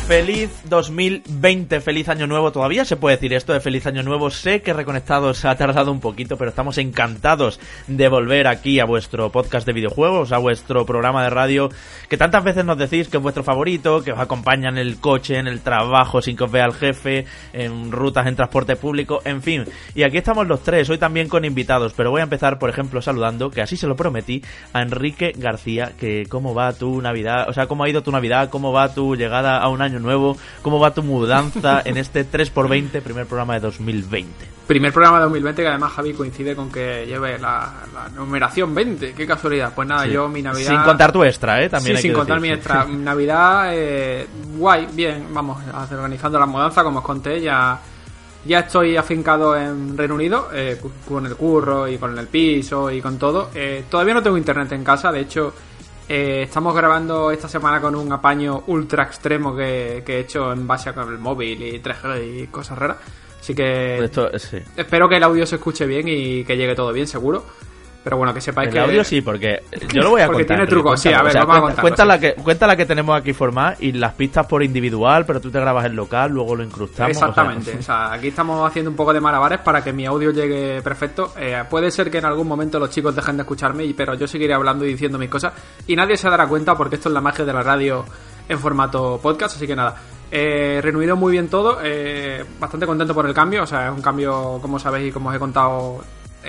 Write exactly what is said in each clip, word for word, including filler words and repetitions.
Feliz dos mil veinte, feliz año nuevo. Todavía se puede decir esto de feliz año nuevo. Sé que Reconectados ha tardado un poquito, pero estamos encantados de volver aquí a vuestro podcast de videojuegos, a vuestro programa de radio, que tantas veces nos decís que es vuestro favorito, que os acompaña en el coche, en el trabajo, sin que os vea el jefe, en rutas, en transporte público, en fin. Y aquí estamos los tres, hoy también con invitados, pero voy a empezar, por ejemplo, saludando, que así se lo prometí, a Enrique García, que cómo va tu Navidad, o sea, cómo ha ido tu Navidad, cómo va tu llegada a un año nuevo, cómo va tu mudanza en este tres por veinte, primer programa de dos mil veinte. Primer programa de dos mil veinte, que además, Javi, coincide con que lleve la, la numeración veinte. Qué casualidad. Pues nada, sí. Yo mi Navidad... Sin contar tu extra, ¿eh? También sí, hay sin que contar decir. mi extra. Navidad, eh, guay, bien, vamos, organizando la mudanza, como os conté, ya... Ya estoy afincado en Reino Unido, eh, con el curro y con el piso y con todo. Eh, todavía no tengo internet en casa, de hecho... Eh, estamos grabando esta semana con un apaño ultra extremo que, que he hecho en base a con el móvil y tres G y cosas raras. Así que Esto, sí. espero que el audio se escuche bien y que llegue todo bien, seguro. Pero bueno, que sepáis el que... El audio sí, porque yo lo voy a porque contar. Porque tiene trucos, sí, a ver, o sea, vamos cuenta, a cuenta, contarlo, la sí. que, cuenta la que tenemos aquí formada y las pistas por individual, pero tú te grabas el local, luego lo incrustamos. Exactamente, o sea, o sea, aquí estamos haciendo un poco de malabares para que mi audio llegue perfecto. Eh, puede ser que en algún momento los chicos dejen de escucharme, pero yo seguiré hablando y diciendo mis cosas y nadie se dará cuenta porque esto es la magia de la radio en formato podcast, así que nada. Eh, reunido muy bien todo, eh, bastante contento por el cambio, o sea, es un cambio, como sabéis y como os he contado,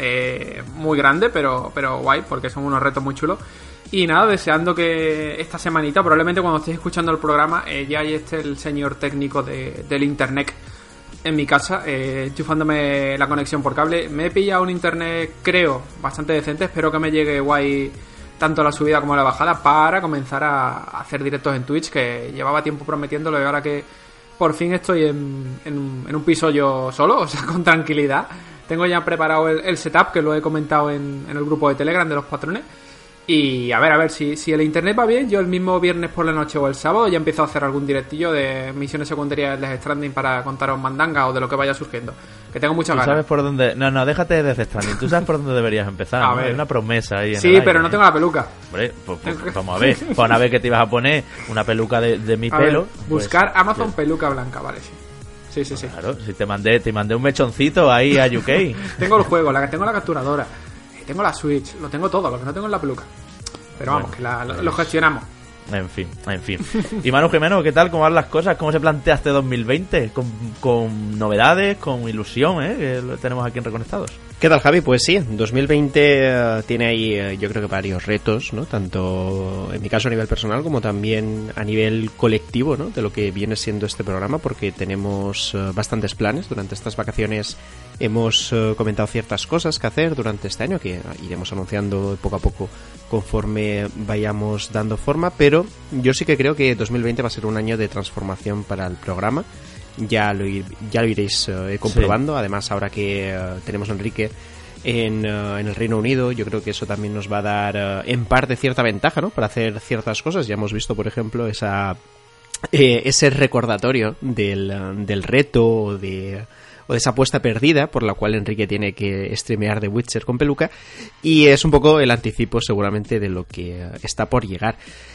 eh, muy grande, pero, pero guay, porque son unos retos muy chulos. Y nada, deseando que esta semanita, probablemente cuando estéis escuchando el programa, eh, ya esté el señor técnico de, del internet en mi casa, eh, enchufándome la conexión por cable. Me he pillado un internet, creo, bastante decente, espero que me llegue guay tanto la subida como la bajada para comenzar a hacer directos en Twitch, que llevaba tiempo prometiéndolo y ahora que por fin estoy en, en, un, en un piso yo solo, o sea, con tranquilidad. Tengo ya preparado el, el setup, que lo he comentado en, en el grupo de Telegram de los patrones. Y a ver, a ver, si, si el internet va bien, yo el mismo viernes por la noche o el sábado ya empiezo a hacer algún directillo de misiones secundarias de Death Stranding para contaros mandanga o de lo que vaya surgiendo. Que tengo muchas ganas. ¿Tú sabes por dónde? No, no, déjate de Death Stranding. Tú sabes por dónde deberías empezar. A ¿no? ver. Hay una promesa ahí en Sí, el aire, pero no ¿eh? tengo la peluca. Hombre, pues, pues vamos a ver. Pues a ver que te ibas a poner una peluca de, de mi A pelo. ver, buscar pues, Amazon bien. peluca blanca, vale, sí. Sí, sí, sí. Claro, si te mandé, te mandé un mechoncito ahí a U K. Tengo el juego, la, tengo la capturadora, tengo la Switch, lo tengo todo, lo que no tengo es la peluca. Pero vamos, Bueno, que la, lo, lo gestionamos. En fin, en fin. Y Manu Jimeno, ¿qué tal? ¿Cómo van las cosas? ¿Cómo se plantea este dos mil veinte? Con, con novedades, con ilusión, ¿eh? Que lo tenemos aquí en Reconectados. ¿Qué tal, Javi? Pues sí, dos mil veinte uh, tiene ahí uh, yo creo que varios retos, ¿no? Tanto en mi caso a nivel personal como también a nivel colectivo, ¿no? De lo que viene siendo este programa, porque tenemos uh, bastantes planes. Durante estas vacaciones hemos uh, comentado ciertas cosas que hacer durante este año, que iremos anunciando poco a poco conforme vayamos dando forma, pero yo sí que creo que dos mil veinte va a ser un año de transformación para el programa. Ya lo, ya lo iréis uh, comprobando. Sí. Además, ahora que uh, tenemos a Enrique en, uh, en el Reino Unido, yo creo que eso también nos va a dar uh, en parte cierta ventaja, ¿no? Para hacer ciertas cosas. Ya hemos visto, por ejemplo, esa eh, ese recordatorio del, uh, del reto o de, o de esa apuesta perdida por la cual Enrique tiene que streamear The Witcher con peluca, y es un poco el anticipo seguramente de lo que uh, está por llegar.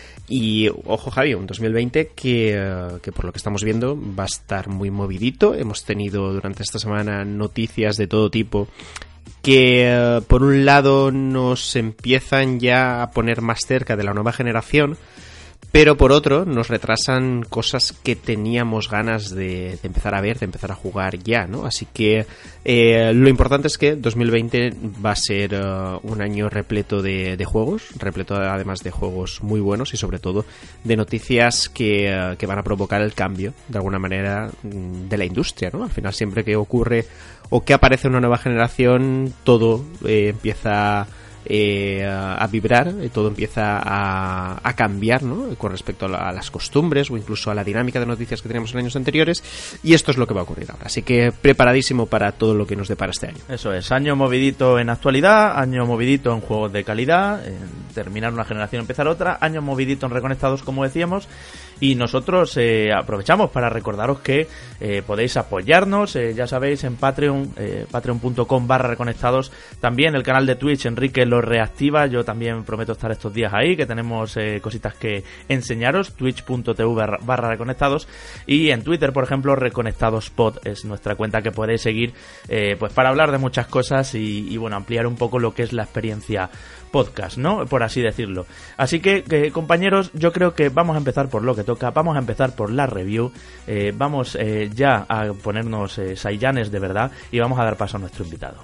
Y ojo, Javi, un dos mil veinte que, uh, que por lo que estamos viendo va a estar muy movidito. Hemos tenido durante esta semana noticias de todo tipo que uh, por un lado nos empiezan ya a poner más cerca de la nueva generación, pero por otro nos retrasan cosas que teníamos ganas de, de empezar a ver, de empezar a jugar ya, ¿no? Así que eh, lo importante es que dos mil veinte va a ser uh, un año repleto de, de juegos, repleto además de juegos muy buenos y sobre todo de noticias que, uh, que van a provocar el cambio, de alguna manera, de la industria, ¿no? Al final, siempre que ocurre o que aparece una nueva generación, todo eh, empieza Eh, a vibrar, eh, todo empieza a, a cambiar, ¿no? Con respecto a, la, a las costumbres o incluso a la dinámica de noticias que teníamos en años anteriores, y esto es lo que va a ocurrir ahora, así que preparadísimo para todo lo que nos depara este año. Eso es, año movidito en actualidad, año movidito en juegos de calidad, en terminar una generación, empezar otra, año movidito en Reconectados, como decíamos, Y nosotros eh, aprovechamos para recordaros que eh, podéis apoyarnos, eh, ya sabéis, en Patreon, eh, patreon.com barra reconectados. También el canal de Twitch, Enrique lo reactiva. Yo también prometo estar estos días ahí, que tenemos eh, cositas que enseñaros. Twitch.tv barra reconectados. Y en Twitter, por ejemplo, reconectadospod es nuestra cuenta que podéis seguir eh, pues para hablar de muchas cosas y, y bueno, ampliar un poco lo que es la experiencia podcast, ¿no? Por así decirlo. Así que, que compañeros, yo creo que vamos a empezar por lo que toca, vamos a empezar por la review, eh, vamos eh, ya a ponernos eh, saiyanes de verdad y vamos a dar paso a nuestro invitado.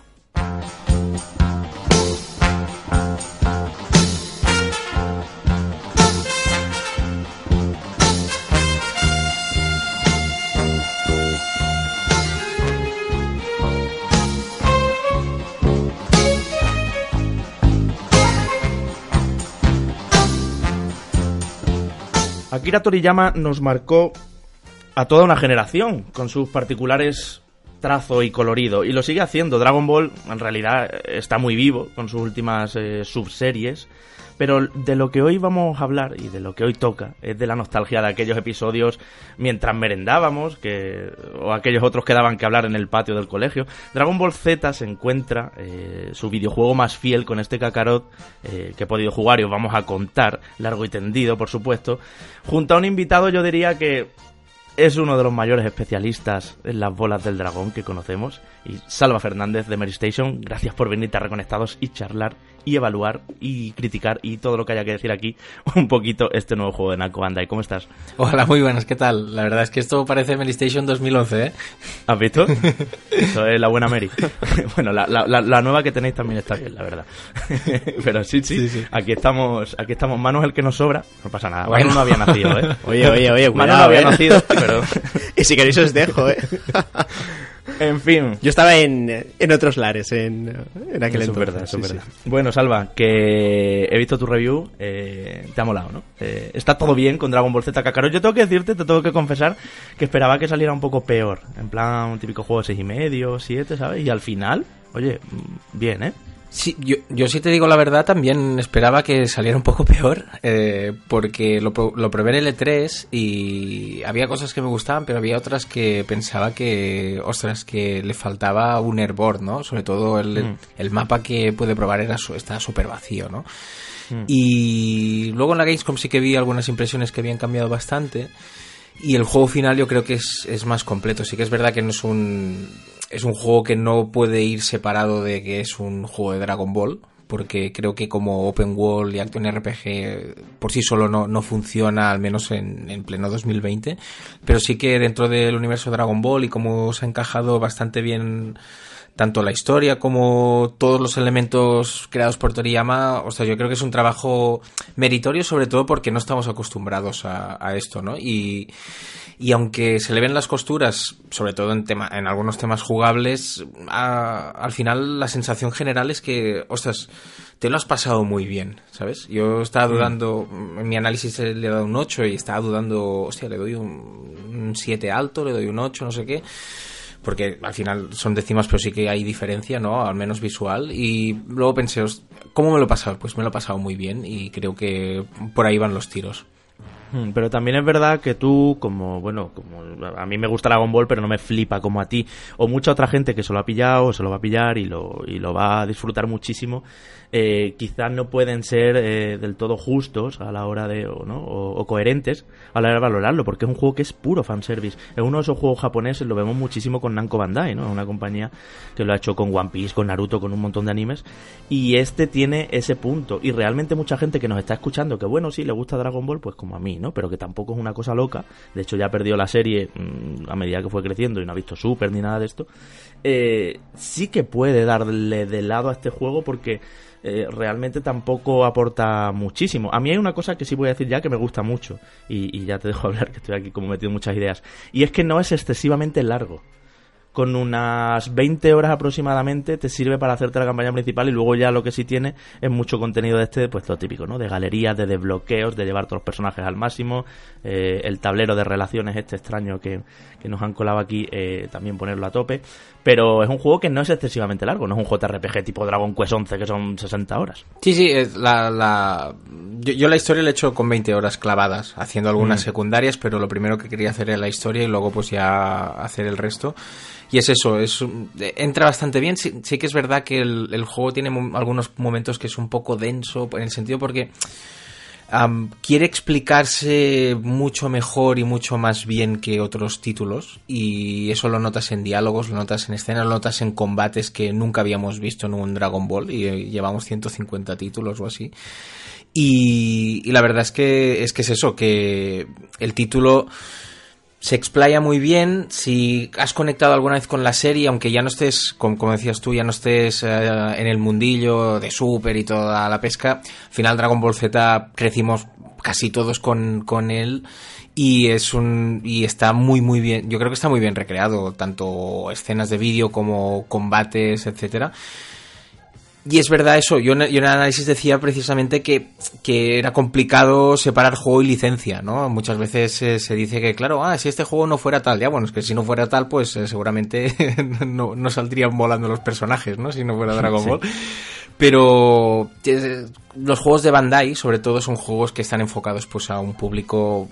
Akira Toriyama nos marcó a toda una generación con sus particulares trazo y colorido, y lo sigue haciendo. Dragon Ball en realidad está muy vivo con sus últimas eh, subseries, pero de lo que hoy vamos a hablar y de lo que hoy toca es de la nostalgia de aquellos episodios mientras merendábamos, que o aquellos otros que daban que hablar en el patio del colegio. Dragon Ball Z se encuentra eh, su videojuego más fiel con este Kakarot eh, que he podido jugar y os vamos a contar, largo y tendido por supuesto, junto a un invitado yo diría que es uno de los mayores especialistas en las bolas del dragón que conocemos, y Salva Fernández de Mary Station, gracias por venirte a Reconectados y charlar y evaluar y criticar y todo lo que haya que decir aquí un poquito este nuevo juego de Namco Bandai. ¿Cómo estás? Hola, muy buenas, ¿qué tal? La verdad es que esto parece Mary Station dos mil once, ¿eh? ¿Has visto? Eso es la buena Mary. Bueno, la, la, la nueva que tenéis también está bien, la verdad. Pero sí, sí, sí, sí. Aquí estamos, aquí estamos. Manu es el que nos sobra, no pasa nada. Bueno. Manu no había nacido, ¿eh? Oye, oye, oye, Manu cuidado, no había ¿eh? nacido, pero... Y si queréis os dejo, ¿eh? En fin. Yo estaba en, en otros lares en, en aquel Eso entonces. es verdad, eso sí, es verdad. sí. Bueno, Salva, que he visto tu review, eh, te ha molado, ¿no? Eh, está todo bien con Dragon Ball Z Kakarot. Yo tengo que decirte, te tengo que confesar que esperaba que saliera un poco peor. En plan, un típico juego de seis y medio, siete, ¿sabes? Y al final, oye, bien, ¿eh? Sí, yo, yo sí te digo la verdad, también esperaba que saliera un poco peor, eh, porque lo, lo probé en el E tres y había cosas que me gustaban, pero había otras que pensaba que, ostras, que le faltaba un airborne, ¿no? Sobre todo el, mm. el mapa que pude probar era su, estaba súper vacío, ¿no? Mm. Y luego en la Gamescom sí que vi algunas impresiones que habían cambiado bastante. Y el juego final yo creo que es, es más completo. Sí que es verdad que no es un... Es un juego que no puede ir separado de que es un juego de Dragon Ball, porque creo que como Open World y Action R P G por sí solo no, no funciona, al menos en, en pleno dos mil veinte, pero sí que dentro del universo Dragon Ball y cómo se ha encajado bastante bien tanto la historia como todos los elementos creados por Toriyama, o sea, yo creo que es un trabajo meritorio, sobre todo porque no estamos acostumbrados a, a esto, ¿no? Y... Y aunque se le ven las costuras, sobre todo en tema, en algunos temas jugables, a, al final la sensación general es que, ostras, te lo has pasado muy bien, ¿sabes? Yo estaba dudando, en mi análisis le he dado un ocho y estaba dudando, hostia, le doy un, un siete alto, le doy un ocho, no sé qué, porque al final son décimas, pero sí que hay diferencia, ¿no? Al menos visual. Y luego pensé, ¿cómo me lo he pasado? Pues me lo he pasado muy bien y creo que por ahí van los tiros. Pero también es verdad que tú, como, bueno, como a mí me gusta Dragon Ball, pero no me flipa como a ti, o mucha otra gente que se lo ha pillado, o se lo va a pillar y lo, y lo va a disfrutar muchísimo, eh, quizás no pueden ser eh, del todo justos a la hora de, o, ¿no? o, o coherentes a la hora de valorarlo, porque es un juego que es puro fanservice. Es uno de esos juegos japoneses, lo vemos muchísimo con Namco Bandai, ¿no? Una compañía que lo ha hecho con One Piece, con Naruto, con un montón de animes, y este tiene ese punto, y realmente mucha gente que nos está escuchando, que bueno, sí, le gusta Dragon Ball, pues como a mí, ¿no? Pero que tampoco es una cosa loca. De hecho ya perdió la serie mmm, a medida que fue creciendo y no ha visto Super ni nada de esto. Eh, sí que puede darle de lado a este juego porque eh, realmente tampoco aporta muchísimo. A mí hay una cosa que sí voy a decir ya que me gusta mucho y, y ya te dejo hablar, que estoy aquí como metido en muchas ideas, y es que no es excesivamente largo. con unas veinte horas aproximadamente te sirve para hacerte la campaña principal, y luego ya lo que sí tiene es mucho contenido de este, pues lo típico, ¿no? De galerías, de desbloqueos, de llevar todos los personajes al máximo, eh, el tablero de relaciones este extraño que, que nos han colado aquí, eh, también ponerlo a tope. Pero es un juego que no es excesivamente largo, no es un J R P G tipo Dragon Quest once que son sesenta horas. Sí, sí, la, la... Yo, yo la historia la he hecho con veinte horas clavadas, haciendo algunas mm. secundarias, pero lo primero que quería hacer era la historia y luego pues ya hacer el resto. Y es eso, es entra bastante bien. Sí, sí que es verdad que el, el juego tiene mo- algunos momentos que es un poco denso, en el sentido porque um, quiere explicarse mucho mejor y mucho más bien que otros títulos, y eso lo notas en diálogos, lo notas en escenas, lo notas en combates que nunca habíamos visto en un Dragon Ball, y llevamos ciento cincuenta títulos o así. Y, y la verdad es que es que es eso, que el título se explaya muy bien. Si has conectado alguna vez con la serie, aunque ya no estés, como, como decías tú, ya no estés eh, en el mundillo de Super y toda la pesca, al final Dragon Ball Z crecimos casi todos con, con él, y es un y está muy muy bien, yo creo que está muy bien recreado, tanto escenas de vídeo como combates, etcétera. Y es verdad eso, yo, yo en el análisis decía precisamente que, que era complicado separar juego y licencia, ¿no? Muchas veces eh, se dice que, claro, ah, si este juego no fuera tal, ya, bueno, es que si no fuera tal, pues eh, seguramente no, no saldrían volando los personajes, ¿no? Si no fuera Dragon Ball. Sí. Pero eh, los juegos de Bandai, sobre todo, son juegos que están enfocados pues a un público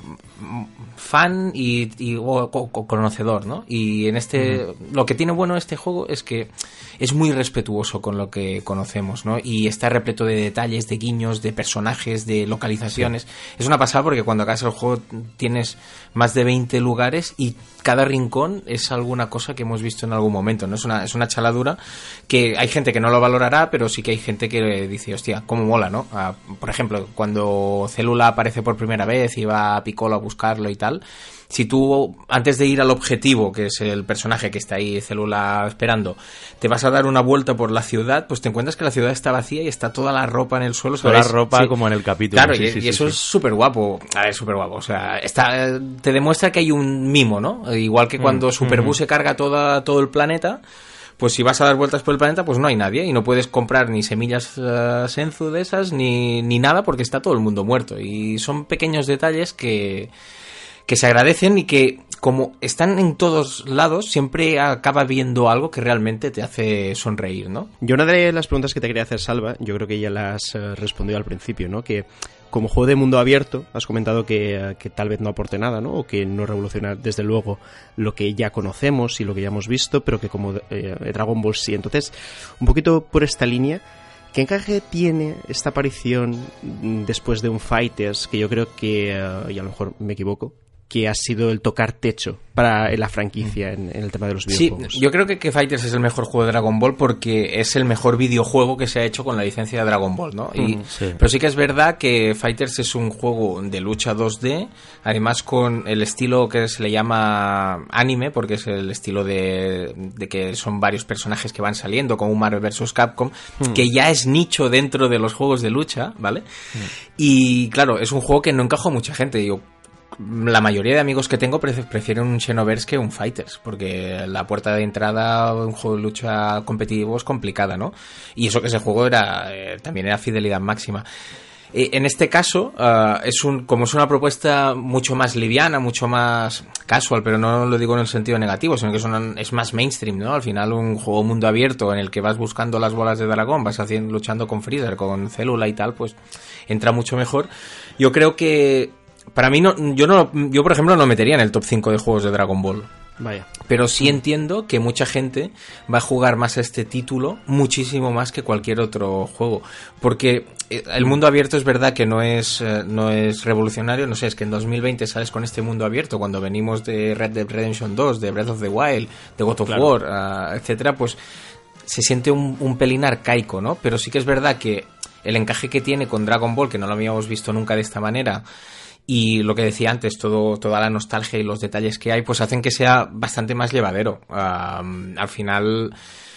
fan y, y o, o, conocedor, ¿no? Y en este, uh-huh. lo que tiene bueno este juego es que es muy respetuoso con lo que conocemos, ¿no? Y está repleto de detalles, de guiños, de personajes, de localizaciones. Sí. Es una pasada porque cuando acabas el juego tienes más de veinte lugares y cada rincón es alguna cosa que hemos visto en algún momento, ¿no? Es una, es una chaladura que hay gente que no lo valorará, pero sí que hay gente que dice, hostia, cómo mola, ¿no? Ah, por ejemplo, cuando Célula aparece por primera vez y va a Piccolo a buscarlo y tal, si tú, antes de ir al objetivo, que es el personaje que está ahí, Célula, esperando, te vas a dar una vuelta por la ciudad, pues te encuentras que la ciudad está vacía y está toda la ropa en el suelo. Toda la ropa, sí, como en el capítulo. Claro, sí, y, sí, y sí, eso sí. es súper guapo. A ver, súper guapo. O sea, está, te demuestra que hay un mimo, ¿no? Igual que cuando mm, Superbuu mm. se carga toda, todo el planeta, pues si vas a dar vueltas por el planeta, pues no hay nadie y no puedes comprar ni semillas uh, senzu de esas ni, ni nada porque está todo el mundo muerto. Y son pequeños detalles que, que se agradecen y que, como están en todos lados, siempre acaba viendo algo que realmente te hace sonreír, ¿no? Yo una de las preguntas que te quería hacer, Salva, yo creo que ya las uh, respondió al principio, ¿no? Que como juego de mundo abierto, has comentado que, que tal vez no aporte nada, ¿no? O que no revoluciona, desde luego, lo que ya conocemos y lo que ya hemos visto, pero que como eh, Dragon Ball sí. Entonces, un poquito por esta línea, ¿qué encaje tiene esta aparición después de un Fighters, que yo creo que, uh, y a lo mejor me equivoco, que ha sido el tocar techo para la franquicia en, en el tema de los videojuegos? Sí, yo creo que, que Fighters es el mejor juego de Dragon Ball porque es el mejor videojuego que se ha hecho con la licencia de Dragon Ball, ¿no? Y, mm, sí. Pero sí que es verdad que Fighters es un juego de lucha dos D, además con el estilo que se le llama anime, porque es el estilo de, de que son varios personajes que van saliendo, como un Marvel versus. Capcom, mm. que ya es nicho dentro de los juegos de lucha, ¿vale? Mm. Y claro, es un juego que no encajó a mucha gente. Yo la mayoría de amigos que tengo prefieren un Xenoverse que un Fighters, porque la puerta de entrada a un juego de lucha competitivo es complicada, ¿no? Y eso que ese juego era eh, también era fidelidad máxima. Eh, en este caso, uh, es un como es una propuesta mucho más liviana, mucho más casual, pero no lo digo en el sentido negativo, sino que es, una, es más mainstream, ¿no? Al final un juego mundo abierto en el que vas buscando las bolas de dragón, vas haciendo, luchando con Freezer, con Célula y tal, pues entra mucho mejor. Yo creo que para mí, no, yo no, yo por ejemplo no metería en el top cinco de juegos de Dragon Ball. Vaya. Pero sí entiendo que mucha gente va a jugar más a este título, muchísimo más que cualquier otro juego. Porque el mundo abierto es verdad que no es, no es revolucionario. No sé, es que en dos mil veinte sales con este mundo abierto cuando venimos de Red Dead Redemption dos, de Breath of the Wild, de God of claro. War, uh, etcétera, pues se siente un, un pelín arcaico, ¿no? Pero sí que es verdad que el encaje que tiene con Dragon Ball, que no lo habíamos visto nunca de esta manera, y lo que decía antes, todo, toda la nostalgia y los detalles que hay, pues hacen que sea bastante más llevadero. Uh, al final,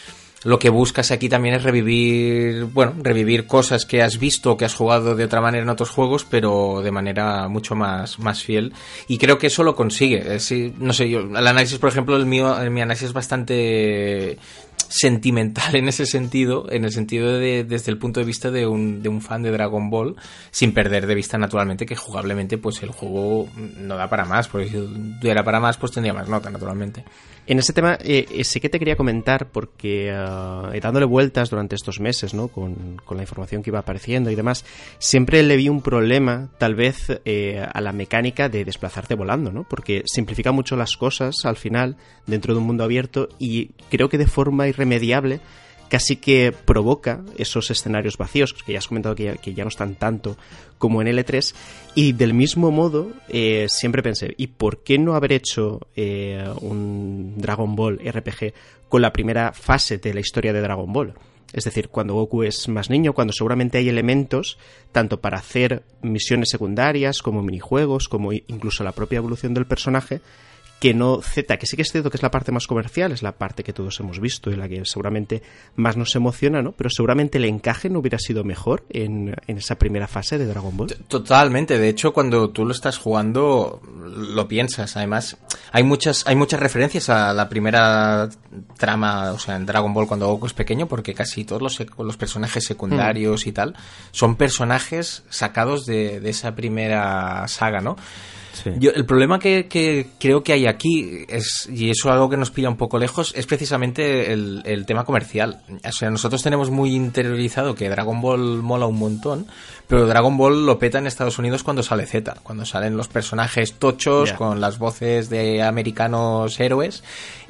lo que buscas aquí también es revivir, bueno, revivir cosas que has visto o que has jugado de otra manera en otros juegos, pero de manera mucho más, más fiel. Y creo que eso lo consigue. Sí, no sé, yo, el análisis, por ejemplo, el mío, el, mi análisis es bastante sentimental en ese sentido, en el sentido de desde el punto de vista de un, de un fan de Dragon Ball, sin perder de vista naturalmente que jugablemente pues el juego no da para más, porque si diera para más pues tendría más nota naturalmente. En ese tema eh, sí que te quería comentar porque uh, dándole vueltas durante estos meses, ¿no? Con, con la información que iba apareciendo y demás, siempre le vi un problema tal vez eh, a la mecánica de desplazarte volando, ¿no? Porque simplifica mucho las cosas al final dentro de un mundo abierto y creo que de forma irremediable casi que provoca esos escenarios vacíos, que ya has comentado que ya, que ya no están tanto como en L tres, y del mismo modo eh, siempre pensé, ¿y por qué no haber hecho eh, un Dragon Ball R P G con la primera fase de la historia de Dragon Ball? Es decir, cuando Goku es más niño, cuando seguramente hay elementos tanto para hacer misiones secundarias como minijuegos, como incluso la propia evolución del personaje, que no Z, que sí que es cierto que es la parte más comercial, es la parte que todos hemos visto y la que seguramente más nos emociona, ¿no? Pero seguramente el encaje no hubiera sido mejor en, en esa primera fase de Dragon Ball. Totalmente, de hecho cuando tú lo estás jugando lo piensas, además hay muchas hay muchas referencias a la primera trama, o sea, en Dragon Ball cuando Goku es pequeño, porque casi todos los, los personajes secundarios mm. y tal son personajes sacados de, de esa primera saga, ¿no? Sí. Yo, el problema que, que creo que hay aquí es, y eso es algo que nos pilla un poco lejos, es precisamente el, el tema comercial. O sea, nosotros tenemos muy interiorizado que Dragon Ball mola un montón, pero Dragon Ball lo peta en Estados Unidos cuando sale Z, cuando salen los personajes tochos yeah. con las voces de americanos héroes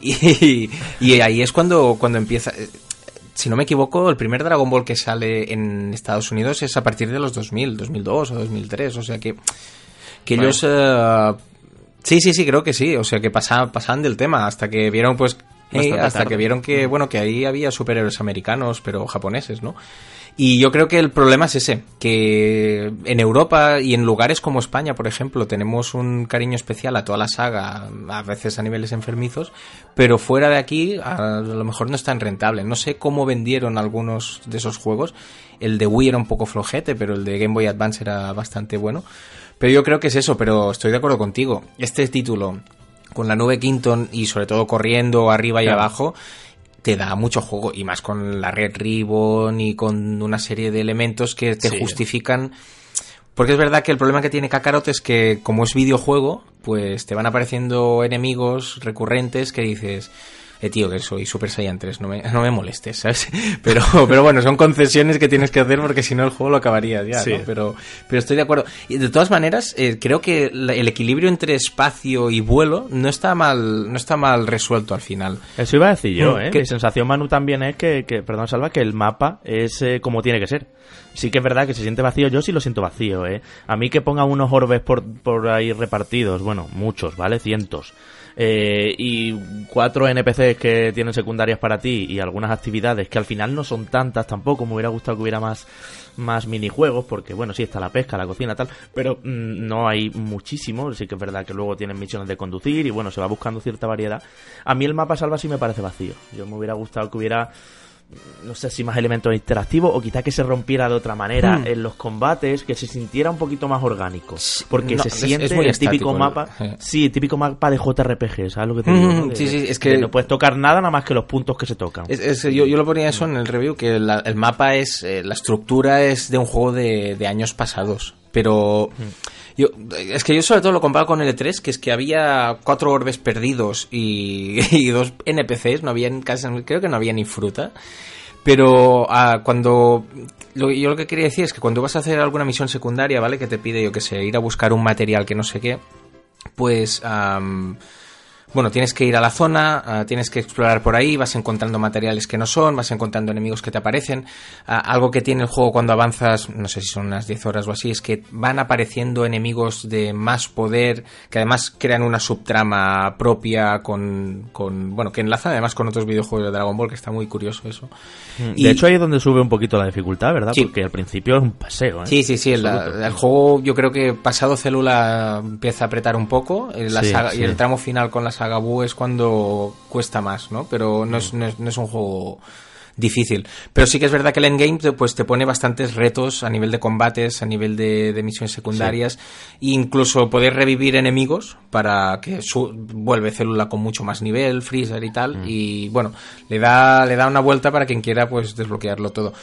y, y ahí es cuando, cuando empieza... Si no me equivoco, el primer Dragon Ball que sale en Estados Unidos es a partir de los dos mil, dos mil dos o dos mil tres, o sea que... Que bueno. ellos... Uh, sí, sí, sí, creo que sí. O sea, que pasaban, pasaban del tema hasta que vieron, pues... Eh, hasta tarde. que vieron que, bueno, que ahí había superhéroes americanos, pero japoneses, ¿no? Y yo creo que el problema es ese, que en Europa y en lugares como España, por ejemplo, tenemos un cariño especial a toda la saga, a veces a niveles enfermizos, pero fuera de aquí a lo mejor no es tan rentable. No sé cómo vendieron algunos de esos juegos. El de Wii era un poco flojete, pero el de Game Boy Advance era bastante bueno. Pero yo creo que es eso, pero estoy de acuerdo contigo. Este título, con la nube Quinton y sobre todo corriendo arriba y claro. abajo, te da mucho juego. Y más con la Red Ribbon y con una serie de elementos que te sí. justifican. Porque es verdad que el problema que tiene Kakarot es que, como es videojuego, pues te van apareciendo enemigos recurrentes que dices... Eh, tío, que soy Super Saiyan tres, no me, no me molestes, ¿sabes? Pero, pero bueno, son concesiones que tienes que hacer porque si no el juego lo acabarías ya, sí. ¿no? Pero, pero estoy de acuerdo. Y de todas maneras, eh, creo que la, el equilibrio entre espacio y vuelo no está mal, no está mal resuelto al final. Eso iba a decir yo, ¿eh? ¿Qué? Mi sensación, Manu, también es que, que perdón, Salva, que el mapa es eh, como tiene que ser. Sí que es verdad que se siente vacío, yo sí lo siento vacío, ¿eh? A mí que pongan unos orbes por, por ahí repartidos, bueno, muchos, ¿vale? Cientos. Eh, y cuatro N P Cs que tienen secundarias para ti y algunas actividades que al final no son tantas tampoco. Me hubiera gustado que hubiera más, más minijuegos, porque bueno, sí está la pesca, la cocina, tal, pero mmm, no hay muchísimo. Sí que es verdad que luego tienen misiones de conducir y bueno, se va buscando cierta variedad. A mí el mapa Salva sí me parece vacío. Yo me hubiera gustado que hubiera, no sé si más elementos interactivos o quizá que se rompiera de otra manera hmm. en los combates, que se sintiera un poquito más orgánico, porque no, se siente es, es el estático, típico mapa eh. sí, el típico mapa de J R P G, ¿sabes lo que te mm, digo? ¿no? De, sí, sí, es que no puedes tocar nada nada más que los puntos que se tocan. Es, es, yo, yo lo ponía eso en el review, que la, el mapa es, eh, la estructura es de un juego de, de años pasados, pero... Hmm. Yo, es que yo sobre todo lo comparo con L tres, que es que había cuatro orbes perdidos y, y dos N P Cs, no habían casi, creo que no había ni fruta. Pero uh, cuando... Lo, yo lo que quería decir es que cuando vas a hacer alguna misión secundaria, ¿vale? Que te pide, yo que sé, ir a buscar un material que no sé qué, pues... Um, bueno, tienes que ir a la zona, uh, tienes que explorar por ahí, vas encontrando materiales que no son, vas encontrando enemigos que te aparecen. Uh, algo que tiene el juego cuando avanzas, no sé si son unas diez horas o así, es que van apareciendo enemigos de más poder, que además crean una subtrama propia con, con bueno, que enlaza además con otros videojuegos de Dragon Ball, que está muy curioso eso. De y, hecho ahí es donde sube un poquito la dificultad, ¿verdad? Sí. Porque al principio es un paseo, ¿eh? Sí, sí, sí, el, el juego yo creo que pasado Célula empieza a apretar un poco, la sí, saga, sí. y el tramo final con la saga Buu es cuando cuesta más, ¿no? Pero no es, no es, no es un juego difícil. Pero sí que es verdad que el endgame te, pues te pone bastantes retos a nivel de combates, a nivel de, de misiones secundarias, sí. E incluso poder revivir enemigos para que su, vuelve Célula con mucho más nivel, Freezer y tal, mm. y bueno, le da, le da una vuelta para quien quiera pues desbloquearlo todo.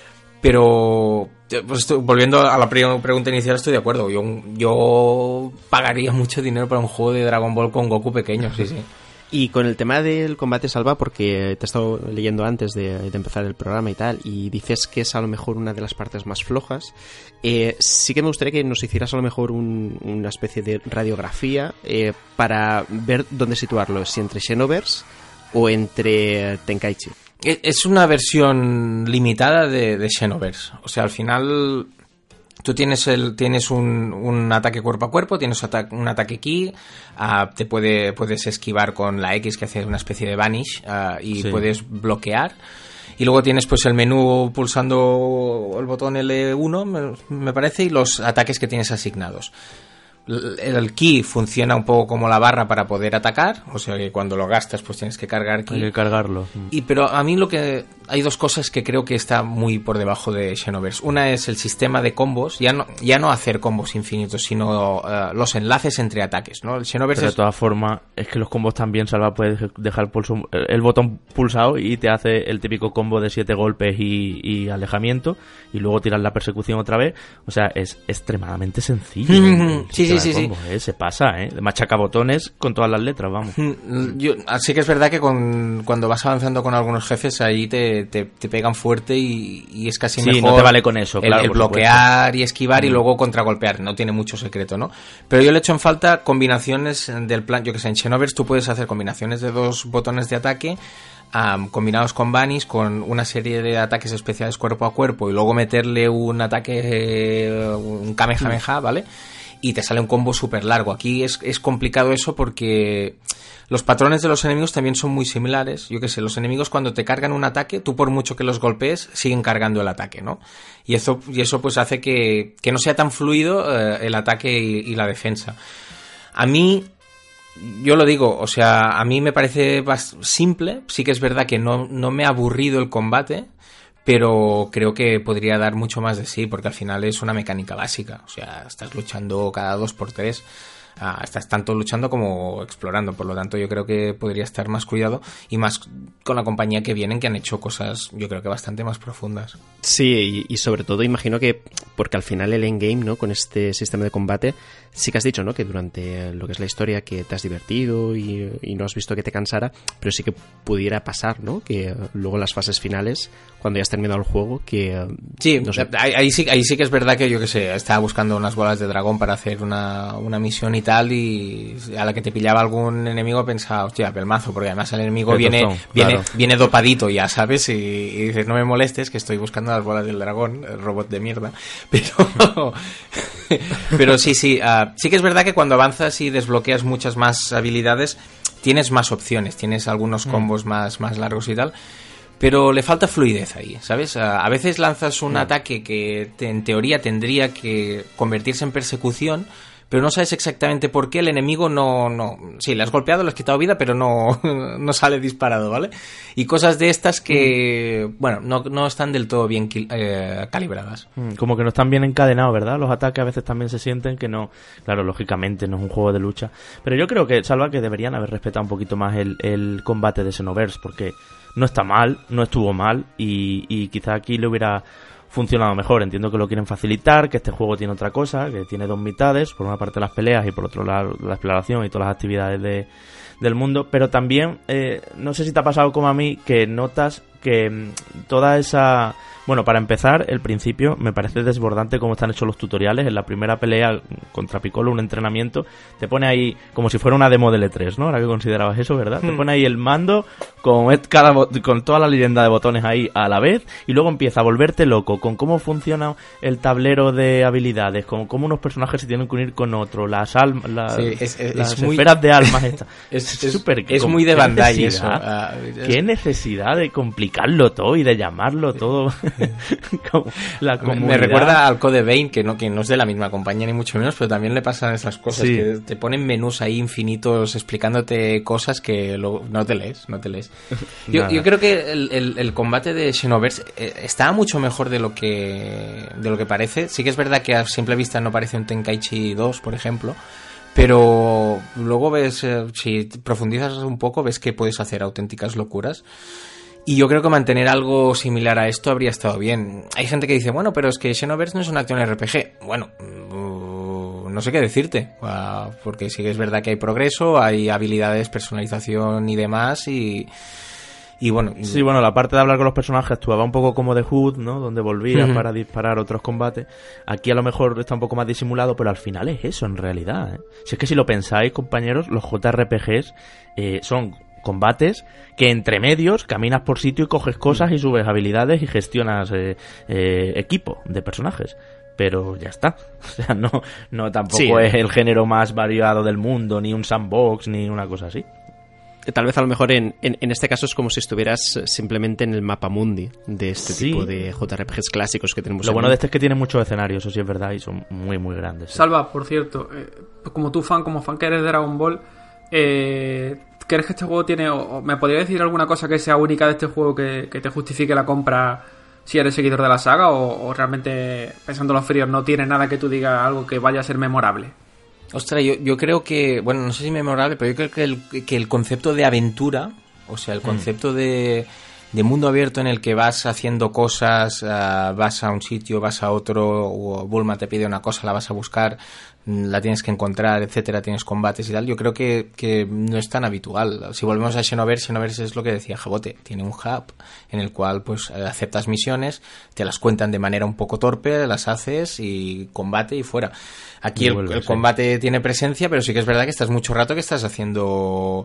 Pero, pues estoy, volviendo a la pregunta inicial, estoy de acuerdo. Yo, yo pagaría mucho dinero para un juego de Dragon Ball con Goku pequeño, sí, sí. Y con el tema del combate, Salva, porque te he estado leyendo antes de, de empezar el programa y tal, y dices que es a lo mejor una de las partes más flojas, eh, sí que me gustaría que nos hicieras a lo mejor un, una especie de radiografía eh, para ver dónde situarlo, si entre Xenoverse o entre Tenkaichi. Es una versión limitada de, de Xenoverse. O sea, al final tú tienes el tienes un, un ataque cuerpo a cuerpo, tienes un ataque ki, uh, te puede puedes esquivar con la X, que hace una especie de vanish, uh, y sí. puedes bloquear. Y luego tienes pues el menú pulsando el botón L uno, me, me parece, y los ataques que tienes asignados. El ki funciona un poco como la barra para poder atacar, o sea que cuando lo gastas pues tienes que cargar ki. Hay que cargarlo. Y pero a mí lo que hay dos cosas que creo que está muy por debajo de Xenoverse. Una es el sistema de combos, ya no ya no hacer combos infinitos, sino uh, los enlaces entre ataques, ¿no? El Xenoverse pero de es... todas formas es que los combos también, Salva, puedes dejar el, pulso, el botón pulsado y te hace el típico combo de siete golpes y, y alejamiento, y luego tirar la persecución otra vez. O sea, es extremadamente sencillo. Mm-hmm. Sí, sí, sí, combos, sí. Eh, se pasa, ¿eh? Machaca botones con todas las letras, vamos. Yo, así que es verdad que con, cuando vas avanzando con algunos jefes ahí te, te, te pegan fuerte y, y es casi sí, mejor no te vale con eso, claro, el, el bloquear supuesto. Y esquivar mm. y luego contragolpear, no tiene mucho secreto, ¿no? Pero yo le echo en falta combinaciones del plan, yo que sé, en Xenoverse tú puedes hacer combinaciones de dos botones de ataque Um, combinados con Vanish, con una serie de ataques especiales cuerpo a cuerpo y luego meterle un ataque, eh, un Kamehameha, ¿vale? Y te sale un combo súper largo. Aquí es, es complicado eso porque los patrones de los enemigos también son muy similares. Yo qué sé, los enemigos cuando te cargan un ataque, tú por mucho que los golpees, siguen cargando el ataque, ¿no? Y eso, y eso pues hace que, que no sea tan fluido eh, el ataque y, y la defensa. A mí... Yo lo digo, o sea, a mí me parece simple, sí que es verdad que no, no me ha aburrido el combate, pero creo que podría dar mucho más de sí, porque al final es una mecánica básica, o sea, estás luchando cada dos por tres, ah, estás tanto luchando como explorando, por lo tanto yo creo que podría estar más cuidado y más con la compañía que vienen, que han hecho cosas yo creo que bastante más profundas. Sí, y, y sobre todo imagino que, porque al final el endgame, ¿no?, con este sistema de combate, sí que has dicho, ¿no?, que durante lo que es la historia que te has divertido y, y no has visto que te cansara, pero sí que pudiera pasar, ¿no?, que luego en las fases finales, cuando ya has terminado el juego, que... Sí, no sé. ahí, ahí sí, ahí sí que es verdad que yo que sé, estaba buscando unas bolas de dragón para hacer una, una misión y tal, y a la que te pillaba algún enemigo pensaba, hostia, pelmazo, porque además el enemigo el viene, tostón, viene, claro. viene dopadito ya, ¿sabes? Y, y dices, no me molestes que estoy buscando las bolas del dragón, el robot de mierda, pero... pero sí, sí, uh, sí que es verdad que cuando avanzas y desbloqueas muchas más habilidades, tienes más opciones, tienes algunos combos mm. más, más largos y tal, pero le falta fluidez ahí, ¿sabes? Uh, a veces lanzas un mm. ataque que te, en teoría tendría que convertirse en persecución, pero no sabes exactamente por qué el enemigo no... no sí, le has golpeado, le has quitado vida, pero no, no sale disparado, ¿vale? Y cosas de estas que, mm. bueno, no, no están del todo bien eh, calibradas. Como que no están bien encadenados, ¿verdad? Los ataques a veces también se sienten que no... Claro, lógicamente no es un juego de lucha. Pero yo creo que, Salva, que deberían haber respetado un poquito más el, el combate de Xenoverse, porque no está mal, no estuvo mal, y, y quizá aquí le hubiera... funcionado mejor. Entiendo que lo quieren facilitar, que este juego tiene otra cosa, que tiene dos mitades, por una parte las peleas y por otro lado la exploración y todas las actividades de, del mundo, pero también eh, no sé si te ha pasado como a mí, que notas que mmm, toda esa... Bueno, para empezar, el principio me parece desbordante cómo están hechos los tutoriales. En la primera pelea contra Piccolo, un entrenamiento, te pone ahí como si fuera una demo de L tres, ¿no? Ahora que considerabas eso, ¿verdad? Hmm. Te pone ahí el mando con, cada, con toda la leyenda de botones ahí a la vez, y luego empieza a volverte loco con cómo funciona el tablero de habilidades, con cómo unos personajes se tienen que unir con otros, las almas, las, sí, es, es, las es esferas muy... de almas. Esta. es es, super, es muy de Bandai eso. Uh, ¿Qué necesidad de complicar explicarlo todo y de llamarlo todo. Como la comunidad. Me recuerda al Code Vein, que no, que no es de la misma compañía ni mucho menos, pero también le pasan esas cosas, sí. Que te ponen menús ahí infinitos explicándote cosas que lo, no te lees, no te lees. Yo, yo creo que el, el, el combate de Xenoverse eh, está mucho mejor de lo que de lo que parece. Sí que es verdad que a simple vista no parece un Tenkaichi dos, por ejemplo, pero luego ves, eh, si profundizas un poco, ves que puedes hacer auténticas locuras. Y yo creo que mantener algo similar a esto habría estado bien. Hay gente que dice, bueno, pero es que Xenoverse no es una acción R P G. Bueno, uh, no sé qué decirte, uh, porque sí que es verdad que hay progreso, hay habilidades, personalización y demás, y... Y bueno, sí, bueno, la parte de hablar con los personajes actuaba un poco como The Hood, ¿no? Donde volvías uh-huh. para disparar otros combates. Aquí a lo mejor está un poco más disimulado, pero al final es eso en realidad, ¿eh? Si es que si lo pensáis, compañeros, los J R P Gs eh, son combates que entre medios caminas por sitio y coges cosas y subes habilidades y gestionas eh, eh, equipo de personajes. Pero ya está, o sea, no, no tampoco sí, es el género más variado del mundo, ni un sandbox, ni una cosa así. Tal vez a lo mejor en, en, en este caso es como si estuvieras simplemente en el mapa mundi de este sí. tipo de J R P Gs clásicos que tenemos. Lo en bueno de este es que tiene muchos escenarios, eso sí es verdad, y son muy muy grandes. ¿Sí? Salva, por cierto, eh, como tú fan, como fan que eres de Dragon Ball, eh, ¿crees que este juego tiene, o, o me podrías decir alguna cosa que sea única de este juego que, que te justifique la compra si eres seguidor de la saga, o, o realmente, pensando en los fríos, no tiene nada que tú digas algo que vaya a ser memorable? Ostras, yo, yo creo que, bueno, no sé si memorable, pero yo creo que el, que el concepto de aventura, o sea, el concepto mm. de, de mundo abierto en el que vas haciendo cosas, uh, vas a un sitio, vas a otro, o Bulma te pide una cosa, la vas a buscar, la tienes que encontrar, etcétera, tienes combates y tal, yo creo que, que no es tan habitual. Si volvemos a Xenoverse, Xenoverse es lo que decía Jabote, tiene un hub en el cual pues aceptas misiones, te las cuentan de manera un poco torpe, las haces y combate y fuera. Aquí el, vuelve, el combate sí. tiene presencia, pero sí que es verdad que estás mucho rato que estás haciendo...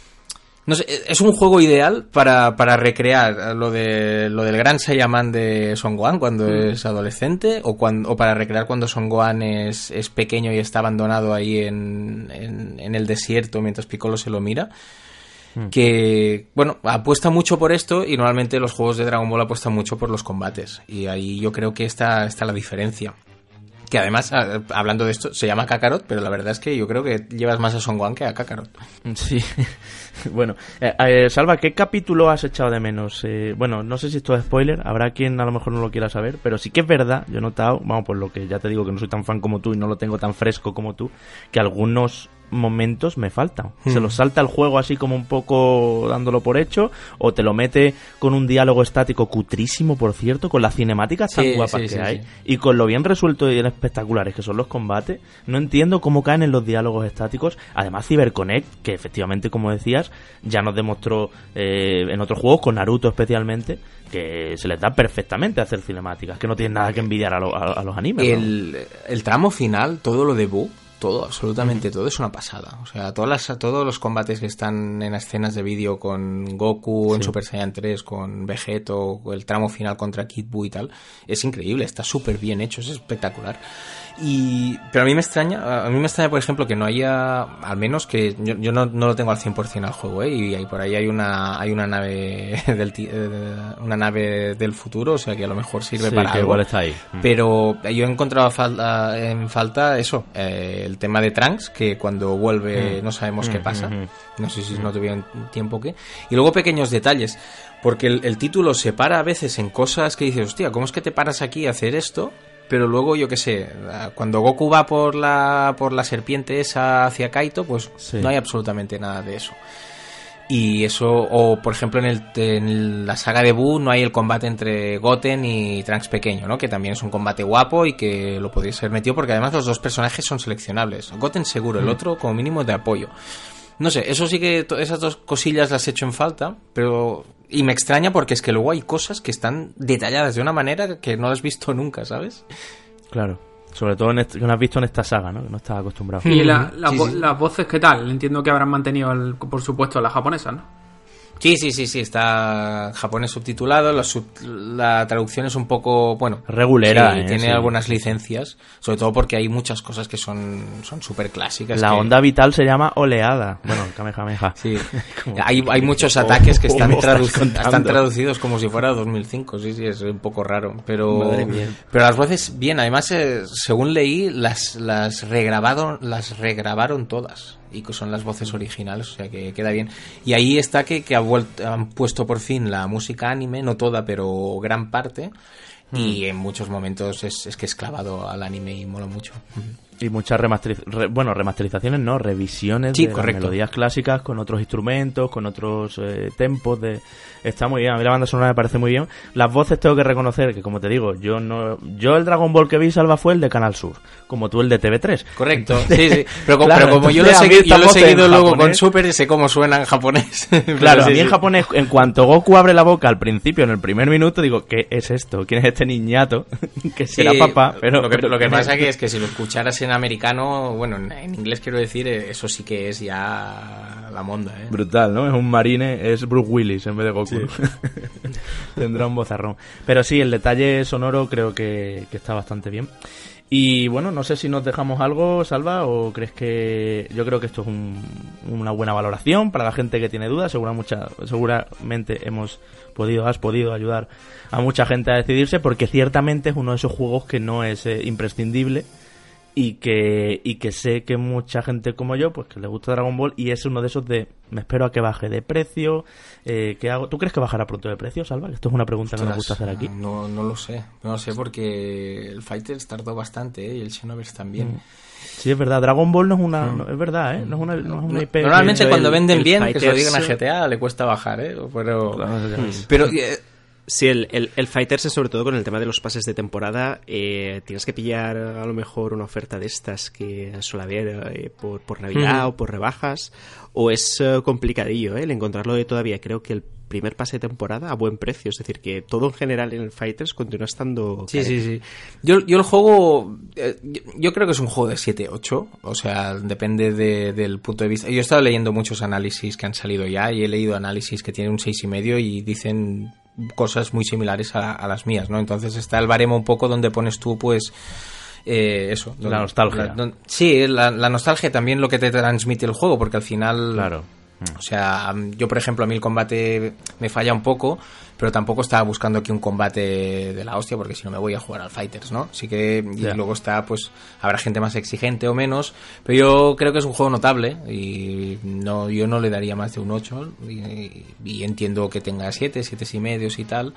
No sé, es un juego ideal para, para recrear lo de lo del gran Saiyaman de Son Gohan cuando mm. es adolescente, o cuando o para recrear cuando Son Gohan es, es pequeño y está abandonado ahí en, en, en el desierto mientras Piccolo se lo mira. Mm. Que, bueno, apuesta mucho por esto, y normalmente los juegos de Dragon Ball apuestan mucho por los combates. Y ahí yo creo que está, está la diferencia. Que además, hablando de esto, se llama Kakarot, pero la verdad es que yo creo que llevas más a Son Gohan que a Kakarot. Sí. Bueno, eh, eh, Salva, ¿qué capítulo has echado de menos? Eh, bueno, no sé si esto es spoiler, habrá quien a lo mejor no lo quiera saber, pero sí que es verdad, yo he notado, vamos, por lo que ya te digo que no soy tan fan como tú y no lo tengo tan fresco como tú, que algunos momentos me faltan. Mm. Se los salta el juego así como un poco dándolo por hecho, o te lo mete con un diálogo estático cutrísimo, por cierto, con las cinemáticas tan sí, guapas sí, que sí, hay, sí. y con lo bien resuelto y bien espectaculares que son los combates. No entiendo cómo caen en los diálogos estáticos. Además, CyberConnect, que efectivamente, como decías, ya nos demostró eh, en otros juegos, con Naruto especialmente, que se les da perfectamente hacer cinemáticas, que no tienen nada que envidiar a, lo, a, a los animes. El, ¿no? el tramo final, todo lo de Buu, todo, absolutamente todo, es una pasada. O sea, todas las, todos los combates que están en las escenas de vídeo con Goku sí. en Super Saiyan tres, con Vegeto, el tramo final contra Kid Buu y tal, es increíble, está súper bien hecho, es espectacular. Y pero a mí me extraña, a mí me extraña por ejemplo que no haya, al menos que yo, yo no, no lo tengo al cien por ciento al juego, ¿eh? Y, y por ahí hay una hay una nave del una nave del futuro, o sea que a lo mejor sirve sí, para que algo. Igual está ahí. Pero yo he encontrado falta, en falta eso, eh, el tema de Trunks, que cuando vuelve mm. no sabemos mm, qué pasa. Mm, no sé si mm. no tuvieron tiempo o qué. Y luego pequeños detalles, porque el, el título se para a veces en cosas que dices, hostia, ¿cómo es que te paras aquí a hacer esto? Pero luego, yo qué sé, cuando Goku va por la por la serpiente esa hacia Kaito, pues sí. no hay absolutamente nada de eso. Y eso, o por ejemplo en, el, en la saga de Buu no hay el combate entre Goten y Trunks pequeño, ¿no? Que también es un combate guapo y que lo podría ser metido porque además los dos personajes son seleccionables. Goten seguro, mm. el otro como mínimo de apoyo. No sé, eso sí que to- esas dos cosillas las he hecho en falta, pero... Y me extraña porque es que luego hay cosas que están detalladas de una manera que no has visto nunca, ¿sabes? Claro, sobre todo en este, que no has visto en esta saga, ¿no? Que no estás acostumbrado. Y la, la sí, vo- sí. las voces, ¿qué tal? Entiendo que habrán mantenido, el, por supuesto, las japonesas, ¿no? Sí, sí, sí, sí, está japonés subtitulado, la, sub, la traducción es un poco, bueno, regulera, sí, ¿eh? tiene Sí. algunas licencias, sobre todo porque hay muchas cosas que son son súper clásicas. La que... onda vital se llama oleada. Bueno, Kamehameha. Sí, Como- hay, hay muchos ataques que están, ¿Cómo estás traduc- contando? están traducidos como si fuera dos mil cinco, sí, sí, es un poco raro, pero Madre mía. pero las voces, bien, además, eh, según leí, las, las regrabaron, las regrabaron todas. Y que son las voces originales, o sea que queda bien. Y ahí está que, que ha vuelto, han puesto por fin la música anime, no toda, pero gran parte. Y en muchos momentos es, es que es clavado al anime y mola mucho. Y muchas remasteriz re bueno, remasterizaciones, no, revisiones Sí, de correcto. las melodías clásicas con otros instrumentos, con otros eh, tempos de... Está muy bien, a mí la banda sonora me parece muy bien. Las voces tengo que reconocer que, como te digo, yo no yo el Dragon Ball que vi, Salva, fue el de Canal Sur, como tú el de T V tres. Correcto, sí, sí. Pero, co- Claro, pero como yo lo he, entonces, a mí segui- estas yo lo he voces seguido en luego con japonés- Super y sé cómo suena en japonés. Pero Claro, sí, a mí en sí. japonés, en cuanto Goku abre la boca al principio, en el primer minuto, digo, ¿qué es esto? ¿Quién es este niñato? que será Sí, papá, pero... lo que, pero lo que ¿quién pasa es? que es que si lo escucharas en americano, bueno, en, en inglés quiero decir, eh, eso sí que es ya la monda, ¿eh? Brutal, ¿no? Es un marine, es Bruce Willis en vez de Goku. Tendrá un bozarrón. Pero sí, el detalle sonoro creo que, que está bastante bien. Y bueno, no sé si nos dejamos algo, Salva, o crees que... Yo creo que esto es un- una buena valoración para la gente que tiene dudas. Segura mucha, seguramente hemos podido, has podido ayudar a mucha gente a decidirse, porque ciertamente es uno de esos juegos que no es eh, imprescindible. Y que, y que sé que mucha gente como yo, pues que le gusta Dragon Ball, y es uno de esos de, me espero a que baje de precio, eh, ¿qué hago? ¿Tú crees que bajará pronto de precio, Salva? Esto es una pregunta que nos gusta hacer aquí. No, no lo sé, no lo sé porque el Fighters tardó bastante, ¿eh? Y el Xenoverse también. Mm. Sí, es verdad, Dragon Ball no es una, no, es verdad, ¿eh? No es una, no es una I P. Normalmente el- cuando venden el bien, que se lo Fighters- digan a G T A, le cuesta bajar, ¿eh? Pero, Mm. pero eh, Sí, el, el, el Fighters, sobre todo con el tema de los pases de temporada, eh, tienes que pillar a lo mejor una oferta de estas que suele haber eh, por, por Navidad Mm. o por rebajas, o es eh, complicadillo eh, el encontrarlo de todavía. Creo que el primer pase de temporada a buen precio, es decir, que todo en general en el Fighters continúa estando... Sí, carente. sí, sí. Yo, yo el juego, eh, yo, yo creo que es un juego de siete ocho, o sea, depende de, del punto de vista. Yo he estado leyendo muchos análisis que han salido ya y he leído análisis que tienen un seis y medio y dicen cosas muy similares a, a las mías, ¿no? Entonces está el baremo un poco donde pones tú, pues, eh, eso. La donde- nostalgia. la- don- sí, la, la nostalgia también lo que te transmite el juego, porque al final... Claro. O sea, yo por ejemplo a mí el combate me falla un poco, pero tampoco estaba buscando aquí un combate de la hostia, porque si no me voy a jugar al Fighters, ¿no? Así que y Ya. luego está, pues habrá gente más exigente o menos, pero yo creo que es un juego notable y no yo no le daría más de un ocho y, y entiendo que tenga siete, siete y medio y tal.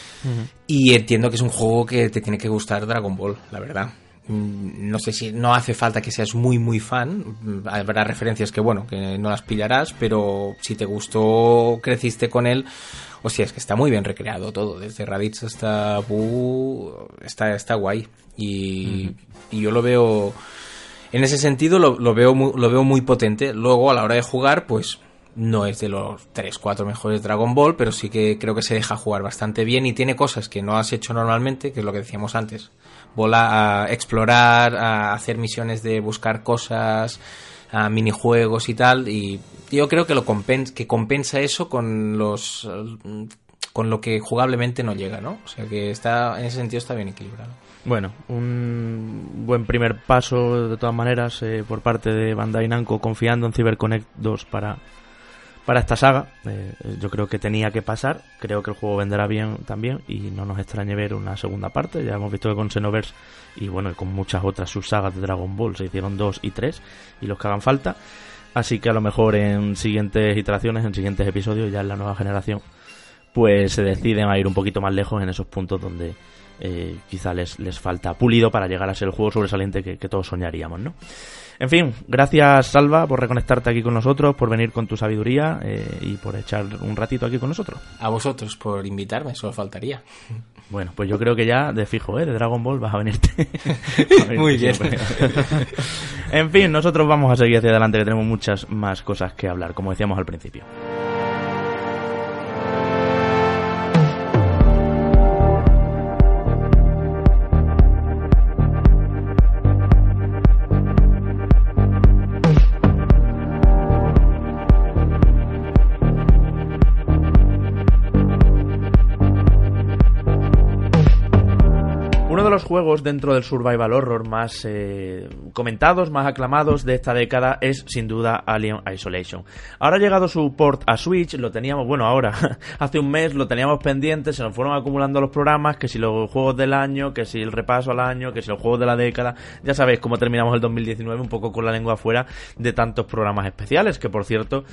Y entiendo que es un juego que te tiene que gustar Dragon Ball, la verdad. Mm, No sé si no hace falta que seas muy muy fan. Mm, Habrá referencias que bueno, que no las pillarás, pero si te gustó, creciste con él, hostia, es que está muy bien recreado todo, desde Raditz hasta Buu, está, está guay. Y, y yo lo veo, en ese sentido lo, lo veo muy, lo veo muy potente. Luego a la hora de jugar, pues no es de los tres cuatro mejores Dragon Ball, pero sí que creo que se deja jugar bastante bien y tiene cosas que no has hecho normalmente, que es lo que decíamos antes. Bola a explorar, a hacer misiones de buscar cosas, a minijuegos y tal, y yo creo que lo compensa, que compensa eso con los con lo que jugablemente no llega, ¿no? O sea que está, en ese sentido está bien equilibrado. Bueno, un buen primer paso de todas maneras eh, por parte de Bandai Namco, confiando en CyberConnect dos para, para esta saga. Eh, yo creo que tenía que pasar, creo que el juego venderá bien también y no nos extrañe ver una segunda parte. Ya hemos visto que con Xenoverse y bueno, y con muchas otras subsagas de Dragon Ball se hicieron dos y tres y los que hagan falta. Así que a lo mejor en siguientes iteraciones, en siguientes episodios, ya en la nueva generación, pues se deciden a ir un poquito más lejos en esos puntos donde eh, quizá les, les falta pulido para llegar a ser el juego sobresaliente que, que todos soñaríamos, ¿no? En fin, gracias Salva por reconectarte aquí con nosotros, por venir con tu sabiduría eh, y por echar un ratito aquí con nosotros. A vosotros por invitarme, solo faltaría. Bueno, pues yo creo que ya de fijo, ¿eh? De Dragon Ball vas a venirte. A venirte Muy bien. siempre. En fin, nosotros vamos a seguir hacia adelante, que tenemos muchas más cosas que hablar, como decíamos al principio. juegos dentro del survival horror más eh, comentados, más aclamados de esta década es sin duda Alien Isolation. Ahora ha llegado su port a Switch, lo teníamos, bueno ahora, hace un mes lo teníamos pendiente, se nos fueron acumulando los programas, que si los juegos del año, que si el repaso al año, que si los juegos de la década, ya sabéis cómo terminamos el dos mil diecinueve un poco con la lengua afuera de tantos programas especiales, que por cierto,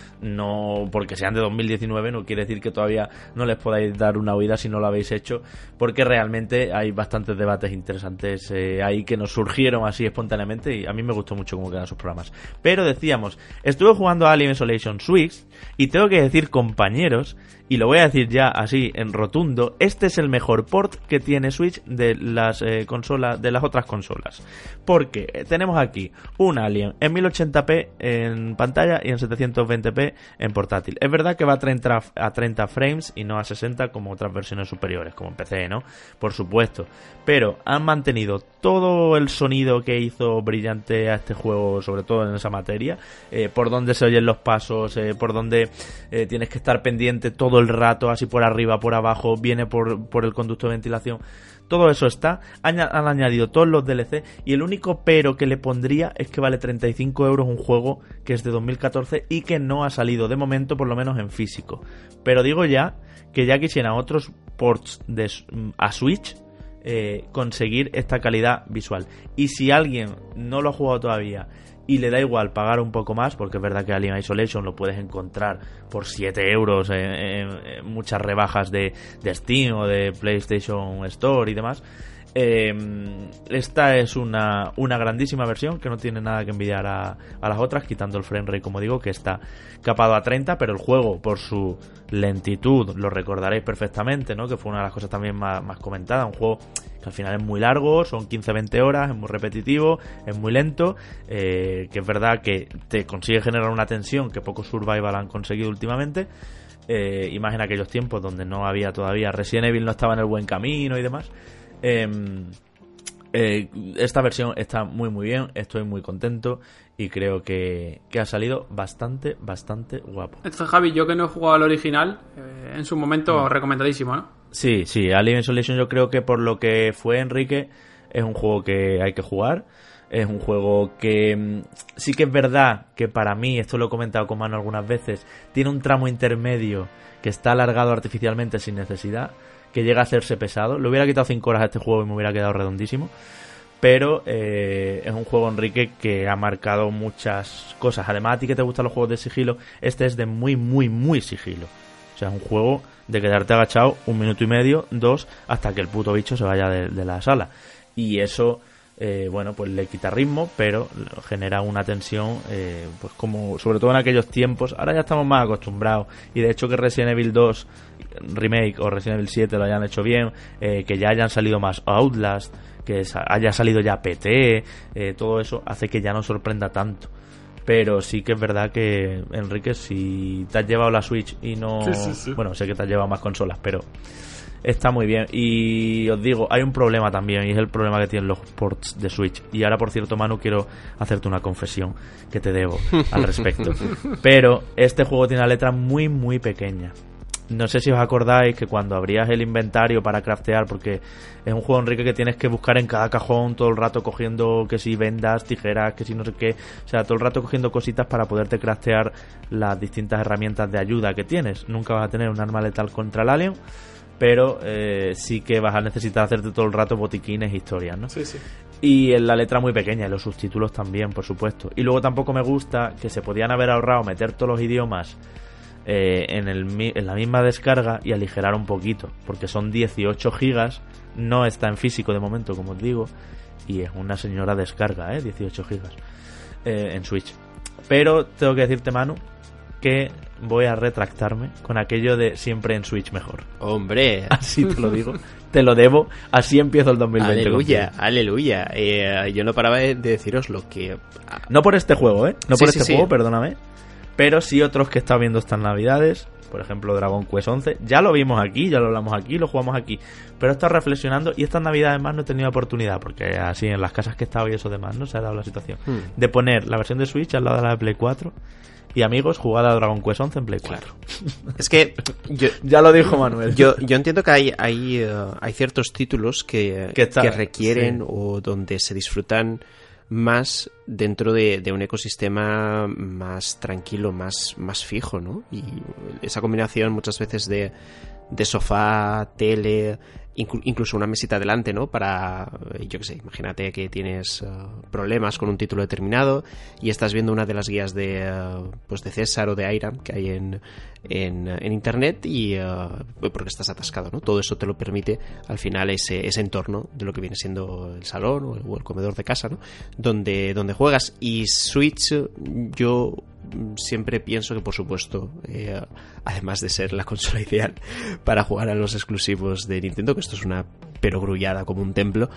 no porque sean de dos mil diecinueve no quiere decir que todavía no les podáis dar una oída si no lo habéis hecho, porque realmente hay bastantes debates interesantes eh, ahí que nos surgieron así espontáneamente y a mí me gustó mucho cómo quedan esos programas. Pero decíamos, estuve jugando a Alien Isolation Switch y tengo que decir, compañeros, y lo voy a decir ya así en rotundo, este es el mejor port que tiene Switch de las eh, consolas, de las otras consolas, porque eh, tenemos aquí un Alien en mil ochenta p en pantalla y en setecientos veinte p en portátil. Es verdad que va a treinta, a treinta frames y no a sesenta como otras versiones superiores, como en P C, ¿no? Por supuesto, pero han mantenido todo el sonido que hizo brillante a este juego, sobre todo en esa materia, eh, por donde se oyen los pasos, eh, por donde eh, tienes que estar pendiente todo el rato, así por arriba, por abajo, viene por, por el conducto de ventilación. Todo eso está, han, han añadido todos los D L C y el único pero que le pondría es que vale treinta y cinco euros un juego que es de dos mil catorce y que no ha salido de momento, por lo menos en físico. Pero digo ya que ya quisieran otros ports de, a Switch eh, conseguir esta calidad visual. Y si alguien no lo ha jugado todavía y le da igual pagar un poco más, porque es verdad que Alien Isolation lo puedes encontrar por siete euros en, en, en muchas rebajas de, de Steam o de PlayStation Store y demás, eh, esta es una, una grandísima versión que no tiene nada que envidiar a, a las otras, quitando el frame rate, como digo, que está capado a treinta, pero el juego, por su lentitud, lo recordaréis perfectamente, ¿no? Que fue una de las cosas también más, más comentadas, un juego que al final es muy largo, son quince a veinte horas, es muy repetitivo, es muy lento, eh, que es verdad que te consigue generar una tensión que pocos survival han conseguido últimamente, eh, y más en aquellos tiempos donde no había todavía, Resident Evil no estaba en el buen camino y demás. eh, eh, esta versión está muy muy bien, estoy muy contento y creo que, que ha salido bastante, bastante guapo. Esto, Javi, yo que no he jugado al original, eh, en su momento mm. recomendadísimo, ¿no? Sí, sí, Alien Isolation yo creo que por lo que fue Enrique, es un juego que hay que jugar. Es un juego que sí que es verdad que para mí, esto lo he comentado con Manu algunas veces, tiene un tramo intermedio que está alargado artificialmente sin necesidad, que llega a hacerse pesado. Le hubiera quitado cinco horas a este juego y me hubiera quedado redondísimo. Pero eh, es un juego, Enrique, que ha marcado muchas cosas. Además, a ti que te gustan los juegos de sigilo, este es de muy, muy, muy sigilo. O sea, es un juego de quedarte agachado un minuto y medio, dos, hasta que el puto bicho se vaya de, de la sala. Y eso, eh, bueno, pues le quita ritmo, pero genera una tensión, eh, pues como, sobre todo en aquellos tiempos. Ahora ya estamos más acostumbrados. Y de hecho que Resident Evil dos Remake o Resident Evil siete lo hayan hecho bien, eh, que ya hayan salido más Outlast, que haya salido ya P T, eh, todo eso hace que ya no sorprenda tanto. Pero sí que es verdad que, Enrique, si te has llevado la Switch y no... Sí, sí, sí. Bueno, sé que te has llevado más consolas, pero está muy bien. Y os digo, hay un problema también, y es el problema que tienen los ports de Switch. Y ahora, por cierto, Manu, quiero hacerte una confesión que te debo al respecto. Pero este juego tiene una letra muy, muy pequeña. No sé si os acordáis que cuando abrías el inventario para craftear, porque es un juego, Enrique, que tienes que buscar en cada cajón todo el rato cogiendo que si vendas, tijeras, que si no sé qué, o sea, todo el rato cogiendo cositas para poderte craftear las distintas herramientas de ayuda que tienes. Nunca vas a tener un arma letal contra el alien, pero eh, sí que vas a necesitar hacerte todo el rato botiquines e historias, ¿no? Sí, sí. Y en la letra muy pequeña, y los subtítulos también, por supuesto. Y luego tampoco me gusta que se podían haber ahorrado meter todos los idiomas Eh, en, el, en la misma descarga y aligerar un poquito, porque son dieciocho gigas, no está en físico de momento, como os digo, y es una señora descarga, ¿eh? dieciocho gigas eh, en Switch. Pero tengo que decirte, Manu, que voy a retractarme con aquello de siempre en Switch mejor. Hombre, así te lo digo, te lo debo, así empiezo el dos mil veinte. Aleluya, contigo. aleluya. Eh, yo no paraba de deciros lo que... No por este juego, ¿eh? No sí, por sí, este sí. juego, perdóname. Pero sí otros que he estado viendo estas navidades, por ejemplo Dragon Quest once, ya lo vimos aquí, ya lo hablamos aquí, lo jugamos aquí, pero he estado reflexionando y estas navidades más no he tenido oportunidad, porque así en las casas que he estado y eso demás no se ha dado la situación, hmm. de poner la versión de Switch al lado de la de Play cuatro y amigos, jugad a Dragon Quest once en Play cuatro. Claro. Es que yo, ya lo dijo Manuel. Yo, yo entiendo que hay hay, uh, hay ciertos títulos que, que, está, que requieren sí. o donde se disfrutan más dentro de, de un ecosistema más tranquilo, más, más fijo, ¿no? Y esa combinación muchas veces de, de sofá, tele, inclu- incluso una mesita delante, ¿no? Para, yo qué sé, imagínate que tienes uh, problemas con un título determinado y estás viendo una de las guías de, uh, pues de César o de Airam que hay en, en, en internet y uh, porque estás atascado, ¿no? Todo eso te lo permite al final ese, ese entorno de lo que viene siendo el salón o el, o el comedor de casa, ¿no? Donde, donde juegas. Y Switch, yo siempre pienso que, por supuesto, eh, además de ser la consola ideal para jugar a los exclusivos de Nintendo, que esto es una perogrullada como un templo,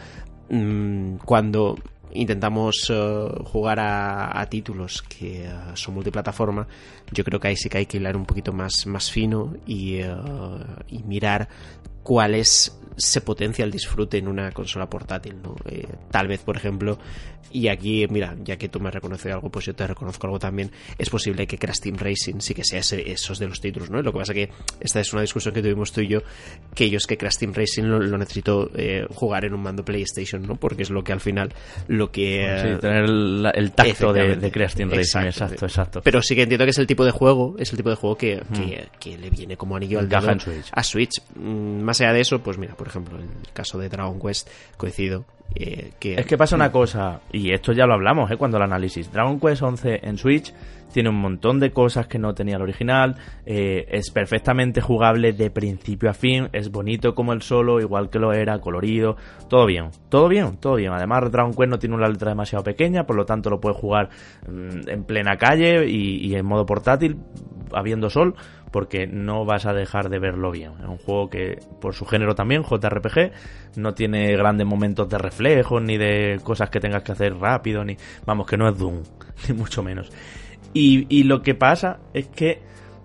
mmm, cuando intentamos uh, jugar a, a títulos que uh, son multiplataforma, yo creo que ahí sí que hay que hilar un poquito más, más fino y, uh, y mirar cuál es se potencia el disfrute en una consola portátil, ¿no? Eh, tal vez, por ejemplo, y aquí, mira, ya que tú me reconoces algo, pues yo te reconozco algo también, es posible que Crash Team Racing sí que sea ese, esos de los títulos, ¿no? Lo que pasa que esta es una discusión que tuvimos tú y yo, que yo es que Crash Team Racing lo, lo necesito eh, jugar en un mando PlayStation, ¿no? Porque es lo que al final, lo que... Sí, tener el, el tacto de, de Crash Team Racing, exacto, exacto, exacto. Pero sí que entiendo que es el tipo de juego, es el tipo de juego que, hmm. que, que le viene como anillo al dedo en Switch. a Switch. Más allá de eso, pues mira, por ejemplo, el caso de Dragon Quest, coincido. Eh, que, es que pasa una cosa, y esto ya lo hablamos, ¿eh? Cuando el análisis. Dragon Quest once en Switch tiene un montón de cosas que no tenía el original, eh, es perfectamente jugable de principio a fin, es bonito como el solo, igual que lo era, colorido, todo bien, todo bien, todo bien. Además, Dragon Quest no tiene una letra demasiado pequeña, por lo tanto lo puedes jugar mmm, en plena calle y, y en modo portátil, habiendo sol, porque no vas a dejar de verlo bien. Es un juego que, por su género también, J R P G, no tiene grandes momentos de reflejos, ni de cosas que tengas que hacer rápido, ni vamos, que no es Doom, ni mucho menos. Y, y lo que pasa es que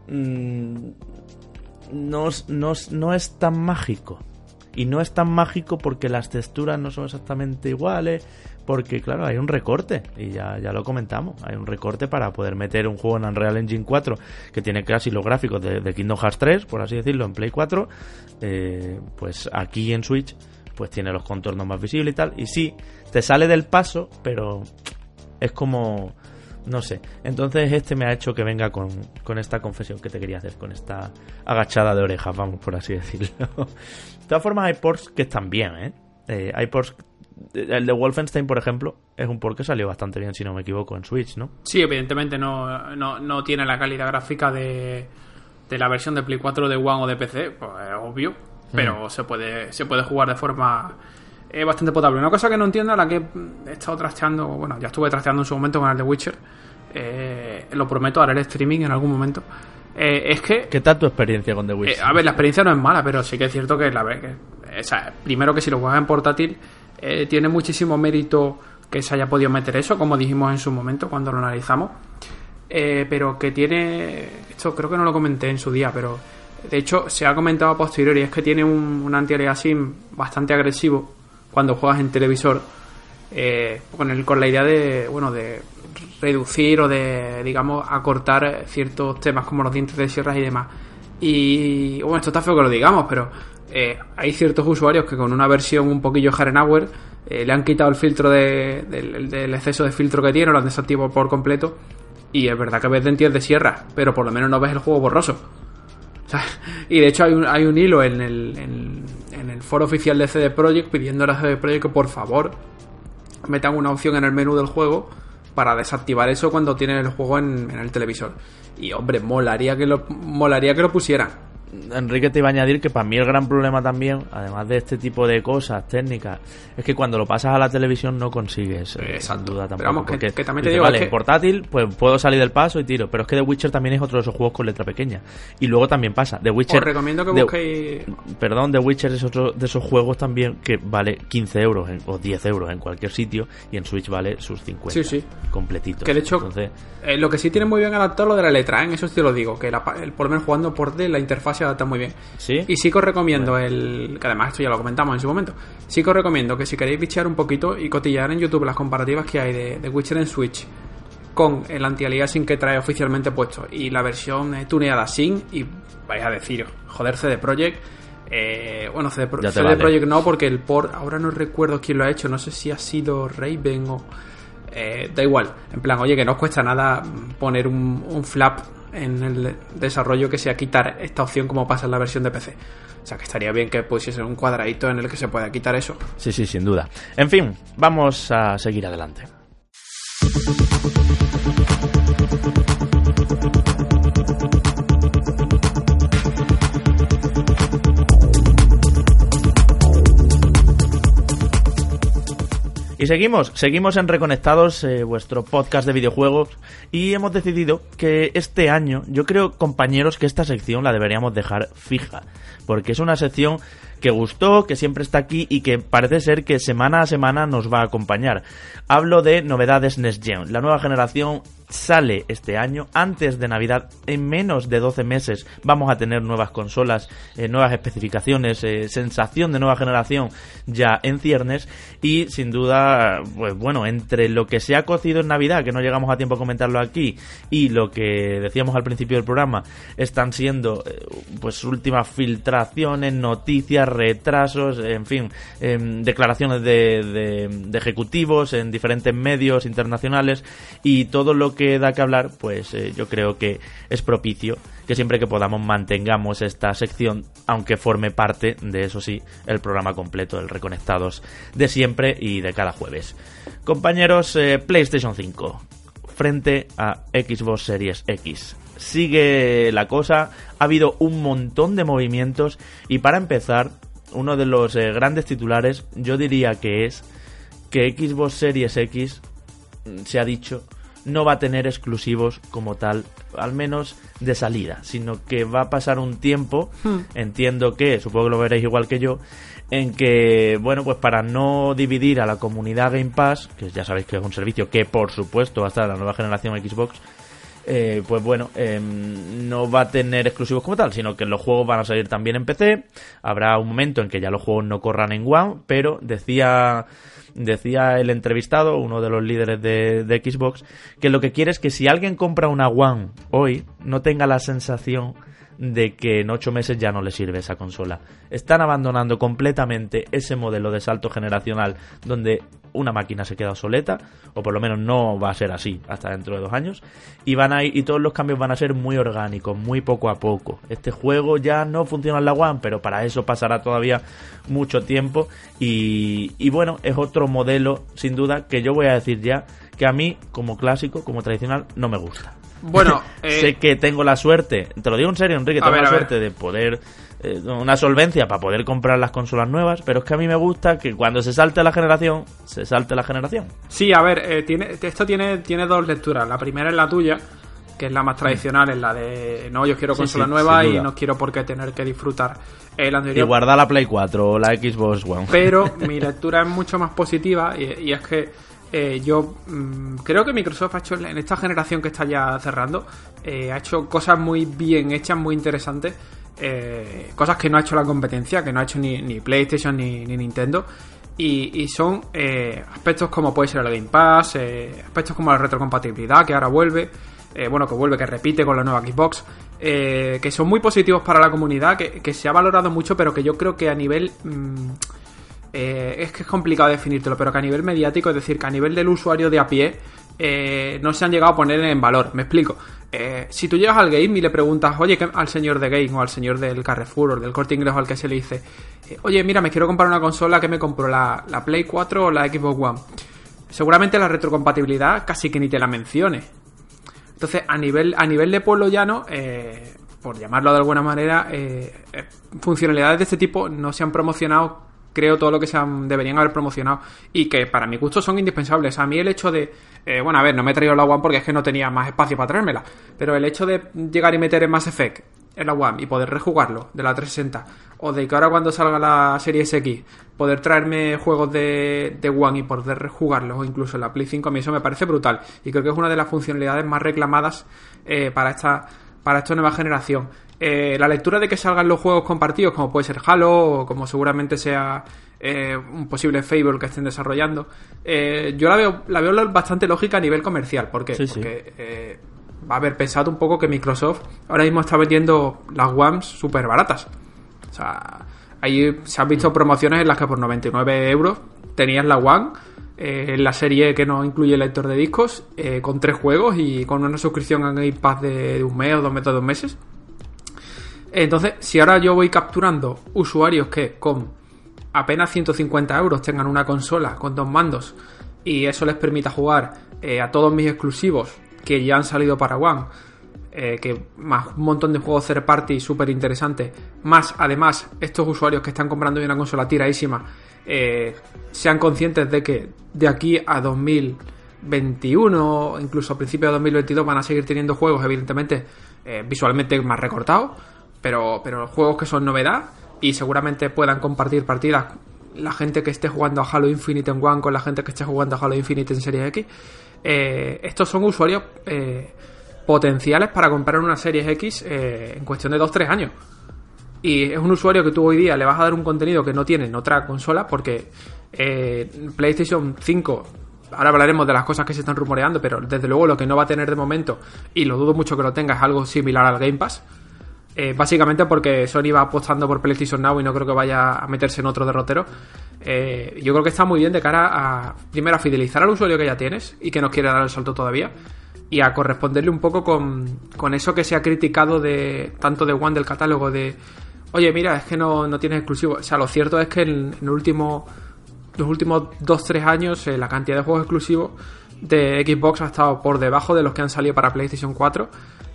mmm, no, no, no es tan mágico. Y no es tan mágico porque las texturas no son exactamente iguales, porque claro, hay un recorte, y ya, ya lo comentamos, hay un recorte para poder meter un juego en Unreal Engine cuatro que tiene casi los gráficos de, de Kingdom Hearts tres, por así decirlo, en Play cuatro, eh, pues aquí en Switch pues tiene los contornos más visibles y tal, y sí, te sale del paso, pero es como... no sé, entonces este me ha hecho que venga con, con esta confesión que te quería hacer, con esta agachada de orejas, vamos, por así decirlo. De todas formas hay ports que están bien, ¿eh? eh hay ports, el de Wolfenstein, por ejemplo, es un port que salió bastante bien, si no me equivoco, en Switch, ¿no? Sí, evidentemente no, no, no tiene la calidad gráfica de, de la versión de Play cuatro, de One o de P C, pues es obvio, pero mm. se puede se puede jugar de forma... es bastante potable. Una cosa que no entiendo, a la que he estado trasteando, bueno, ya estuve trasteando en su momento con el de Witcher, eh, lo prometo, haré el streaming en algún momento, eh, es que... ¿Qué tal tu experiencia con The Witcher? Eh, a ver, la experiencia no es mala, pero sí que es cierto que, la que o sea, primero que si lo juegas en portátil, eh, tiene muchísimo mérito que se haya podido meter eso, como dijimos en su momento cuando lo analizamos, eh, pero que tiene... esto creo que no lo comenté en su día, pero de hecho se ha comentado a posteriori, es que tiene un, un anti-aliasing bastante agresivo cuando juegas en televisor, eh, con, el, con la idea de, bueno, de reducir o de, digamos, acortar ciertos temas como los dientes de sierras y demás. Y bueno, esto está feo que lo digamos, pero eh, hay ciertos usuarios que con una versión un poquillo Harenauer eh, le han quitado el filtro de, del, del exceso de filtro que tiene, lo han desactivado por completo, y es verdad que ves dientes de sierra, pero por lo menos no ves el juego borroso. O sea, y de hecho hay un, hay un hilo en el, en, en el foro oficial de C D Projekt pidiendo a la C D Projekt que por favor metan una opción en el menú del juego para desactivar eso cuando tienen el juego en, en el televisor. Y hombre, molaría que lo molaría que lo pusieran. Enrique te iba a añadir que para mí el gran problema también, además de este tipo de cosas técnicas, es que cuando lo pasas a la televisión no consigues, eh, sin duda tampoco. Pero vamos, que, que también te dices, digo, vale, es que... en portátil pues puedo salir del paso y tiro, pero es que The Witcher también es otro de esos juegos con letra pequeña. Y luego también pasa, The Witcher... Os recomiendo que The, busquéis... Perdón, The Witcher es otro de esos juegos también que vale quince euros en, o diez euros en cualquier sitio, y en Switch vale sus cincuenta. Sí, sí. Completitos. Que de hecho, Entonces... eh, lo que sí tiene muy bien adaptado lo de la letra, ¿eh? Eso sí te lo digo, que la, el, por lo menos jugando por D, la interfaz se adapta muy bien. ¿Sí? Y sí que os recomiendo bueno. el... que además esto ya lo comentamos en su momento. Sí que os recomiendo que si queréis bichear un poquito y cotillar en YouTube las comparativas que hay de, de Witcher en Switch con el anti-aliasing que trae oficialmente puesto y la versión eh, tuneada sin, y vais a deciros, joder, C D Projekt, eh, bueno, C D, Pro- C D vale. Projekt no, porque el port, ahora no recuerdo quién lo ha hecho, no sé si ha sido Raven o... Eh, da igual, en plan, oye, que no os cuesta nada poner un, un flap en el desarrollo que sea quitar esta opción como pasa en la versión de P C. O sea, que estaría bien que pusiese un cuadradito en el que se pueda quitar eso. Sí, sí, sin duda. En fin, vamos a seguir adelante. Y seguimos, seguimos en Reconectados, eh, vuestro podcast de videojuegos, y hemos decidido que este año, yo creo, compañeros, que esta sección la deberíamos dejar fija, porque es una sección que gustó, que siempre está aquí y que parece ser que semana a semana nos va a acompañar. Hablo de novedades Next Gen. La nueva generación sale este año, antes de Navidad, en menos de doce meses vamos a tener nuevas consolas, eh, nuevas especificaciones, eh, sensación de nueva generación ya en ciernes, y sin duda, pues bueno, entre lo que se ha cocido en Navidad, que no llegamos a tiempo a comentarlo aquí, y lo que decíamos al principio del programa, están siendo eh, pues últimas filtraciones, noticias, retrasos, en fin, eh, declaraciones de, de, de ejecutivos en diferentes medios internacionales, y todo lo que da que hablar, pues eh, yo creo que es propicio que siempre que podamos mantengamos esta sección, aunque forme parte de, eso sí, el programa completo del Reconectados de siempre y de cada jueves. Compañeros, eh, PlayStation cinco frente a Xbox Series X. Sigue la cosa, ha habido un montón de movimientos, y para empezar, uno de los eh, grandes titulares, yo diría que es que Xbox Series X, se ha dicho, no va a tener exclusivos como tal, al menos de salida, sino que va a pasar un tiempo, hmm. entiendo que, supongo que lo veréis igual que yo, en que, bueno, pues para no dividir a la comunidad Game Pass, que ya sabéis que es un servicio que por supuesto va a estar en la nueva generación Xbox, eh, pues bueno, eh, no va a tener exclusivos como tal, sino que los juegos van a salir también en P C, habrá un momento en que ya los juegos no corran en One, pero decía... Decía el entrevistado, uno de los líderes de, de Xbox, que lo que quiere es que si alguien compra una One hoy, no tenga la sensación de que en ocho meses ya no le sirve esa consola. Están abandonando completamente ese modelo de salto generacional donde una máquina se queda obsoleta, o por lo menos no va a ser así hasta dentro de dos años, y van a ir, y todos los cambios van a ser muy orgánicos, muy poco a poco. Este juego ya no funciona en la One, pero para eso pasará todavía mucho tiempo, y, y bueno, es otro modelo sin duda que yo voy a decir ya que a mí, como clásico, como tradicional, no me gusta. Bueno, eh... sé que tengo la suerte, te lo digo en serio, Enrique, tengo ver, la suerte de poder, eh, una solvencia para poder comprar las consolas nuevas, pero es que a mí me gusta que cuando se salte la generación, se salte la generación. Sí, a ver, eh, tiene, esto tiene, tiene dos lecturas. La primera es la tuya, que es la más tradicional, es la de no, yo quiero consola sí, sí, nueva y no quiero por qué tener que disfrutar el anterior. Y guardar la Play cuatro o la Xbox One. Pero mi lectura es mucho más positiva, y, y es que Eh, yo mmm, creo que Microsoft ha hecho, en esta generación que está ya cerrando, eh, ha hecho cosas muy bien hechas, muy interesantes, eh, cosas que no ha hecho la competencia, que no ha hecho ni, ni PlayStation ni, ni Nintendo, y, y son eh, aspectos como puede ser el Game Pass, eh, aspectos como la retrocompatibilidad, que ahora vuelve, eh, bueno, que vuelve, que repite con la nueva Xbox, eh, que son muy positivos para la comunidad, que, que se ha valorado mucho, pero que yo creo que a nivel... Mmm, Eh, es que es complicado definírtelo, pero que a nivel mediático, es decir, que a nivel del usuario de a pie, eh, no se han llegado a poner en valor. Me explico. Eh, si tú llegas al Game y le preguntas, oye, al señor de Game o al señor del Carrefour o del Corte Inglés o al que se le dice, eh, oye, mira, me quiero comprar una consola, ¿qué me compro? ¿La, la Play cuatro o la Xbox One? Seguramente la retrocompatibilidad casi que ni te la mencione. Entonces, a nivel, a nivel de pueblo llano, eh, por llamarlo de alguna manera, eh, eh, funcionalidades de este tipo no se han promocionado, creo, todo lo que se han, deberían haber promocionado, y que para mi gusto son indispensables. A mí el hecho de, eh, bueno, a ver, no me he traído la One porque es que no tenía más espacio para traérmela, pero el hecho de llegar y meter en Mass Effect en la One y poder rejugarlo de la trescientos sesenta, o de que ahora cuando salga la Series X poder traerme juegos de, de One y poder rejugarlos, o incluso en la Play cinco, a mí eso me parece brutal, y creo que es una de las funcionalidades más reclamadas eh, para esta para esta nueva generación. Eh, la lectura de que salgan los juegos compartidos, como puede ser Halo, o como seguramente sea eh, un posible Fable que estén desarrollando, eh, yo la veo la veo bastante lógica a nivel comercial. ¿Por qué? Sí, sí. Porque eh, va a haber pensado un poco que Microsoft ahora mismo está vendiendo las One súper baratas. O sea, ahí se han visto promociones en las que por noventa y nueve euros tenías la One, eh, la serie que no incluye lector de discos, eh, con tres juegos y con una suscripción a Game Pass de un mes o dos meses, dos meses. Entonces, si ahora yo voy capturando usuarios que con apenas ciento cincuenta euros tengan una consola con dos mandos y eso les permita jugar eh, a todos mis exclusivos que ya han salido para One, eh, que más un montón de juegos third party súper interesantes, más además estos usuarios que están comprando una consola tiradísima, eh, sean conscientes de que de aquí a dos mil veintiuno, incluso a principios de dos mil veintidós, van a seguir teniendo juegos evidentemente eh, visualmente más recortados, pero, pero juegos que son novedad y seguramente puedan compartir partidas la gente que esté jugando a Halo Infinite en One con la gente que esté jugando a Halo Infinite en Series X. Eh, estos son usuarios eh, potenciales para comprar una Series X eh, en cuestión de dos tres años. Y es un usuario que tú hoy día le vas a dar un contenido que no tiene en otra consola, porque eh, PlayStation cinco, ahora hablaremos de las cosas que se están rumoreando, pero desde luego lo que no va a tener de momento, y lo dudo mucho que lo tenga, es algo similar al Game Pass. Eh, básicamente porque Sony va apostando por PlayStation Now y no creo que vaya a meterse en otro derrotero. Eh, yo creo que está muy bien de cara a, primero, a fidelizar al usuario que ya tienes y que no quiere dar el salto todavía, y a corresponderle un poco con, con eso que se ha criticado de tanto de One, del catálogo, de oye, mira, es que no, no tienes exclusivo. O sea, lo cierto es que en, en el último, los últimos dos tres años eh, la cantidad de juegos exclusivos de Xbox ha estado por debajo de los que han salido para PlayStation cuatro,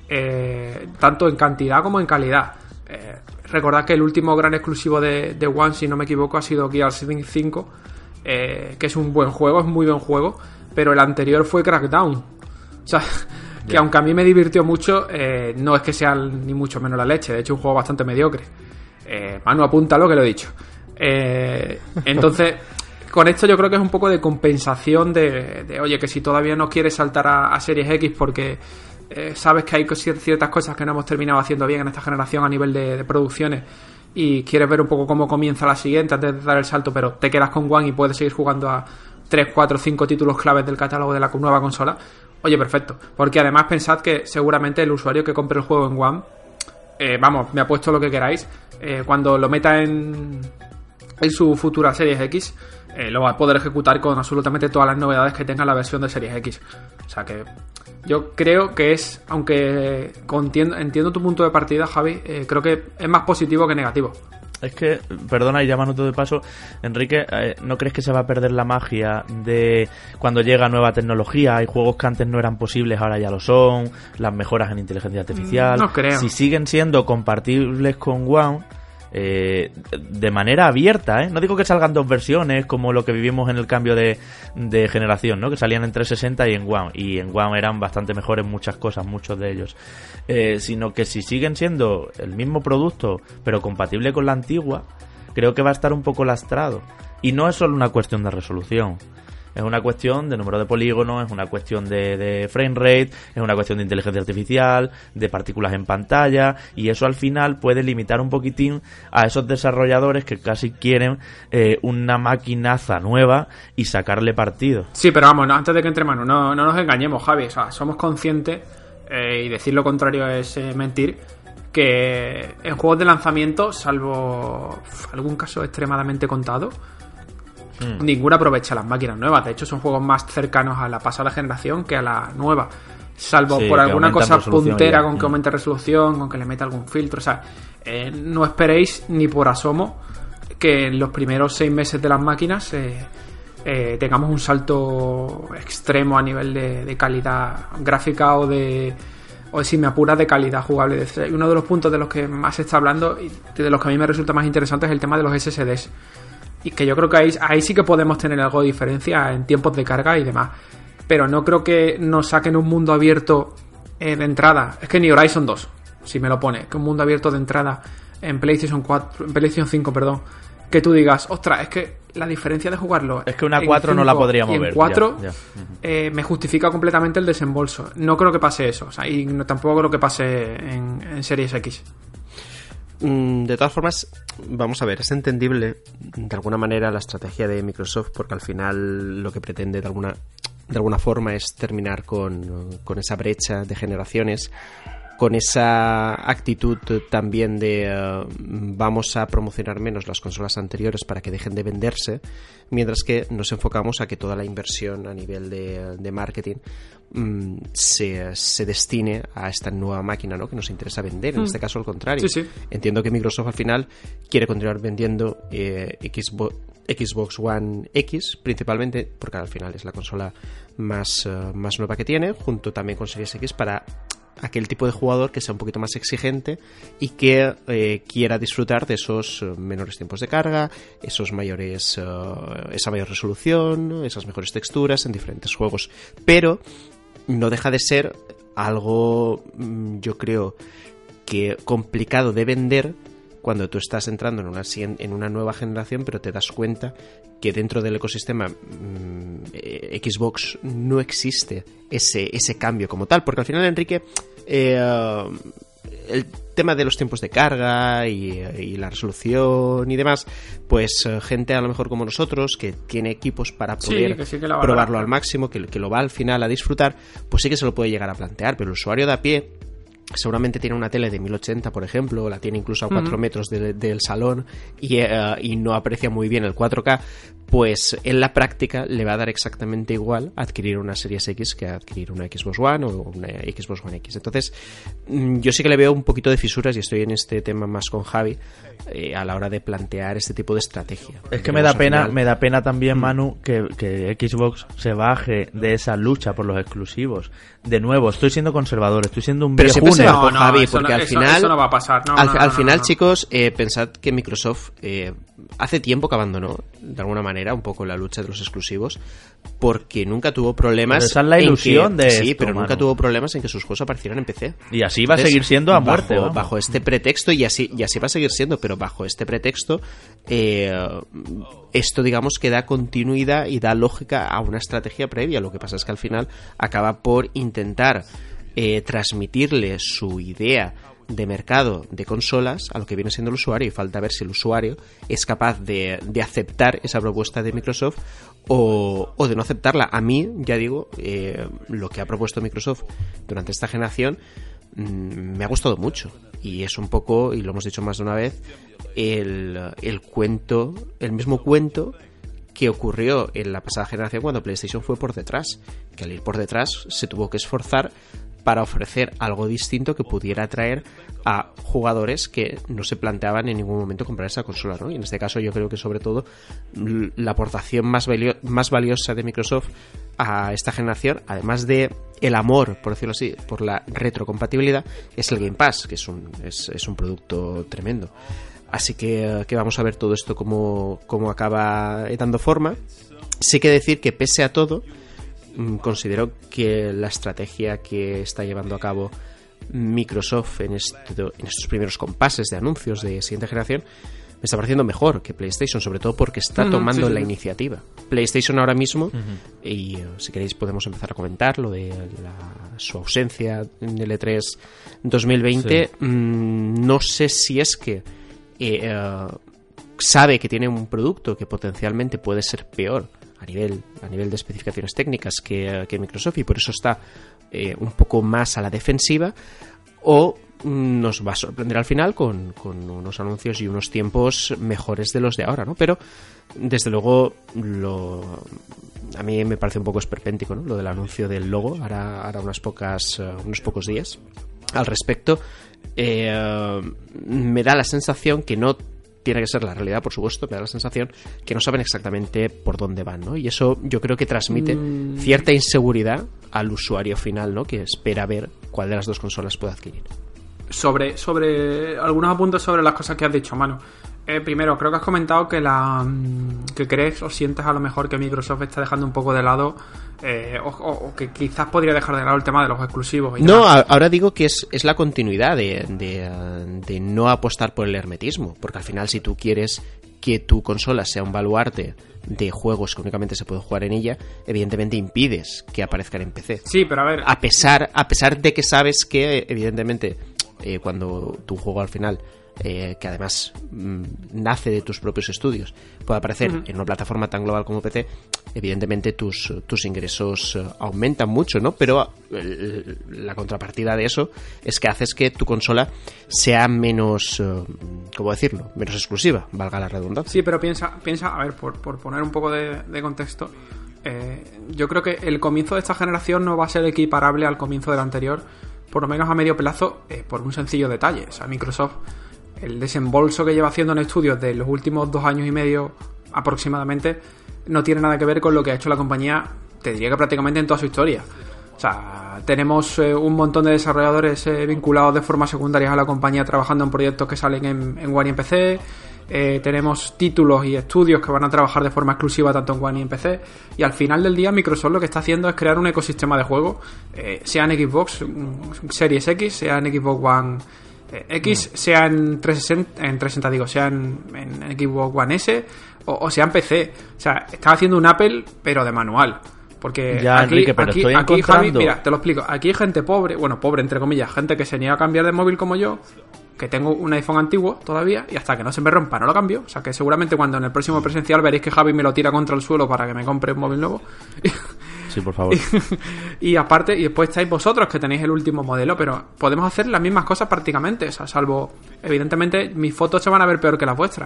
eh, tanto en cantidad como en calidad. Eh, recordad que el último gran exclusivo de, de One, si no me equivoco, ha sido Gears cinco, eh, que es un buen juego, es muy buen juego, pero el anterior fue Crackdown. O sea, que aunque a mí me divirtió mucho, eh, no es que sea ni mucho menos la leche. De hecho, es un juego bastante mediocre. Eh, Manu, apúntalo, que lo he dicho. Eh, entonces, con esto yo creo que es un poco de compensación de, de oye, que si todavía no quieres saltar a, a Series X porque eh, sabes que hay ciertas cosas que no hemos terminado haciendo bien en esta generación a nivel de, de producciones y quieres ver un poco cómo comienza la siguiente antes de dar el salto, pero te quedas con One y puedes seguir jugando a tres, cuatro, cinco títulos claves del catálogo de la nueva consola. Oye, perfecto, porque además pensad que seguramente el usuario que compre el juego en One, eh, vamos, me apuesto lo que queráis, eh, cuando lo meta en, en su futura Series X, eh, lo va a poder ejecutar con absolutamente todas las novedades que tenga la versión de Series X. O sea que yo creo que es, aunque contiendo, entiendo tu punto de partida, Javi, eh, creo que es más positivo que negativo. Es que, perdona y llamándote de paso, Enrique, eh, ¿no crees que se va a perder la magia de cuando llega nueva tecnología? Hay juegos que antes no eran posibles, ahora ya lo son, las mejoras en inteligencia artificial. No creo. Si siguen siendo compatibles con One, eh, de manera abierta, ¿eh? No digo que salgan dos versiones como lo que vivimos en el cambio de, de generación, ¿no? Que salían en trescientos sesenta y en One, y en One eran bastante mejores muchas cosas, muchos de ellos, eh, sino que si siguen siendo el mismo producto pero compatible con la antigua, creo que va a estar un poco lastrado. Y no es solo una cuestión de resolución, es una cuestión de número de polígonos, es una cuestión de, de frame rate, es una cuestión de inteligencia artificial, de partículas en pantalla, y eso al final puede limitar un poquitín a esos desarrolladores que casi quieren eh, una maquinaza nueva y sacarle partido. Sí, pero vamos, no, antes de que entre Manu, no, no nos engañemos, Javi. O sea, somos conscientes, eh, y decir lo contrario es eh, mentir, que en juegos de lanzamiento, salvo uf, algún caso extremadamente contado, Mm. ninguna aprovecha las máquinas nuevas. De hecho, son juegos más cercanos a la pasada generación que a la nueva, salvo sí, por alguna cosa puntera con que aumente resolución, con que le meta algún filtro. O sea, eh, no esperéis ni por asomo que en los primeros seis meses de las máquinas eh, eh, tengamos un salto extremo a nivel de, de calidad gráfica o de, o si me apuras, de calidad jugable. Y uno de los puntos de los que más se está hablando y de los que a mí me resulta más interesante es el tema de los S S Ds. Y que yo creo que ahí, ahí sí que podemos tener algo de diferencia en tiempos de carga y demás. Pero no creo que nos saquen un mundo abierto eh, de entrada. Es que ni Horizon dos, si me lo pone, que un mundo abierto de entrada en PlayStation cuatro, en PlayStation cinco, perdón, que tú digas, ostras, es que la diferencia de jugarlo es que una cuatro no la podría mover. En cuatro ya, ya. Uh-huh. eh, me justifica completamente el desembolso. No creo que pase eso, o sea, y no, tampoco creo que pase en, en Series X. De todas formas, vamos a ver, es entendible de alguna manera la estrategia de Microsoft, porque al final lo que pretende de alguna, de alguna forma es terminar con, con esa brecha de generaciones, con esa actitud también de uh, vamos a promocionar menos las consolas anteriores para que dejen de venderse, mientras que nos enfocamos a que toda la inversión a nivel de, de marketing um, se, se destine a esta nueva máquina, ¿no?, que nos interesa vender. En mm. este caso al contrario. Sí, sí. Entiendo que Microsoft al final quiere continuar vendiendo eh, Xbox, Xbox One X principalmente, porque al final es la consola más, uh, más nueva que tiene, junto también con Series X, para aquel tipo de jugador que sea un poquito más exigente y que eh, quiera disfrutar de esos uh, menores tiempos de carga, esos mayores uh, esa mayor resolución, esas mejores texturas en diferentes juegos. Pero no deja de ser algo, yo creo, que complicado de vender cuando tú estás entrando en una, en una nueva generación, pero te das cuenta que dentro del ecosistema mmm, eh, Xbox no existe ese, ese cambio como tal, porque al final, Enrique, eh, uh, el tema de los tiempos de carga y, y la resolución y demás, pues uh, gente a lo mejor como nosotros, que tiene equipos para poder sí, que sí que probarlo al máximo, que, que lo va al final a disfrutar, pues sí que se lo puede llegar a plantear, pero el usuario de a pie seguramente tiene una tele de mil ochenta, por ejemplo, la tiene incluso a cuatro uh-huh. metros de, del salón y, uh, y no aprecia muy bien el cuatro K, pues en la práctica le va a dar exactamente igual adquirir una Series X que adquirir una Xbox One o una Xbox One X. Entonces, yo sí que le veo un poquito de fisuras y estoy en este tema más con Javi eh, a la hora de plantear este tipo de estrategia. Es que me da pena, final... me da pena también, Manu, que, que Xbox se baje de esa lucha por los exclusivos. De nuevo, estoy siendo conservador, estoy siendo un Pero siempre se va con no, Javi, no, porque no, al eso, final, eso no va a pasar. No, al, no, no, al no, final, no, no. chicos, eh, pensad que Microsoft eh, hace tiempo que abandonó, de alguna manera, un poco la lucha de los exclusivos, porque nunca tuvo problemas. Pero esa es la ilusión que, de sí, esto, pero Manu. Nunca tuvo problemas en que sus juegos aparecieran en P C. Y así va Entonces, a seguir siendo a muerte. Bajo, bajo este pretexto, y así, y así va a seguir siendo, pero bajo este pretexto, eh, esto, digamos, que da continuidad y da lógica a una estrategia previa. Lo que pasa es que al final acaba por intentar eh, transmitirle su idea de mercado de consolas a lo que viene siendo el usuario, y falta ver si el usuario es capaz de, de aceptar esa propuesta de Microsoft o, o de no aceptarla. A mí, ya digo, eh, lo que ha propuesto Microsoft durante esta generación mmm, me ha gustado mucho, y es un poco, y lo hemos dicho más de una vez, el, el cuento, el mismo cuento que ocurrió en la pasada generación cuando PlayStation fue por detrás, que al ir por detrás se tuvo que esforzar para ofrecer algo distinto que pudiera atraer a jugadores que no se planteaban en ningún momento comprar esa consola, ¿no? Y en este caso yo creo que sobre todo la aportación más, valio- más valiosa de Microsoft a esta generación, además de el amor, por decirlo así, por la retrocompatibilidad, es el Game Pass, que es un, es, es un producto tremendo. Así que, que vamos a ver todo esto cómo, cómo acaba dando forma. Sí que decir que pese a todo, considero que la estrategia que está llevando a cabo Microsoft en, esto, en estos primeros compases de anuncios de siguiente generación me está pareciendo mejor que PlayStation, sobre todo porque está uh-huh, tomando sí, la sí. iniciativa. PlayStation ahora mismo, uh-huh. y uh, si queréis podemos empezar a comentar lo de la, su ausencia en el E tres dos mil veinte, sí. mmm, no sé si es que eh, uh, sabe que tiene un producto que potencialmente puede ser peor a nivel a nivel de especificaciones técnicas que, que Microsoft, y por eso está eh, un poco más a la defensiva, o nos va a sorprender al final con, con unos anuncios y unos tiempos mejores de los de ahora, ¿no? Pero desde luego lo, a mí me parece un poco esperpéntico, ¿no? Lo del anuncio del logo ahora, ahora unas pocas uh, unos pocos días al respecto. eh, me da la sensación que no tiene que ser la realidad, por supuesto, me da la sensación que no saben exactamente por dónde van, ¿no? Y eso yo creo que transmite mm. cierta inseguridad al usuario final, ¿no? Que espera ver cuál de las dos consolas puede adquirir. Sobre, sobre algunos apuntes sobre las cosas que has dicho, Manu. Eh, primero, creo que has comentado que la que crees o sientes a lo mejor que Microsoft está dejando un poco de lado eh, o, o que quizás podría dejar de lado el tema de los exclusivos. Y no, a, ahora digo que es, es la continuidad de, de, de no apostar por el hermetismo, porque al final si tú quieres que tu consola sea un baluarte de juegos que únicamente se puede jugar en ella, evidentemente impides que aparezcan en P C. Sí, pero a ver... A pesar, a pesar de que sabes que, evidentemente, eh, cuando tu juego al final eh, que además mm, nace de tus propios estudios, pueda aparecer uh-huh. en una plataforma tan global como P C, evidentemente tus, tus ingresos uh, aumentan mucho, ¿no? Pero eh, la contrapartida de eso es que haces que tu consola sea menos, uh, ¿cómo decirlo? Menos exclusiva, valga la redundancia. Sí, pero piensa, piensa a ver, por, por poner un poco de, de contexto, eh, yo creo que el comienzo de esta generación no va a ser equiparable al comienzo de la anterior, por lo menos a medio plazo, eh, por un sencillo detalle. O sea, Microsoft, el desembolso que lleva haciendo en estudios de los últimos dos años y medio aproximadamente, no tiene nada que ver con lo que ha hecho la compañía, te diría que prácticamente en toda su historia. O sea, tenemos eh, un montón de desarrolladores eh, vinculados de forma secundaria a la compañía trabajando en proyectos que salen en, en One y en P C. Eh, tenemos títulos y estudios que van a trabajar de forma exclusiva tanto en One y en P C. Y al final del día Microsoft lo que está haciendo es crear un ecosistema de juego, eh, sea en Xbox Series X, sea en Xbox One eh, X, mm. sea en trescientos sesenta, en trescientos sesenta digo, sea en, en Xbox One S o, o sea en P C. O sea, está haciendo un Apple pero de manual. Porque ya, aquí, Enrique, pero aquí, estoy aquí encontrando... Javi, mira, te lo explico. Aquí hay gente pobre, bueno, pobre entre comillas, gente que se niega a cambiar de móvil como yo, que tengo un iPhone antiguo todavía y hasta que no se me rompa no lo cambio. O sea que seguramente cuando en el próximo presencial veréis que Javi me lo tira contra el suelo para que me compre un móvil nuevo. Sí, por favor. Y, y aparte, y después estáis vosotros que tenéis el último modelo, pero podemos hacer las mismas cosas prácticamente. O sea, salvo, evidentemente, mis fotos se van a ver peor que las vuestras.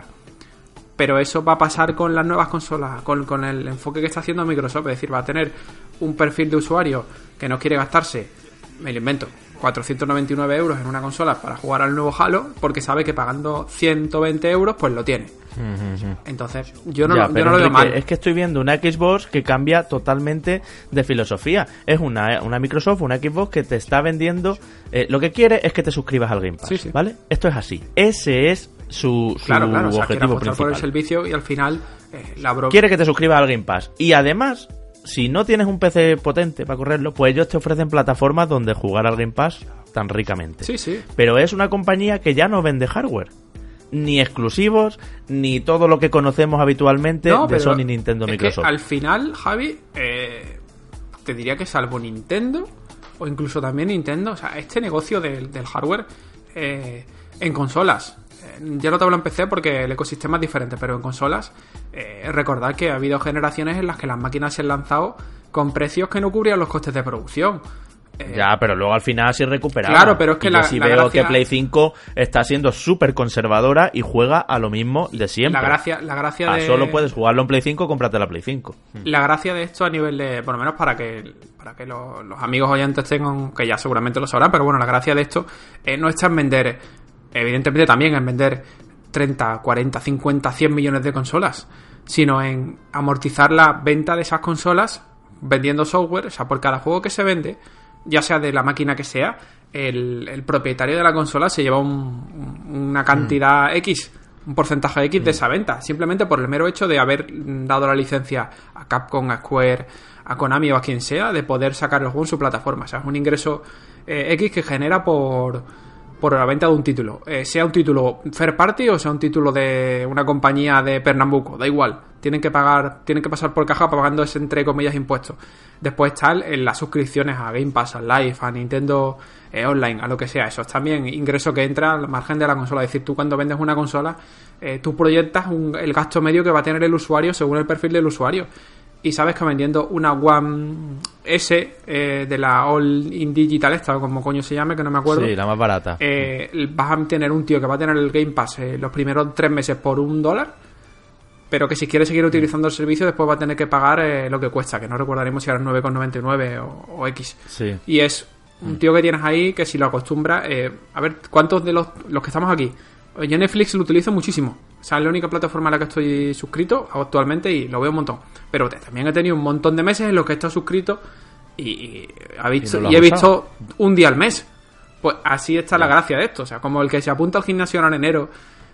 Pero eso va a pasar con las nuevas consolas, con, con el enfoque que está haciendo Microsoft. Es decir, va a tener un perfil de usuario que no quiere gastarse, me lo invento, cuatrocientos noventa y nueve euros en una consola para jugar al nuevo Halo, porque sabe que pagando ciento veinte euros, pues lo tiene. Uh-huh. Entonces, yo no, ya, lo, yo no lo veo Enrique, mal. Es que estoy viendo una Xbox que cambia totalmente de filosofía. Es una, una Microsoft, una Xbox que te está vendiendo... Eh, lo que quiere es que te suscribas al Game Pass, sí, sí. ¿Vale? Esto es así. Ese es su, su claro, claro, o sea, objetivo principal. Por el servicio y al final eh, la bro... Quiere que te suscribas al Game Pass. Y además, si no tienes un P C potente para correrlo, pues ellos te ofrecen plataformas donde jugar al Game Pass tan ricamente. Sí, sí. Pero es una compañía que ya no vende hardware. Ni exclusivos, ni todo lo que conocemos habitualmente no, de Sony, Nintendo, es Microsoft. Que al final, Javi, eh, te diría que salvo Nintendo, o incluso también Nintendo, o sea, este negocio del, del hardware eh, en consolas, eh, ya no te hablo en P C porque el ecosistema es diferente, pero en consolas, eh, recordad que ha habido generaciones en las que las máquinas se han lanzado con precios que no cubrían los costes de producción. Eh, ya, pero luego al final sí recuperaba. Claro, pero es que y la, yo sí la veo gracia... que Play cinco está siendo súper conservadora y juega a lo mismo de siempre. La gracia, la gracia a de... solo puedes jugarlo en Play cinco, cómprate la Play cinco. La gracia de esto a nivel de... Por lo menos para que para que los, los amigos oyentes tengan... Que ya seguramente lo sabrán, pero bueno, la gracia de esto eh, no está en vender... Evidentemente también en vender treinta, cuarenta, cincuenta, cien millones de consolas, sino en amortizar la venta de esas consolas vendiendo software. O sea, por cada juego que se vende, ya sea de la máquina que sea, el, el propietario de la consola se lleva un, una cantidad mm. X, un porcentaje X mm. de esa venta, simplemente por el mero hecho de haber dado la licencia a Capcom, a Square, a Konami o a quien sea, de poder sacar el juego en su plataforma. O sea, es un ingreso eh, X que genera por, por la venta de un título. Eh, sea un título third party o sea un título de una compañía de Pernambuco, da igual. Tienen que pagar, tienen que pasar por caja pagando ese, entre comillas, impuestos. Después están en las suscripciones a Game Pass, a Live, a Nintendo eh, Online, a lo que sea. Eso es también ingreso que entra al margen de la consola. Es decir, tú cuando vendes una consola, eh, tú proyectas un, el gasto medio que va a tener el usuario según el perfil del usuario. Y sabes que vendiendo una One S eh, de la All in Digital, esta como coño se llame, que no me acuerdo. Sí, la más barata. Eh, vas a tener un tío que va a tener el Game Pass eh, los primeros tres meses por un dólar, pero que si quiere seguir utilizando el servicio después va a tener que pagar eh, lo que cuesta, que no recordaremos si era nueve con noventa y nueve o, o X. Sí. Y es un tío que tienes ahí que si lo acostumbra... Eh, a ver, ¿cuántos de los, los que estamos aquí? Yo Netflix lo utilizo muchísimo. O sea, es la única plataforma a la que estoy suscrito actualmente y lo veo un montón. Pero también he tenido un montón de meses en los que he estado suscrito y, y, ha visto, ¿Y, no y he visto un día al mes. Pues así está la gracia de esto. O sea, como el que se apunta al gimnasio en enero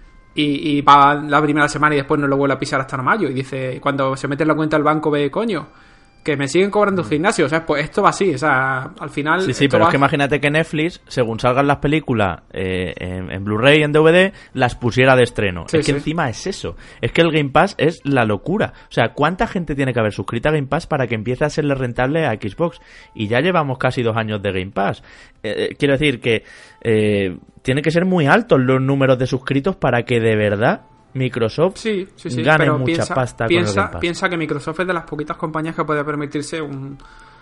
y, y paga la primera semana y después no lo vuelve a pisar hasta mayo. Y dice, cuando se mete en la cuenta del banco, ve, coño, que me siguen cobrando el gimnasio. O sea, pues esto va así. O sea, al final... Sí, sí, pero va... es que imagínate que Netflix, según salgan las películas eh, en, en Blu-ray y en D V D, las pusiera de estreno. Sí, es que sí. encima es eso. Es que el Game Pass es la locura. O sea, ¿cuánta gente tiene que haber suscrita a Game Pass para que empiece a serle rentable a Xbox? Y ya llevamos casi dos años de Game Pass. Eh, eh, quiero decir que eh, tiene que ser muy altos los números de suscritos para que de verdad Microsoft sí, sí, sí, gane pero mucha piensa, pasta piensa, con el Game Pass. Piensa que Microsoft es de las poquitas compañías que puede permitirse un,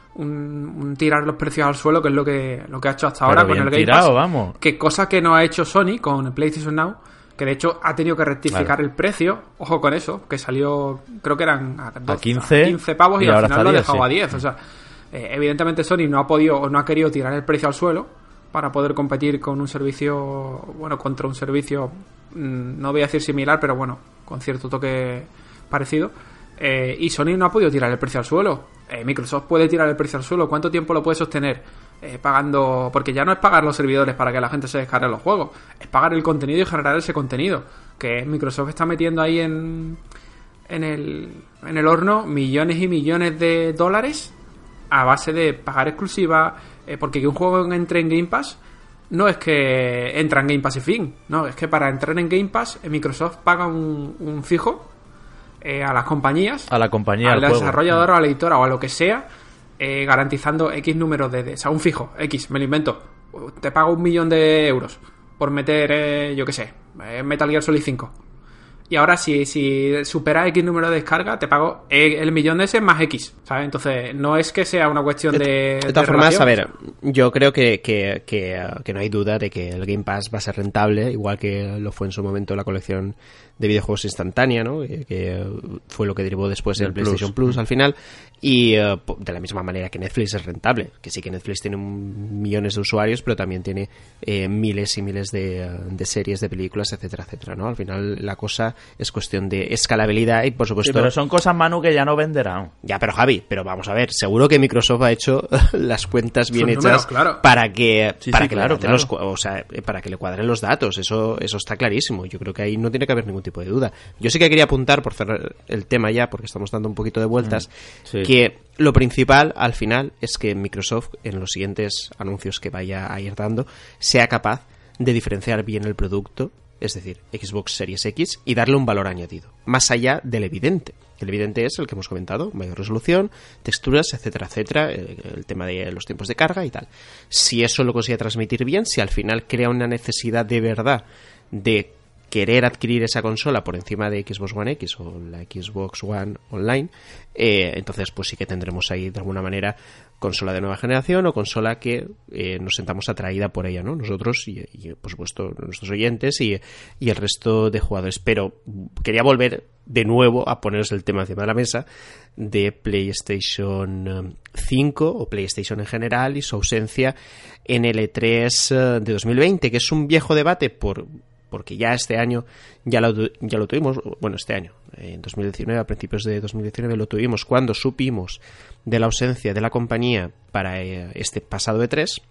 un, un tirar los precios al suelo, que es lo que, lo que ha hecho hasta Pero ahora bien con el Game tirado, Pass. vamos. Que cosa que no ha hecho Sony con el PlayStation Now, que de hecho ha tenido que rectificar Claro. el precio. Ojo con eso, que salió, creo que eran a, doce, A quince, a quince pavos y, y al ahora final está lo ha diez, dejado sí. a diez. O sea, eh, evidentemente Sony no ha podido o no ha querido tirar el precio al suelo para poder competir con un servicio, bueno, contra un servicio, mmm, no voy a decir similar, pero bueno, con cierto toque parecido. Eh, y Sony no ha podido tirar el precio al suelo. Eh, Microsoft puede tirar el precio al suelo. ¿Cuánto tiempo lo puede sostener? Eh, pagando... Porque ya no es pagar los servidores para que la gente se descargue los juegos. Es pagar el contenido y generar ese contenido. Que Microsoft está metiendo ahí en, en, el, en el horno millones y millones de dólares a base de pagar exclusiva. Eh, porque que un juego entre en Game Pass no es que entra en Game Pass y fin. No, es que para entrar en Game Pass eh, Microsoft paga un, un fijo eh, a las compañías, A la compañía, al al juego. desarrollador o a la editora o a lo que sea, eh, garantizando X números de, de... O sea, un fijo, X, me lo invento. Te pago un millón de euros por meter, eh, yo qué sé, eh, Metal Gear Solid cinco. Y ahora si, si supera X número de descarga, te pago el millón de ese más X, ¿sabes? Entonces, no es que sea una cuestión de... De todas formas, relación. a ver, yo creo que, que, que, que no hay duda de que el Game Pass va a ser rentable, igual que lo fue en su momento la colección de videojuegos instantánea, ¿no? Que, que fue lo que derivó después el PlayStation Plus, Plus al final. Y uh, de la misma manera que Netflix es rentable, que sí que Netflix tiene un, millones de usuarios, pero también tiene eh, miles y miles de, de series, de películas, etcétera, etcétera, ¿no? Al final la cosa es cuestión de escalabilidad y, por supuesto... Sí, pero son cosas, Manu, que ya no venderán. Ya, pero Javi, pero vamos a ver, seguro que Microsoft ha hecho las cuentas bien Sus hechas números, claro. para que Sí, para sí, que claro, le cuadren los, claro. o sea, para que le cuadren los datos, eso eso está clarísimo. Yo creo que ahí no tiene que haber ningún tipo de duda. Yo sí que quería apuntar, por cerrar el tema ya, porque estamos dando un poquito de vueltas, Mm, sí. que lo principal al final es que Microsoft en los siguientes anuncios que vaya a ir dando sea capaz de diferenciar bien el producto, es decir, Xbox Series X, y darle un valor añadido, más allá del evidente. El evidente es el que hemos comentado, mayor resolución, texturas, etcétera, etcétera, el, el tema de los tiempos de carga y tal. Si eso lo consigue transmitir bien, si al final crea una necesidad de verdad de querer adquirir esa consola por encima de Xbox One X o la Xbox One Online, eh, entonces pues sí que tendremos ahí de alguna manera consola de nueva generación o consola que eh, nos sentamos atraída por ella, ¿no? Nosotros y, y por supuesto nuestros oyentes y, y el resto de jugadores. Pero quería volver de nuevo a poneros el tema encima de la mesa de PlayStation cinco o PlayStation en general y su ausencia en el E tres de dos mil veinte, que es un viejo debate por porque ya este año ya lo, ya lo tuvimos, bueno, este año, en dos mil diecinueve, a principios de dos mil diecinueve lo tuvimos cuando supimos de la ausencia de la compañía para eh, este pasado E tres.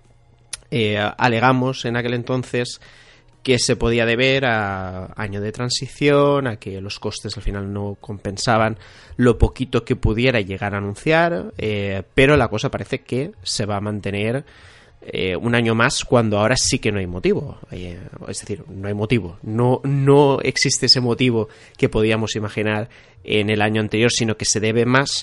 Eh, alegamos en aquel entonces que se podía deber a año de transición, a que los costes al final no compensaban lo poquito que pudiera llegar a anunciar, eh, pero la cosa parece que se va a mantener Eh, un año más cuando ahora sí que no hay motivo, eh, es decir, no hay motivo, no, no existe ese motivo que podíamos imaginar en el año anterior, sino que se debe más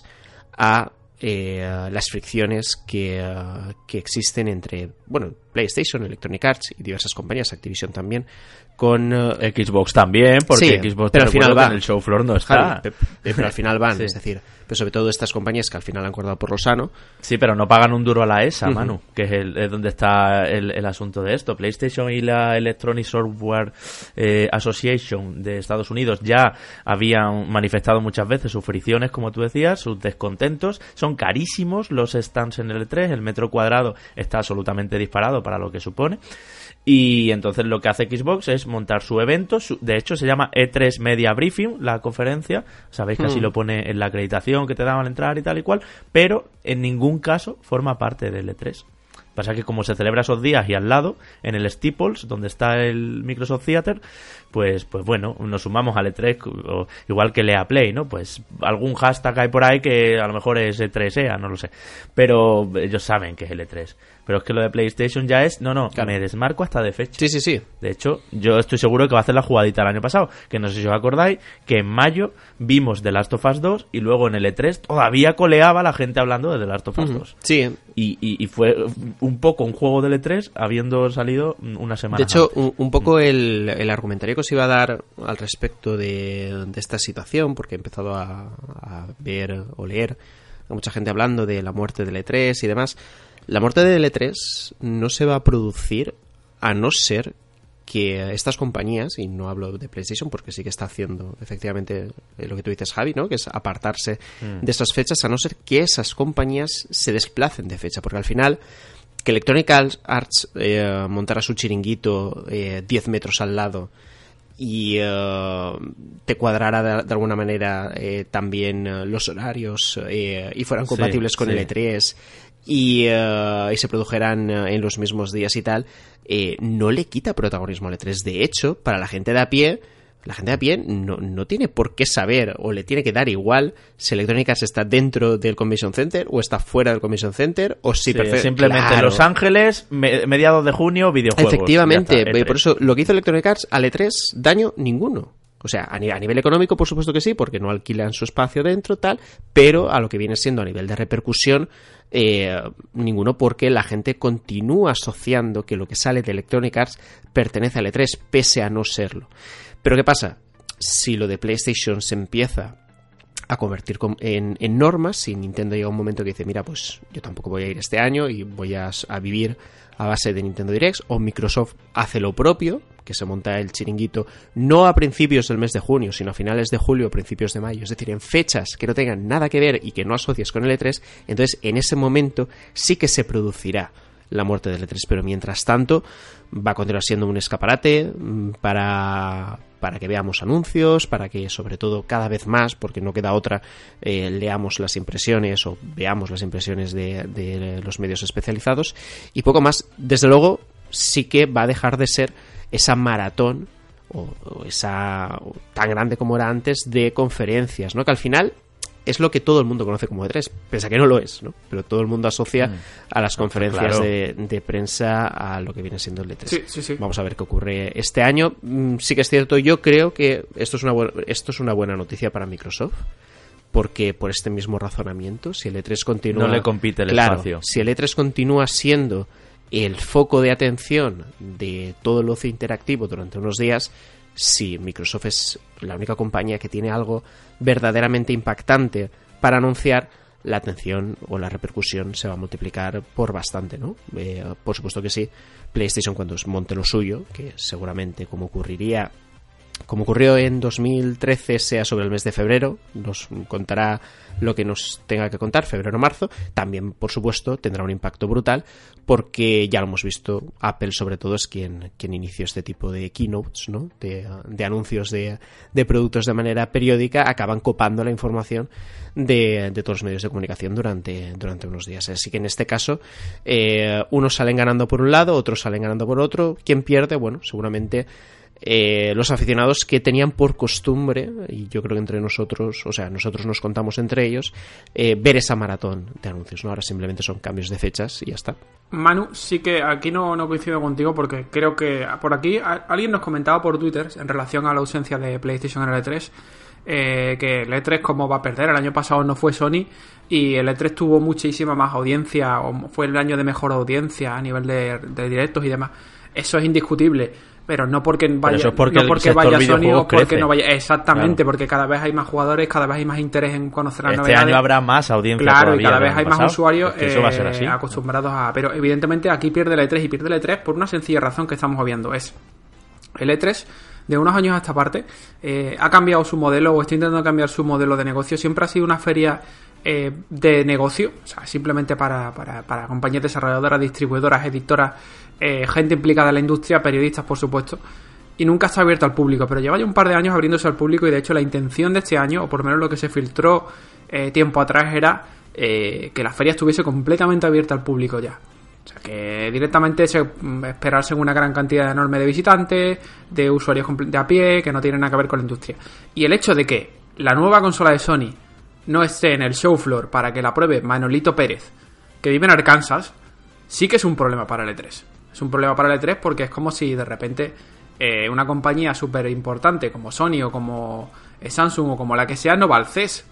a eh, las fricciones que, uh, que existen entre, bueno, PlayStation, Electronic Arts y diversas compañías, Activision también, con uh, Xbox también, porque sí, Xbox pero al final va en el show floor no está. Javi, pero al final van, Sí. es decir, pero sobre todo estas compañías que al final han acordado por lo sano. Sí, pero no pagan un duro a la E S A, Uh-huh. Manu, que es, el, es donde está el, el asunto de esto. PlayStation y la Electronic Software eh, Association de Estados Unidos ya habían manifestado muchas veces sus fricciones, como tú decías, sus descontentos. Son carísimos los stands en el E tres, el metro cuadrado está absolutamente disparado para lo que supone. Y entonces lo que hace Xbox es montar su evento, su, de hecho se llama E tres Media Briefing, la conferencia, sabéis que así Hmm. lo pone en la acreditación que te daban al entrar y tal y cual, pero en ningún caso forma parte del E tres. Pasa que como se celebra esos días y al lado, en el Steeples, donde está el Microsoft Theater, pues pues bueno, nos sumamos al E tres, o igual que el E A Play, ¿no? Pues algún hashtag hay por ahí que a lo mejor es E tres E A, no lo sé. Pero ellos saben que es el E tres. Pero es que lo de PlayStation ya es... No, no, claro. Me desmarco hasta de fecha. Sí, sí, sí. De hecho, yo estoy seguro que va a hacer la jugadita el año pasado. Que no sé si os acordáis, que en mayo vimos The Last of Us dos y luego en el E tres todavía coleaba la gente hablando de The Last of Us uh-huh. dos. Sí. Y, y, y fue un poco un juego del E tres habiendo salido una semana De hecho, antes. Un, un poco el, el argumentario que os iba a dar al respecto de, de esta situación, porque he empezado a, a ver o leer a mucha gente hablando de la muerte del E tres y demás. La muerte del E tres no se va a producir a no ser que estas compañías, y no hablo de PlayStation porque sí que está haciendo efectivamente lo que tú dices, Javi, ¿no? Que es apartarse mm. de esas fechas, a no ser que esas compañías se desplacen de fecha, porque al final que Electronic Arts eh, montara su chiringuito eh, diez metros al lado y uh, te cuadrara de, de alguna manera eh, también uh, los horarios eh, y fueran compatibles sí, con sí. el E tres y, uh, y se produjeran uh, en los mismos días y tal, eh, no le quita protagonismo al E tres. De hecho, para la gente de a pie, la gente de a pie no, no tiene por qué saber o le tiene que dar igual si Electronic Arts está dentro del Convention Center o está fuera del Convention Center o si sí, prefiere... simplemente claro. Los Ángeles, me, mediados de junio, videojuegos. Efectivamente, está, por eso lo que hizo Electronic Arts al E tres, daño ninguno. O sea, a nivel, a nivel económico, por supuesto que sí, porque no alquilan su espacio dentro, tal, pero a lo que viene siendo a nivel de repercusión, eh, ninguno, porque la gente continúa asociando que lo que sale de Electronic Arts pertenece al E tres, pese a no serlo. Pero ¿qué pasa? Si lo de PlayStation se empieza a convertir en, en normas, si Nintendo llega un momento que dice, mira, pues yo tampoco voy a ir este año y voy a, a vivir a base de Nintendo Directs, o Microsoft hace lo propio, que se monta el chiringuito no a principios del mes de junio, sino a finales de julio o principios de mayo, es decir, en fechas que no tengan nada que ver y que no asocies con el E tres, entonces en ese momento sí que se producirá la muerte del E tres, pero mientras tanto va a continuar siendo un escaparate para, para que veamos anuncios, para que sobre todo cada vez más, porque no queda otra, eh, leamos las impresiones o veamos las impresiones de, de los medios especializados y poco más. Desde luego sí que va a dejar de ser esa maratón o, o esa o tan grande como era antes de conferencias, ¿no? Que al final es lo que todo el mundo conoce como E tres, pese a que no lo es, ¿no? Pero todo el mundo asocia mm. a las conferencias claro. de, de prensa a lo que viene siendo el E tres. Sí, sí, sí. Vamos a ver qué ocurre este año. Sí que es cierto, yo creo que esto es una bu- esto es una buena noticia para Microsoft, porque por este mismo razonamiento, si el E tres continúa... No le compite el claro, espacio. Si el E tres continúa siendo el foco de atención de todo el ocio interactivo durante unos días, si Microsoft es la única compañía que tiene algo verdaderamente impactante para anunciar, la atención o la repercusión se va a multiplicar por bastante, ¿no? Eh, por supuesto que sí. PlayStation, cuando monte lo suyo, que seguramente como ocurriría, como ocurrió en dos mil trece, sea sobre el mes de febrero, nos contará lo que nos tenga que contar, febrero o marzo, también por supuesto tendrá un impacto brutal, porque ya lo hemos visto, Apple sobre todo es quien, quien inició este tipo de keynotes, ¿no? de, de anuncios de, de productos de manera periódica, acaban copando la información de, de todos los medios de comunicación durante, durante unos días. Así que en este caso, eh, unos salen ganando por un lado, otros salen ganando por otro. ¿Quién pierde? Bueno, seguramente Eh, los aficionados que tenían por costumbre, y yo creo que entre nosotros, o sea, nosotros nos contamos entre ellos, eh, ver esa maratón de anuncios, ¿no? Ahora simplemente son cambios de fechas y ya está. Manu, sí que aquí no, no coincido contigo, porque creo que por aquí a, alguien nos comentaba por Twitter en relación a la ausencia de PlayStation en el E tres, eh, que el E tres como va a perder. El año pasado no fue Sony y el E tres tuvo muchísima más audiencia, o fue el año de mejor audiencia a nivel de, de directos y demás. Eso es indiscutible, pero no porque vaya, eso es porque no porque vaya Sony o porque crece. no vaya, exactamente, claro. Porque cada vez hay más jugadores, cada vez hay más interés en conocer las este novedades. Este año habrá más audiencia claro, todavía. Y cada vez hay más pasado. usuarios Es que eso va a ser así. eh, acostumbrados a... Pero evidentemente aquí pierde el E tres, y pierde el E tres por una sencilla razón que estamos viendo. Es el E tres, de unos años a esta parte, eh, ha cambiado su modelo, o está intentando cambiar su modelo de negocio. Siempre ha sido una feria eh, de negocio, o sea, simplemente para, para, para compañías desarrolladoras, distribuidoras, editoras, eh, gente implicada en la industria, periodistas, por supuesto, y nunca está abierta al público, pero lleva ya un par de años abriéndose al público, y de hecho la intención de este año, o por lo menos lo que se filtró eh, tiempo atrás, era eh, que la feria estuviese completamente abierta al público ya. O sea, que directamente se esperarse una gran cantidad enorme de visitantes, de usuarios de a pie, que no tienen nada que ver con la industria. Y el hecho de que la nueva consola de Sony no esté en el show floor para que la pruebe Manolito Pérez, que vive en Arkansas, sí que es un problema para el E tres. Es un problema para el E tres porque es como si de repente eh, una compañía súper importante como Sony o como eh, Samsung o como la que sea no va al C E S.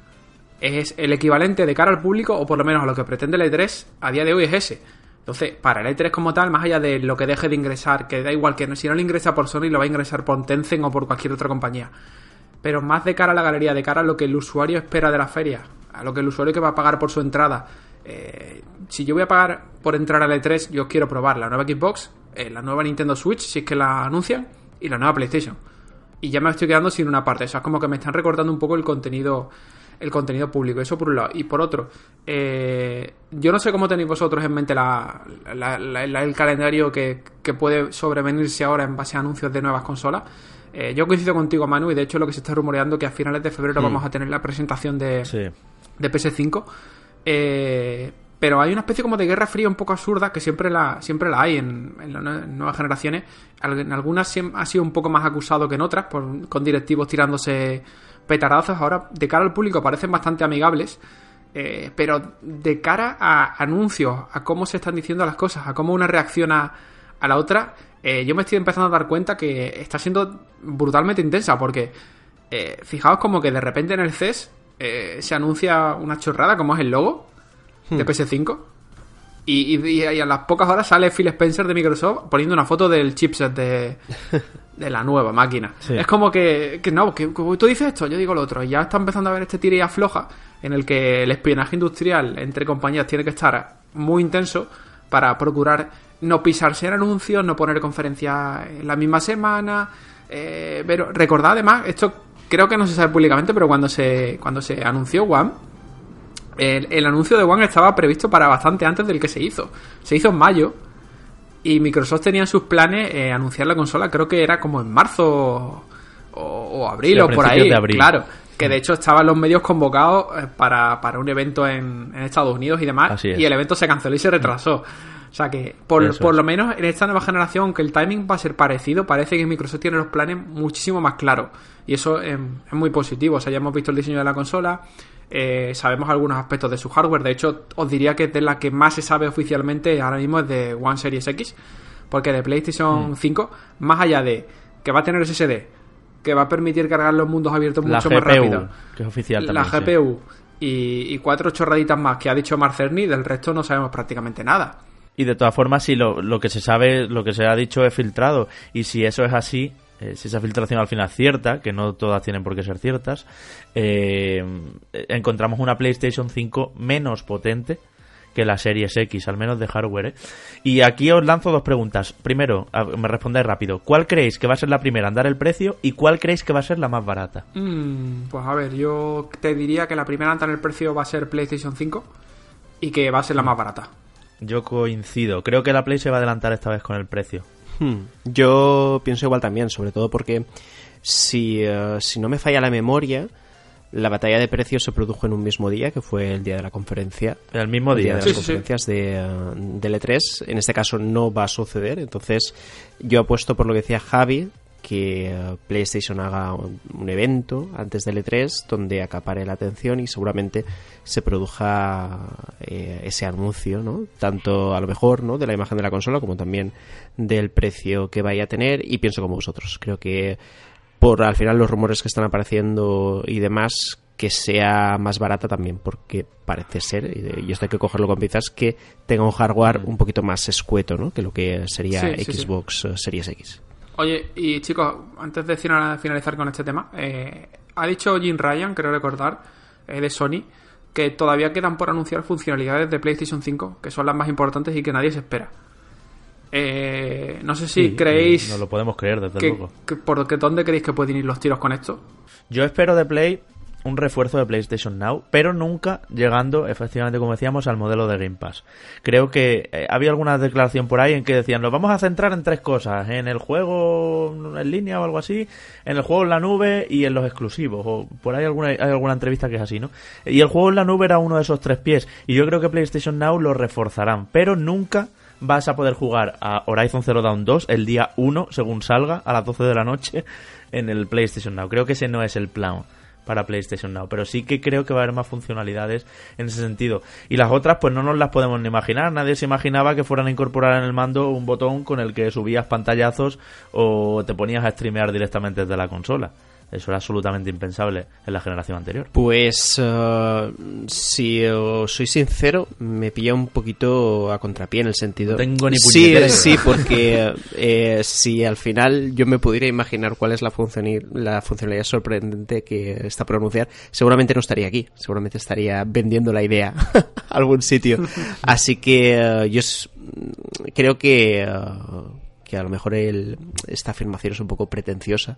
Es el equivalente de cara al público, o por lo menos a lo que pretende el E tres a día de hoy es ese. Entonces, para el E tres como tal, más allá de lo que deje de ingresar, que da igual que no, si no lo ingresa por Sony, lo va a ingresar por Tencent o por cualquier otra compañía. Pero más de cara a la galería, de cara a lo que el usuario espera de la feria, a lo que el usuario que va a pagar por su entrada. Eh, si yo voy a pagar por entrar al E tres, yo quiero probar la nueva Xbox, eh, la nueva Nintendo Switch, si es que la anuncian, y la nueva PlayStation. Y ya me estoy quedando sin una parte. O sea, es como que me están recortando un poco el contenido... el contenido público, eso por un lado. Y por otro, eh, yo no sé cómo tenéis vosotros en mente la, la, la, la, el calendario que, que puede sobrevenirse ahora en base a anuncios de nuevas consolas. Eh, yo coincido contigo, Manu, y de hecho lo que se está rumoreando que a finales de febrero mm. vamos a tener la presentación de, sí. de P S cinco. Eh, pero hay una especie como de guerra fría un poco absurda que siempre la siempre la hay en, en las nuevas generaciones. En algunas ha sido un poco más acusado que en otras, por, con directivos tirándose petarazos. Ahora de cara al público parecen bastante amigables, eh, pero de cara a anuncios, a cómo se están diciendo las cosas, a cómo una reacciona a la otra, eh, yo me estoy empezando a dar cuenta que está siendo brutalmente intensa, porque eh, fijaos como que de repente en el C E S eh, se anuncia una chorrada como es el logo hmm. de P S cinco y, y, y a las pocas horas sale Phil Spencer de Microsoft poniendo una foto del chipset de... de la nueva máquina. Sí. Es como que, que no, que, que tú dices esto, yo digo lo otro. Y ya está empezando a haber este tira y afloja en el que el espionaje industrial entre compañías tiene que estar muy intenso para procurar no pisarse en anuncios, no poner conferencias en la misma semana. Eh, pero recordad además, esto creo que no se sabe públicamente, pero cuando se cuando se anunció One, el, el anuncio de One estaba previsto para bastante antes del que se hizo. Se hizo en mayo. Y Microsoft tenía en sus planes eh, anunciar la consola, creo que era como en marzo o, o abril sí, o por ahí. Claro, que de hecho estaban los medios convocados eh, para, para un evento en, en Estados Unidos y demás. Y el evento se canceló y se retrasó. O sea que, por, por lo menos en esta nueva generación, aunque el timing va a ser parecido, parece que Microsoft tiene los planes muchísimo más claros. Y eso eh, es muy positivo. O sea, ya hemos visto el diseño de la consola. Eh, sabemos algunos aspectos de su hardware. De hecho, os diría que de la que más se sabe oficialmente ahora mismo es de One Series X, porque de PlayStation mm. cinco, más allá de que va a tener S S D, que va a permitir cargar los mundos abiertos la mucho G P U, más rápido, que es oficial la también, G P U sí. y, y cuatro chorraditas más que ha dicho Mark Cerny, del resto no sabemos prácticamente nada. Y de todas formas, si lo, lo que se sabe, lo que se ha dicho es filtrado, y si eso es así, eh, si esa filtración al final es cierta, que no todas tienen por qué ser ciertas, eh, encontramos una PlayStation cinco menos potente que la Series X, al menos de hardware, ¿eh? Y aquí os lanzo dos preguntas. Primero, a, me respondéis rápido. ¿Cuál creéis que va a ser la primera en dar el precio y cuál creéis que va a ser la más barata? Mm, pues a ver, yo te diría que la primera en dar el precio va a ser PlayStation cinco y que va a ser la más barata. Yo coincido. Creo que la Play se va a adelantar esta vez con el precio. Hmm. Yo pienso igual también, sobre todo porque si, uh, si no me falla la memoria, la batalla de precios se produjo en un mismo día, que fue el día de la conferencia. El mismo día. El día de sí, las sí, conferencias sí. de, uh, del E tres. En este caso no va a suceder. Entonces yo apuesto por lo que decía Javi, que uh, PlayStation haga un, un evento antes del E tres donde acapare la atención y seguramente se produzca eh, ese anuncio, ¿no? Tanto a lo mejor, ¿no?, de la imagen de la consola como también del precio que vaya a tener. Y pienso como vosotros. Creo que por al final los rumores que están apareciendo y demás, que sea más barata también, porque parece ser, y esto hay que cogerlo con pinzas, que tenga un hardware un poquito más escueto, ¿no?, que lo que sería sí, Xbox sí, sí. Series X. Oye, y chicos, antes de finalizar con este tema, eh, ha dicho Jim Ryan, creo recordar, eh, de Sony, que todavía quedan por anunciar funcionalidades de PlayStation cinco, que son las más importantes y que nadie se espera. Eh, no sé si sí, creéis... No lo podemos creer, desde que, luego. Que, ¿Por qué, dónde creéis que pueden ir los tiros con esto? Yo espero de Play un refuerzo de PlayStation Now, pero nunca llegando, efectivamente, como decíamos, al modelo de Game Pass. Creo que eh, había alguna declaración por ahí en que decían, nos vamos a centrar en tres cosas, en el juego en línea o algo así, en el juego en la nube y en los exclusivos, o por ahí alguna, hay alguna entrevista que es así, ¿no? Y el juego en la nube era uno de esos tres pies, y yo creo que PlayStation Now lo reforzarán, pero nunca vas a poder jugar a Horizon Zero Dawn dos el día uno, según salga, a las doce de la noche, en el PlayStation Now. Creo que ese no es el plan para PlayStation Now, pero sí que creo que va a haber más funcionalidades en ese sentido. Y las otras pues no nos las podemos ni imaginar. Nadie se imaginaba que fueran a incorporar en el mando un botón con el que subías pantallazos o te ponías a streamear directamente desde la consola. Eso era absolutamente impensable en la generación anterior. Pues, uh, si os soy sincero, me pilla un poquito a contrapié en el sentido... No tengo ni sí, puñetera idea. Sí, porque eh, si al final yo me pudiera imaginar cuál es la, funcioni- la funcionalidad sorprendente que está por anunciar, seguramente no estaría aquí. Seguramente estaría vendiendo la idea a algún sitio. Así que uh, yo s- creo que, uh, que a lo mejor el, esta afirmación es un poco pretenciosa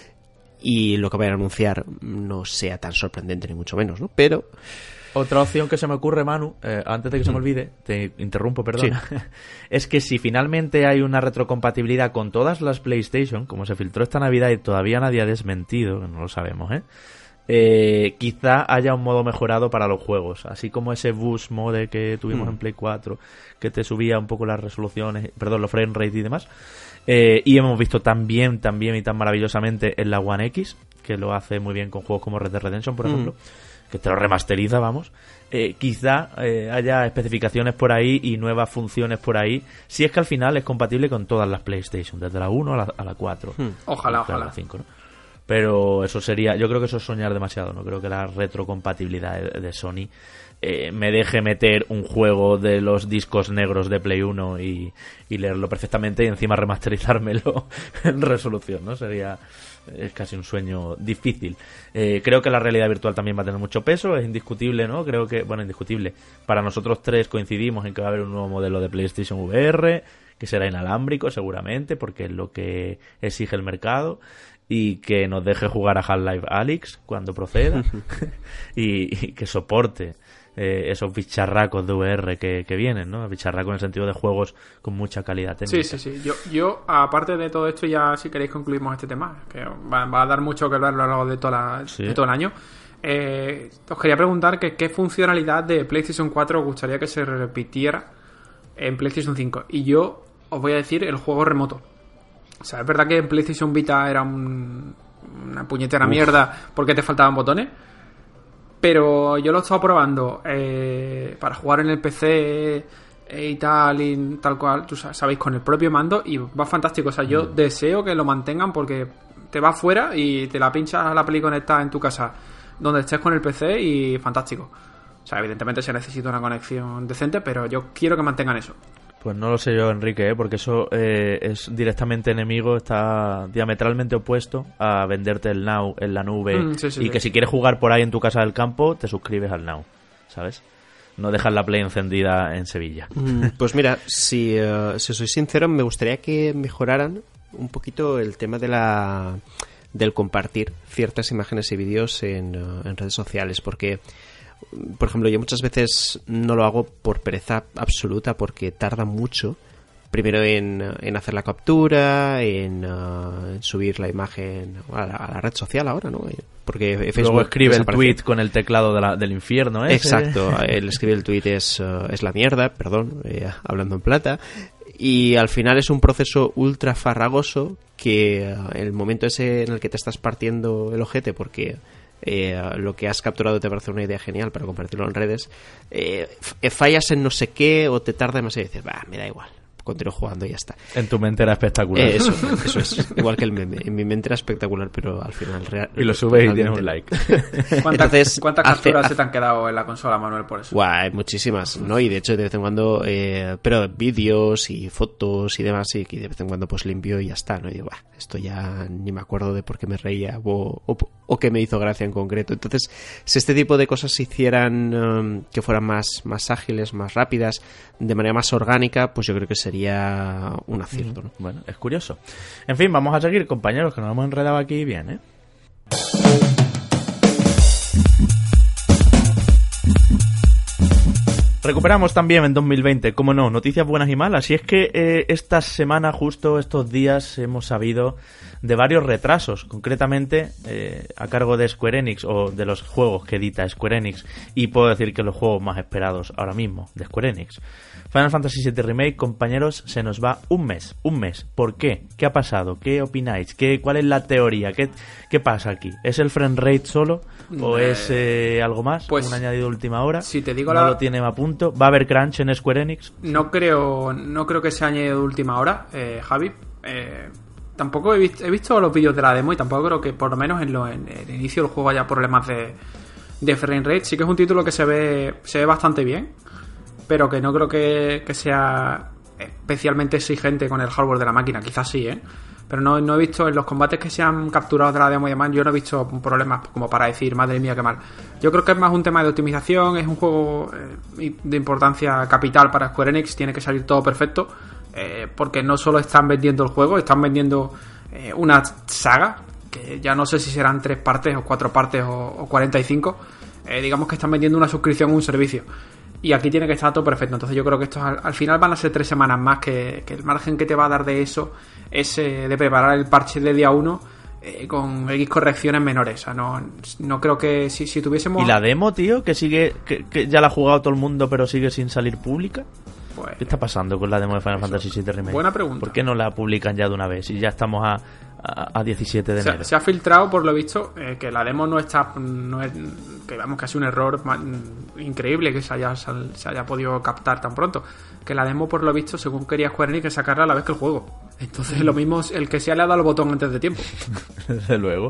y lo que vayan a anunciar no sea tan sorprendente ni mucho menos, ¿no? Pero otra opción que se me ocurre, Manu, eh, antes de que se me olvide, te interrumpo, perdona, sí. Es que si finalmente hay una retrocompatibilidad con todas las PlayStation, como se filtró esta Navidad y todavía nadie ha desmentido, no lo sabemos, ¿eh? Eh, quizá haya un modo mejorado para los juegos, así como ese boost mode que tuvimos mm. en Play cuatro, que te subía un poco las resoluciones, perdón, los frame rate y demás. Eh, y hemos visto tan bien, tan bien y tan maravillosamente en la One X, que lo hace muy bien con juegos como Red Dead Redemption, por ejemplo, mm. que te lo remasteriza, vamos. Eh, quizá eh, haya especificaciones por ahí y nuevas funciones por ahí, si es que al final es compatible con todas las PlayStation, desde la uno a la, a la cuatro. Mm. Ojalá, claro, ojalá. La cinco, ¿no? Pero eso sería, yo creo que eso es soñar demasiado, no creo que la retrocompatibilidad de, de Sony eh, me deje meter un juego de los discos negros de Play uno y, y leerlo perfectamente y encima remasterizármelo en resolución, ¿no? Sería es casi un sueño difícil. Eh, creo que la realidad virtual también va a tener mucho peso, es indiscutible, ¿no? Creo que, bueno, indiscutible. Para nosotros tres coincidimos en que va a haber un nuevo modelo de PlayStation V R, que será inalámbrico seguramente, porque es lo que exige el mercado, y que nos deje jugar a Half-Life Alyx cuando proceda y, y que soporte eh, esos bicharracos de V R que, que vienen, ¿no? Bicharracos en el sentido de juegos con mucha calidad técnica. Sí, sí, sí. Yo, yo aparte de todo esto, ya si queréis concluimos este tema, que va, va a dar mucho que hablar a lo largo de, toda la, sí. de todo el año. Eh, os quería preguntar que qué funcionalidad de PlayStation cuatro os gustaría que se repitiera en PlayStation cinco. Y yo os voy a decir el juego remoto. O sea, es verdad que en PlayStation Vita era un, una puñetera Uf. mierda porque te faltaban botones, pero yo lo he estado probando eh, para jugar en el P C eh, y tal, y tal cual, tú sabéis, con el propio mando, y va fantástico. O sea, yo mm. deseo que lo mantengan porque te vas fuera y te la pinchas a la Play conectada en tu casa donde estés con el P C y fantástico. O sea, evidentemente se necesita una conexión decente, pero yo quiero que mantengan eso. Pues no lo sé yo, Enrique, ¿eh? Porque eso eh, es directamente enemigo, está diametralmente opuesto a venderte el Now en la nube mm, sí, sí, y sí. que si quieres jugar por ahí en tu casa del campo, te suscribes al Now, ¿sabes? No dejas la Play encendida en Sevilla. Mm, pues mira, si, uh, si soy sincero, me gustaría que mejoraran un poquito el tema de la del compartir ciertas imágenes y vídeos en, uh, en redes sociales, porque... Por ejemplo, yo muchas veces no lo hago por pereza absoluta porque tarda mucho. Primero en, en hacer la captura, en, uh, en subir la imagen a la, a la red social ahora, ¿no? Porque Facebook luego escribe el tweet con el teclado de la, del infierno, ¿eh? Exacto, él escribe el tweet es, uh, es la mierda, perdón, eh, hablando en plata. Y al final es un proceso ultra farragoso que uh, el momento ese en el que te estás partiendo el ojete porque... Eh, lo que has capturado te parece una idea genial para compartirlo en redes, eh, fallas en no sé qué o te tarda demasiado y dices, bah, me da igual, continúo jugando y ya está. En tu mente era espectacular. Eh, eso, eso es, igual que el meme. En mi mente era espectacular, pero al final... Real, y lo subes y tienes un like. ¿Cuántas, Entonces, ¿cuántas capturas hace, se te han quedado en la consola, Manuel, por eso? Guay, muchísimas, ¿no? Y de hecho, de vez en cuando, eh, pero vídeos y fotos y demás, y de vez en cuando pues limpio y ya está, ¿no? Y digo, bah, esto ya ni me acuerdo de por qué me reía o, o, o qué me hizo gracia en concreto. Entonces, si este tipo de cosas se hicieran um, que fueran más, más ágiles, más rápidas, de manera más orgánica, pues yo creo que sería un acierto, ¿no? Bueno, es curioso. En fin, vamos a seguir, compañeros, que nos hemos enredado aquí bien, ¿eh? Recuperamos también en dos mil veinte, como no, noticias buenas y malas. Y es que eh, esta semana, justo estos días, hemos sabido de varios retrasos, concretamente eh, a cargo de Square Enix, o de los juegos que edita Square Enix. Y puedo decir que los juegos más esperados ahora mismo de Square Enix. Final Fantasy siete Remake, compañeros, se nos va un mes, un mes. ¿Por qué? ¿Qué ha pasado? ¿Qué opináis? ¿Qué, ¿Cuál es la teoría? ¿Qué, qué pasa aquí? ¿Es el frame rate solo? ¿O eh, es eh, algo más? Pues, ¿un añadido de última hora? Si te digo ¿No la... lo tiene a punto? ¿Va a haber crunch en Square Enix? No creo, no creo que sea añadido de última hora, eh, Javi. Eh, tampoco he visto, he visto los vídeos de la demo y tampoco creo que por lo menos en, lo, en el inicio del juego haya problemas de, de frame rate. Sí que es un título que se ve, se ve bastante bien, pero que no creo que, que sea especialmente exigente con el hardware de la máquina. Quizás sí, ¿eh? Pero no, no he visto en los combates que se han capturado de la demo y demás, yo no he visto problemas como para decir, madre mía, qué mal. Yo creo que es más un tema de optimización, es un juego eh, de importancia capital para Square Enix, tiene que salir todo perfecto, eh, porque no solo están vendiendo el juego, están vendiendo eh, una saga, que ya no sé si serán tres partes o cuatro partes o, o cuarenta y cinco, eh, digamos que están vendiendo una suscripción o un servicio. Y aquí tiene que estar todo perfecto. Entonces yo creo que estos al, al final van a ser tres semanas más, que, que el margen que te va a dar de eso es eh, de preparar el parche de día uno eh, con X correcciones menores. O sea, no, no creo que si, si tuviésemos... ¿Y la demo, tío? Que sigue, que, que ya la ha jugado todo el mundo pero sigue sin salir pública. Pues, ¿qué está pasando con la demo de Final Fantasy siete Remake? Buena pregunta. ¿Por qué no la publican ya de una vez? Y ya estamos a, a, a diecisiete de enero. Se, se ha filtrado, por lo visto, eh, que la demo no está... No es, que vamos, que ha sido un error increíble que se haya, se haya podido captar tan pronto. Que la demo, por lo visto, según quería Square Enix, que sacarla a la vez que el juego. Entonces lo mismo, el que se le ha dado el botón antes de tiempo. Desde luego.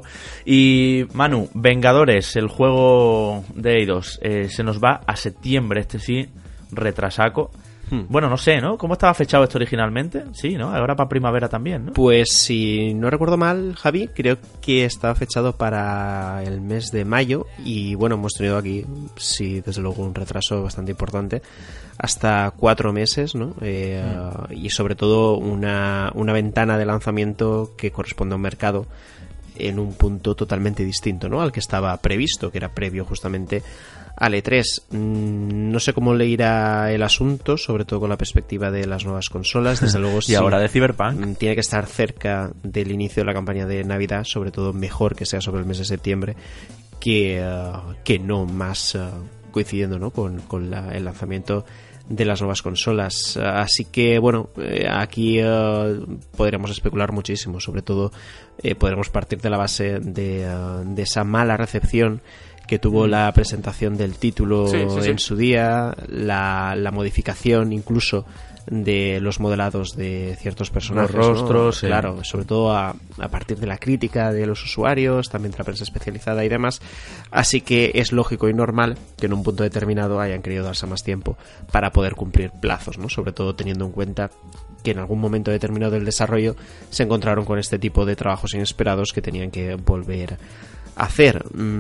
Y Manu, Vengadores, el juego de Eidos, eh, se nos va a septiembre, este sí, retrasaco. Hmm. Bueno, no sé, ¿no? ¿Cómo estaba fechado esto originalmente? Sí, ¿no? Ahora para primavera también, ¿no? Pues si no recuerdo mal, Javi, creo que estaba fechado para el mes de mayo y bueno, hemos tenido aquí, sí, desde luego un retraso bastante importante, hasta cuatro meses, ¿no? Eh, hmm. Y sobre todo una, una ventana de lanzamiento que corresponde a un mercado en un punto totalmente distinto, ¿no? Al que estaba previsto, que era previo justamente al E tres. No sé cómo le irá el asunto, sobre todo con la perspectiva de las nuevas consolas. Desde luego, y sí, ahora de Cyberpunk. Tiene que estar cerca del inicio de la campaña de Navidad, sobre todo mejor que sea sobre el mes de septiembre, que, uh, que no más uh, coincidiendo, ¿no? con, con la, el lanzamiento de las nuevas consolas. Así que bueno, eh, aquí uh, podríamos especular muchísimo, sobre todo eh, podremos partir de la base de, uh, de esa mala recepción que tuvo la presentación del título sí, sí, sí. en su día, la, la modificación incluso de los modelados de ciertos personajes, los rostros, ¿no? sí. Claro, sobre todo a, a partir de la crítica de los usuarios, también de la prensa especializada y demás. Así que es lógico y normal que en un punto determinado hayan querido darse más tiempo para poder cumplir plazos, ¿no? Sobre todo teniendo en cuenta que en algún momento determinado del desarrollo se encontraron con este tipo de trabajos inesperados que tenían que volver hacer.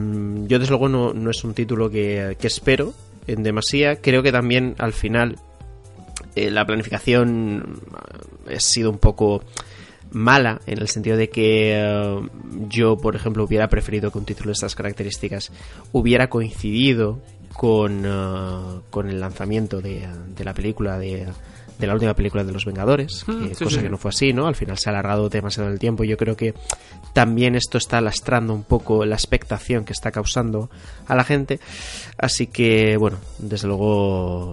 Yo desde luego no, no es un título que, que espero en demasía. Creo que también al final eh, la planificación ha sido un poco mala, en el sentido de que uh, yo, por ejemplo, hubiera preferido que un título de estas características hubiera coincidido con, uh, con el lanzamiento de, de la película de de la última película de los Vengadores, mm, que, sí, cosa sí. que no fue así, ¿no? Al final se ha alargado demasiado el tiempo y yo creo que también esto está lastrando un poco la expectación que está causando a la gente, así que bueno, desde luego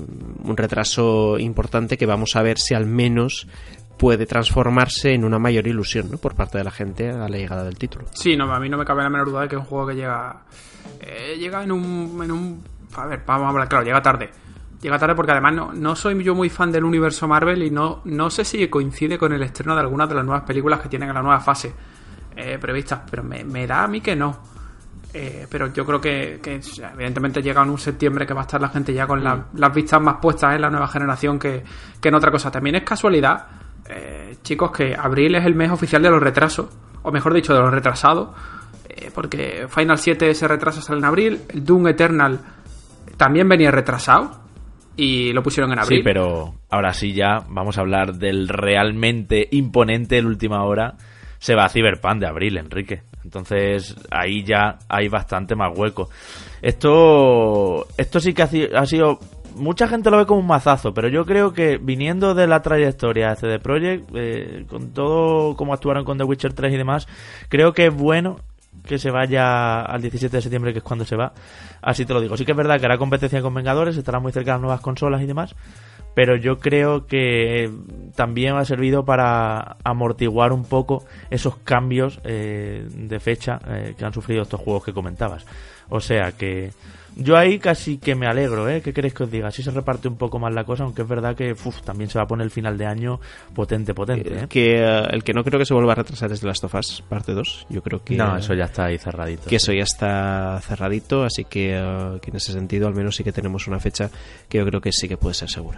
un retraso importante que vamos a ver si al menos puede transformarse en una mayor ilusión, ¿no? Por parte de la gente a la llegada del título. Sí, no, a mí no me cabe la menor duda de que es un juego que llega eh, llega en un, en un a ver, vamos a hablar claro, llega tarde Llega tarde porque además no, no soy yo muy fan del universo Marvel y no, no sé si coincide con el estreno de algunas de las nuevas películas que tienen en la nueva fase eh, previstas, pero me, me da a mí que no. Eh, pero yo creo que, que evidentemente llega en un septiembre que va a estar la gente ya con mm. la, las vistas más puestas en la nueva generación que, que en otra cosa. También es casualidad, eh, chicos, que abril es el mes oficial de los retrasos, o mejor dicho, de los retrasados, eh, porque Final siete se retrasa hasta en abril, el Doom Eternal también venía retrasado y lo pusieron en abril. Sí, pero ahora sí ya vamos a hablar del realmente imponente el última hora. Se va a Cyberpunk de abril, Enrique. Entonces ahí ya hay bastante más hueco. Esto esto sí que ha sido mucha gente lo ve como un mazazo, pero yo creo que viniendo de la trayectoria de C D Projekt, eh, con todo como actuaron con The Witcher tres y demás, creo que es bueno que se vaya al diecisiete de septiembre, que es cuando se va. Así te lo digo. Sí que es verdad que hará competencia con Vengadores, estará muy cerca de las nuevas consolas y demás, pero yo creo que también ha servido para amortiguar un poco esos cambios eh, de fecha eh, que han sufrido estos juegos que comentabas. O sea que yo ahí casi que me alegro, ¿eh? ¿Qué queréis que os diga? Así se reparte un poco más la cosa, aunque es verdad que uf, también se va a poner el final de año potente, potente. ¿eh? Que, uh, el que no creo que se vuelva a retrasar es The Last of Us, parte dos. Yo creo que... No, eso ya está ahí cerradito. Que sí. Eso ya está cerradito, así que, uh, que en ese sentido al menos sí que tenemos una fecha que yo creo que sí que puede ser segura.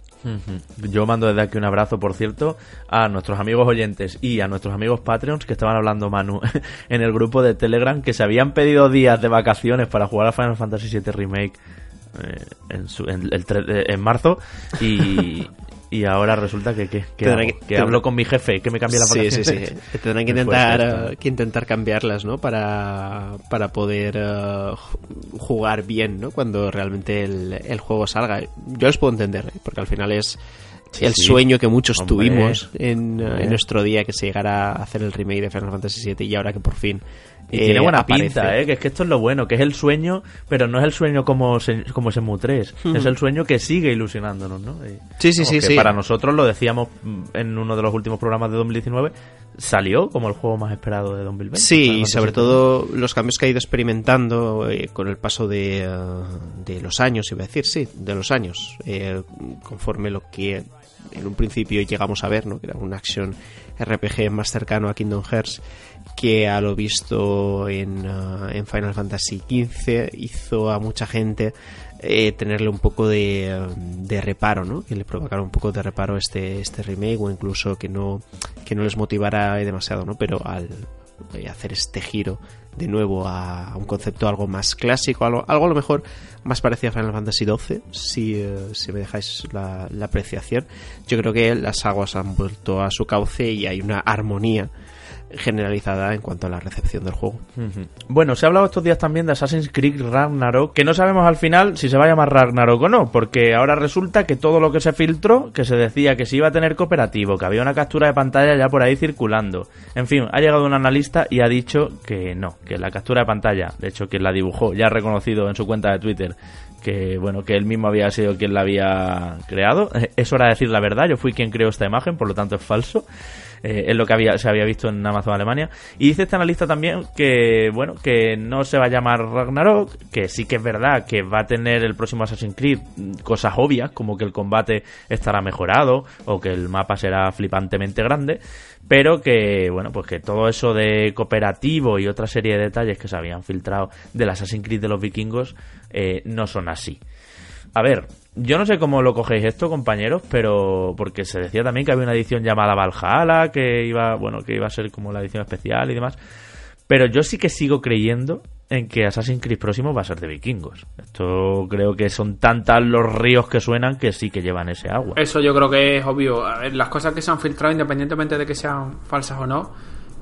Yo mando desde aquí un abrazo, por cierto, a nuestros amigos oyentes y a nuestros amigos Patreons que estaban hablando, Manu, en el grupo de Telegram, que se habían pedido días de vacaciones para jugar a Final Fantasy siete Remake eh, en, su, en, el tre- en marzo y... Y ahora resulta que, que, que, hago, que, que hablo con mi jefe, que me cambie la vacaciones. Sí, sí, sí. Tendrán que intentar, uh, que intentar cambiarlas, ¿no? Para, para poder uh, jugar bien, ¿no? Cuando realmente el, el juego salga. Yo los puedo entender, ¿eh? Porque al final es sí, el sí. sueño que muchos Hombre. tuvimos en, uh, en nuestro día, que se llegara a hacer el remake de Final Fantasy siete, y ahora que por fin... Y eh, tiene buena aparece. pinta, ¿eh? Que es que esto es lo bueno, que es el sueño, pero no es el sueño como se, como Shenmue tres, uh-huh. Es el sueño que sigue ilusionándonos, ¿no? Y, sí, sí, sí, que sí. Para nosotros, lo decíamos en uno de los últimos programas de dos mil diecinueve, salió como el juego más esperado de dos mil veinte. Sí, y sobre todo los cambios que ha ido experimentando eh, con el paso de, uh, de los años, iba a decir, sí, de los años, eh, conforme lo que en un principio llegamos a ver, ¿no? Que era un action R P G más cercano a Kingdom Hearts, que a lo visto en, uh, en Final Fantasy quince hizo a mucha gente eh, tenerle un poco de, de reparo, ¿no? Que le provocara un poco de reparo este este remake, o incluso que no que no les motivara demasiado, ¿no? Pero al hacer este giro de nuevo a un concepto algo más clásico, algo, algo a lo mejor más parecido a Final Fantasy doce, si, uh, si me dejáis la, la apreciación, yo creo que las aguas han vuelto a su cauce y hay una armonía generalizada en cuanto a la recepción del juego. Uh-huh. Bueno, se ha hablado estos días también de Assassin's Creed Ragnarok, que no sabemos al final si se va a llamar Ragnarok o no, porque ahora resulta que todo lo que se filtró, que se decía que se iba a tener cooperativo, que había una captura de pantalla ya por ahí circulando, en fin, ha llegado un analista y ha dicho que no, que la captura de pantalla, de hecho quien la dibujó ya ha reconocido en su cuenta de Twitter que bueno, que él mismo había sido quien la había creado. Es hora de decir la verdad, yo fui quien creó esta imagen, por lo tanto es falso. Eh, es lo que había, se había visto en Amazon Alemania. Y dice este analista también que bueno, que no se va a llamar Ragnarok, que sí que es verdad que va a tener el próximo Assassin's Creed cosas obvias, como que el combate estará mejorado o que el mapa será flipantemente grande, pero que bueno, pues que todo eso de cooperativo y otra serie de detalles que se habían filtrado del Assassin's Creed de los vikingos eh, no son así. A ver, yo no sé cómo lo cogéis esto, compañeros, pero porque se decía también que había una edición llamada Valhalla, que iba, bueno, que iba a ser como la edición especial y demás, pero yo sí que sigo creyendo en que Assassin's Creed próximo va a ser de vikingos. Esto creo que son tantas los ríos que suenan que sí que llevan ese agua. Eso yo creo que es obvio. A ver, las cosas que se han filtrado, independientemente de que sean falsas o no,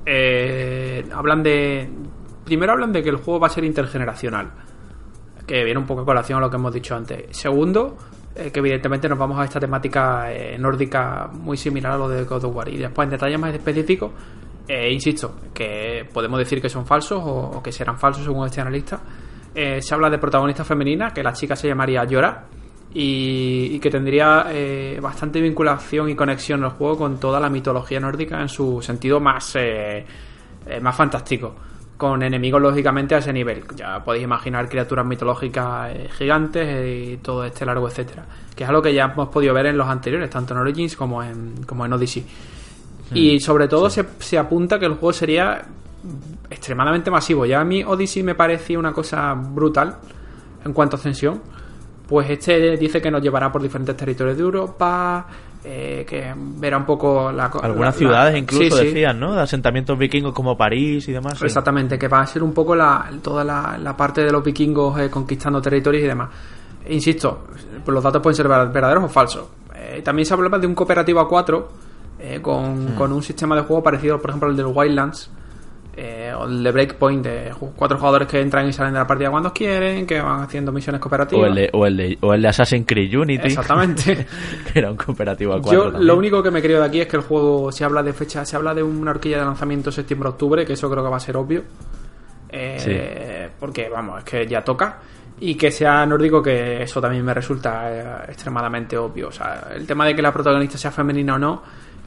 eh, hablan de... Primero hablan de que el juego va a ser intergeneracional, que viene un poco a colación a lo que hemos dicho antes. Segundo, eh, que evidentemente nos vamos a esta temática eh, nórdica muy similar a lo de God of War. Y después, en detalles más específicos, eh, insisto, que podemos decir que son falsos o, o que serán falsos según este analista. Eh, se habla de protagonista femenina, que la chica se llamaría Yora, y, y que tendría eh, bastante vinculación y conexión en el juego con toda la mitología nórdica en su sentido más, eh, eh, más fantástico, con enemigos lógicamente a ese nivel. Ya podéis imaginar criaturas mitológicas eh, gigantes eh, y todo este largo, etcétera, que es algo que ya hemos podido ver en los anteriores, tanto en Origins como en, como en Odyssey. Hmm, y sobre todo sí. se, se apunta que el juego sería extremadamente masivo. Ya a mí Odyssey me parecía una cosa brutal en cuanto a ascensión, pues este dice que nos llevará por diferentes territorios de Europa, eh, que verá un poco la, algunas la, ciudades la, incluso sí, decían, sí. ¿no? De asentamientos vikingos como París y demás. Exactamente, sí. Que va a ser un poco la, toda la, la parte de los vikingos eh, conquistando territorios y demás. E insisto, pues los datos pueden ser verdaderos o falsos. Eh, también se hablaba de un cooperativo a cuatro eh, con, hmm. con un sistema de juego parecido, por ejemplo, al del Wildlands, Eh, o el de Breakpoint, de cuatro jugadores que entran y salen de la partida cuando quieren, que van haciendo misiones cooperativas. O el de, o el de, o el de Assassin's Creed Unity. Exactamente. Que era un cooperativo a cuatro. Yo también. lo único que me creo de aquí es que el juego se habla de fecha, se habla de una horquilla de lanzamiento septiembre-octubre, que eso creo que va a ser obvio. Eh, sí. Porque, vamos, es que ya toca. Y que sea nórdico, que eso también me resulta eh, extremadamente obvio. O sea, el tema de que la protagonista sea femenina o no,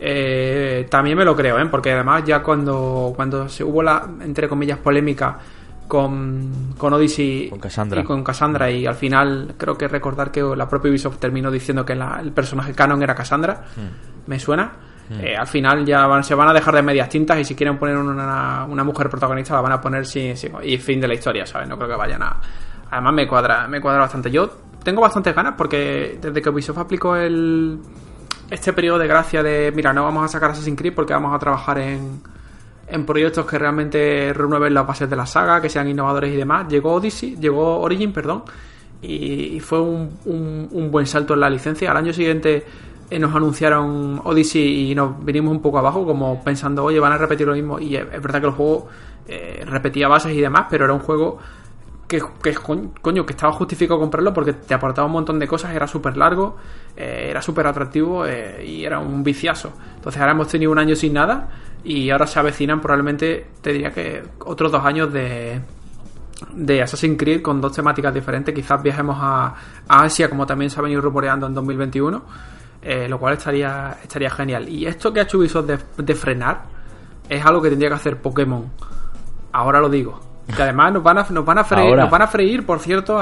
Eh, también me lo creo, ¿eh? Porque además ya cuando cuando se hubo la, entre comillas, polémica con, con Odyssey con Cassandra. y con Cassandra, y al final creo que recordar que la propia Ubisoft terminó diciendo que la, el personaje canon era Cassandra, mm. me suena, mm. eh, al final ya van, se van a dejar de medias tintas, y si quieren poner una, una mujer protagonista la van a poner sin, sin, y fin de la historia, ¿sabes? No creo que vayan a... Además me cuadra, me cuadra bastante. Yo tengo bastantes ganas porque desde que Ubisoft aplicó el... este periodo de gracia de, mira, no vamos a sacar Assassin's Creed porque vamos a trabajar en, en proyectos que realmente renueven las bases de la saga, que sean innovadores y demás. Llegó Odyssey, llegó Origin, perdón, y, y fue un, un, un buen salto en la licencia. Al año siguiente eh, nos anunciaron Odyssey y nos vinimos un poco abajo, como pensando, oye, van a repetir lo mismo. Y es, es verdad que el juego eh, repetía bases y demás, pero era un juego que, que coño, que estaba justificado comprarlo porque te aportaba un montón de cosas, era súper largo, eh, era súper atractivo eh, y era un viciazo. Entonces ahora hemos tenido un año sin nada y ahora se avecinan probablemente, te diría que otros dos años de, de Assassin's Creed con dos temáticas diferentes. Quizás viajemos a, a Asia, como también se ha venido rumoreando, en dos mil veintiuno, eh, lo cual estaría estaría genial. Y esto que ha hecho Ubisoft de, de frenar es algo que tendría que hacer Pokémon. Ahora lo digo. Que además nos van a, nos van a freír, nos van a freír, por cierto,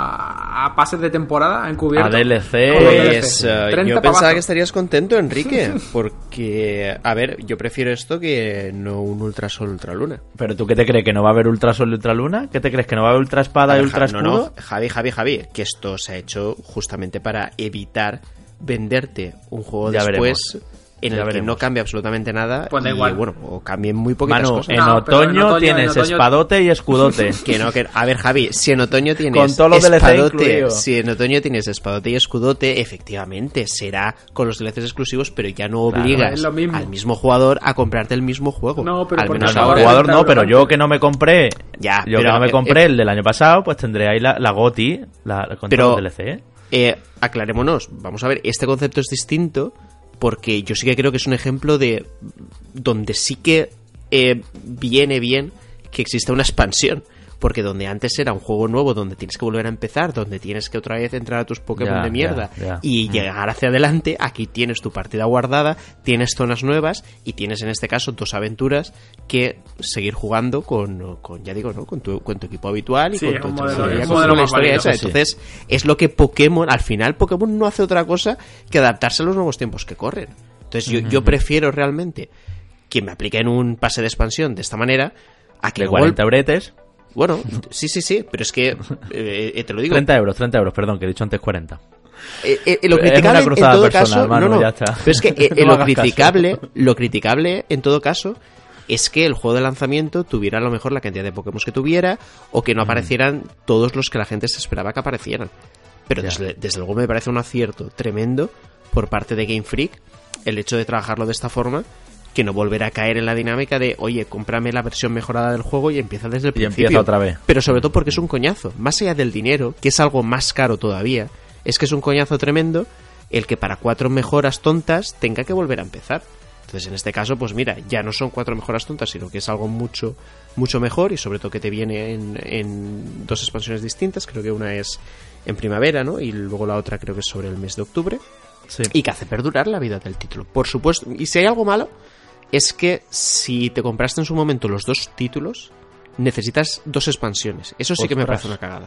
a, a pases de temporada encubierto. A D L C. Pues uh, yo pensaba que estarías contento, Enrique, porque, a ver, yo prefiero esto que no un Ultrasol Ultraluna. ¿Pero tú qué te crees? ¿Que no va a haber Ultrasol y Ultraluna? ¿Qué te crees? ¿Que no va a haber Ultra Espada y Ultra Escudo? No, no, Javi, Javi, Javi, que esto se ha hecho justamente para evitar venderte un juego ya después... Veremos. En ya el veremos. Que no cambia absolutamente nada, pues da y igual. Bueno, o cambien muy poquitas Manu, cosas. En, no, otoño en otoño tienes en otoño... espadote y escudote. Que no, que a ver, Javi, si en otoño tienes con todos los espadote, D L C si en otoño tienes espadote y escudote, efectivamente será con los D L Cs exclusivos, pero ya no obligas claro, mismo. al mismo jugador a comprarte el mismo juego. No, pero al menos al jugador no, pero yo que no me compré, ya, yo pero, que no me compré eh, el del año pasado, pues tendré ahí la, la G O T Y, la con pero, todos los D L C. Eh, aclarémonos, vamos a ver, este concepto es distinto. Porque yo sí que creo que es un ejemplo de donde sí que eh, viene bien que exista una expansión. Porque donde antes era un juego nuevo, donde tienes que volver a empezar, donde tienes que otra vez entrar a tus Pokémon ya, de mierda ya, ya. y mm. llegar hacia adelante, aquí tienes tu partida guardada, tienes zonas nuevas y tienes en este caso dos aventuras que seguir jugando con, con ya digo, ¿no? Con tu, con tu equipo habitual y sí, con tu modelo, historia, con la historia hecha. Entonces, es lo que Pokémon, al final Pokémon no hace otra cosa que adaptarse a los nuevos tiempos que corren. Entonces, yo, mm-hmm. yo prefiero realmente que me apliquen un pase de expansión de esta manera a que de cuarenta euretes. Bueno, sí, sí, sí, pero es que eh, te lo digo. treinta euros, treinta euros, perdón, que he dicho antes cuarenta. Eh, eh, lo criticable en todo personal, caso, Manu, no, no, ya está. pero es que eh, no lo criticable, caso. lo criticable en todo caso es que el juego de lanzamiento tuviera a lo mejor la cantidad de Pokémon que tuviera o que no aparecieran mm. todos los que la gente se esperaba que aparecieran. Pero desde, desde luego me parece un acierto tremendo por parte de Game Freak el hecho de trabajarlo de esta forma, que no volverá a caer en la dinámica de, oye, cómprame la versión mejorada del juego y empieza desde el y principio. Empieza otra vez. Pero sobre todo porque es un coñazo. Más allá del dinero, que es algo más caro todavía, es que es un coñazo tremendo el que para cuatro mejoras tontas tenga que volver a empezar. Entonces, en este caso, pues mira, ya no son cuatro mejoras tontas, sino que es algo mucho, mucho mejor y sobre todo que te viene en, en dos expansiones distintas. Creo que una es en primavera, ¿no? Y luego la otra creo que es sobre el mes de octubre. Sí. Y que hace perdurar la vida del título. Por supuesto. Y si hay algo malo, es que si te compraste en su momento los dos títulos, necesitas dos expansiones. Eso sí Ostras. que me parece una cagada.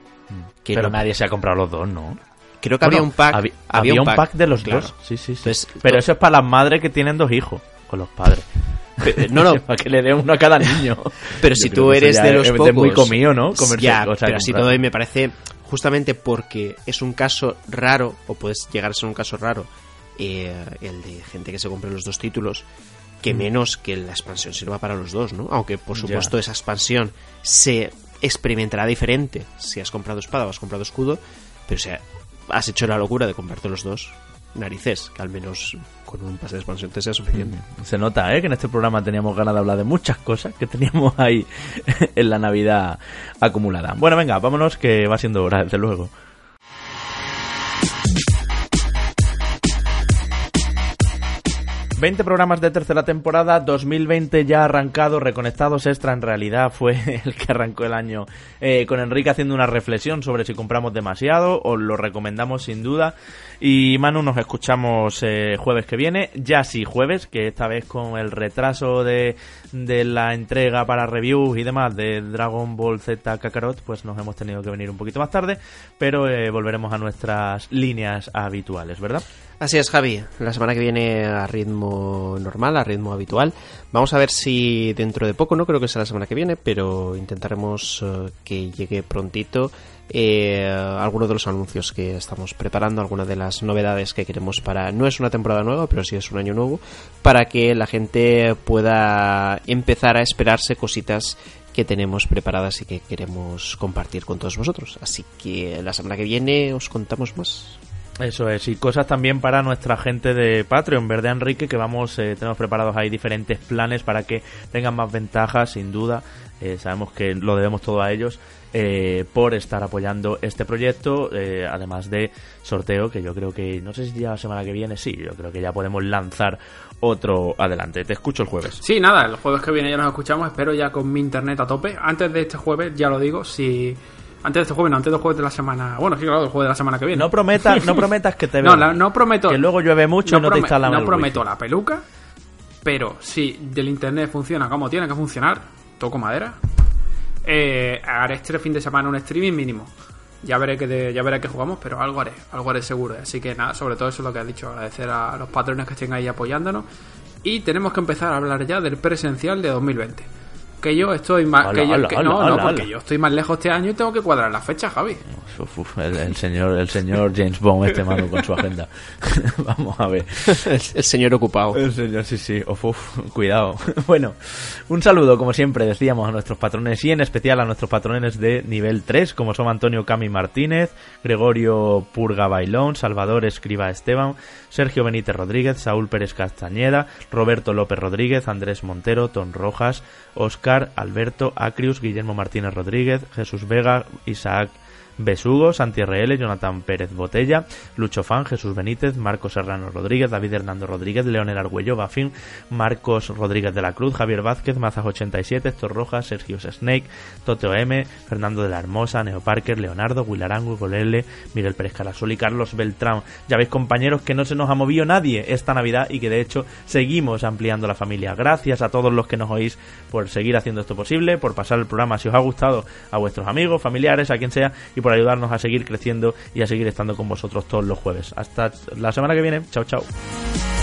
Que Pero no, nadie se ha comprado los dos, ¿no? Creo que bueno, había un pack. Había, había un, pack, pack de los claro. dos. Sí, sí, sí. Entonces, Pero to- eso es para las madres que tienen dos hijos con los padres. No, no. Para que le den uno a cada niño. Pero si tú eres de los pocos... Es muy comido, ¿no? Comerse ya, cosas pero así todo me parece... Justamente porque es un caso raro, o puedes llegar a ser un caso raro, eh, el de gente que se compre los dos títulos, que menos que la expansión sirva para los dos, ¿no? Aunque, por supuesto, ya. esa expansión se experimentará diferente si has comprado espada o has comprado escudo, pero o sea, has hecho la locura de comprarte los dos, narices, que al menos con un pase de expansión te sea suficiente. Se nota, ¿eh? Que en este programa teníamos ganas de hablar de muchas cosas que teníamos ahí en la Navidad acumulada. Bueno, venga, vámonos que va siendo hora, desde luego. veinte programas de tercera temporada, dos mil veinte ya arrancado, Reconectados Extra en realidad fue el que arrancó el año eh, con Enrique haciendo una reflexión sobre si compramos demasiado, os lo recomendamos sin duda. Y Manu, nos escuchamos eh, jueves que viene, ya sí jueves, que esta vez con el retraso de, de la entrega para reviews y demás de Dragon Ball Z Kakarot, pues nos hemos tenido que venir un poquito más tarde, pero eh, volveremos a nuestras líneas habituales, ¿verdad? Así es, Javi. La semana que viene a ritmo normal, a ritmo habitual. Vamos a ver si dentro de poco, no creo que sea la semana que viene, pero intentaremos uh, que llegue prontito eh, algunos de los anuncios que estamos preparando, algunas de las novedades que queremos para... No es una temporada nueva, pero sí es un año nuevo, para que la gente pueda empezar a esperarse cositas que tenemos preparadas y que queremos compartir con todos vosotros. Así que la semana que viene os contamos más. Eso es, y cosas también para nuestra gente de Patreon, ¿verdad, Enrique? Que vamos, eh, tenemos preparados ahí diferentes planes para que tengan más ventajas, sin duda. Eh, sabemos que lo debemos todo a ellos eh, por estar apoyando este proyecto, eh, además de sorteo, que yo creo que, no sé si ya la semana que viene, sí, yo creo que ya podemos lanzar otro adelante. Te escucho el jueves. Sí, nada, el jueves que viene ya nos escuchamos, espero ya con mi internet a tope. Antes de este jueves, ya lo digo, si... Antes de este jueves, no, antes del jueves de la semana... Bueno, sí, claro, el jueves de la semana que viene. No prometas, no prometas que te veo. No, la, no prometo... Que luego llueve mucho no y no te prome- instalan No el prometo wifi. la peluca, pero si del internet funciona como tiene que funcionar, toco madera, eh, haré este fin de semana un streaming mínimo. Ya veré que de, ya veré que jugamos, pero algo haré, algo haré seguro. Así que nada, sobre todo eso es lo que has dicho, agradecer a los patrones que estén ahí apoyándonos. Y tenemos que empezar a hablar ya del presencial de dos mil veinte. Que yo estoy más... Hola, que yo, hola, que, hola, no, hola, no, hola. porque yo estoy más lejos este año y tengo que cuadrar las fechas, Javi. Uf, uf, el, el señor el señor James Bond, este Manu, con su agenda. Vamos a ver. El, el señor ocupado. El señor, sí, sí. Uf, uf, cuidado. Bueno, un saludo, como siempre, decíamos, a nuestros patrones y en especial a nuestros patrones de nivel tres, como son Antonio Cami Martínez, Gregorio Purga Bailón, Salvador Escriba Esteban, Sergio Benítez Rodríguez, Saúl Pérez Castañeda, Roberto López Rodríguez, Andrés Montero, Ton Rojas, Óscar, Alberto, Acrius, Guillermo Martínez Rodríguez, Jesús Vega, Isaac Besugo, Santi R L, Jonathan Pérez Botella, Lucho Fan, Jesús Benítez, Marcos Serrano Rodríguez, David Hernando Rodríguez, Leonel Argüello Bafín, Marcos Rodríguez de la Cruz, Javier Vázquez, Mazas ochenta y siete, Héctor Rojas, Sergio Snake, Toteo M, Fernando de la Hermosa, Neo Parker, Leonardo, Wilarango, Golele, Miguel Pérez Carasol y Carlos Beltrán. Ya veis, compañeros, que no se nos ha movido nadie esta Navidad y que de hecho seguimos ampliando la familia. Gracias a todos los que nos oís por seguir haciendo esto posible, por pasar el programa si os ha gustado a vuestros amigos, familiares, a quien sea, y por ayudarnos a seguir creciendo y a seguir estando con vosotros todos los jueves. Hasta la semana que viene. Chao, chao.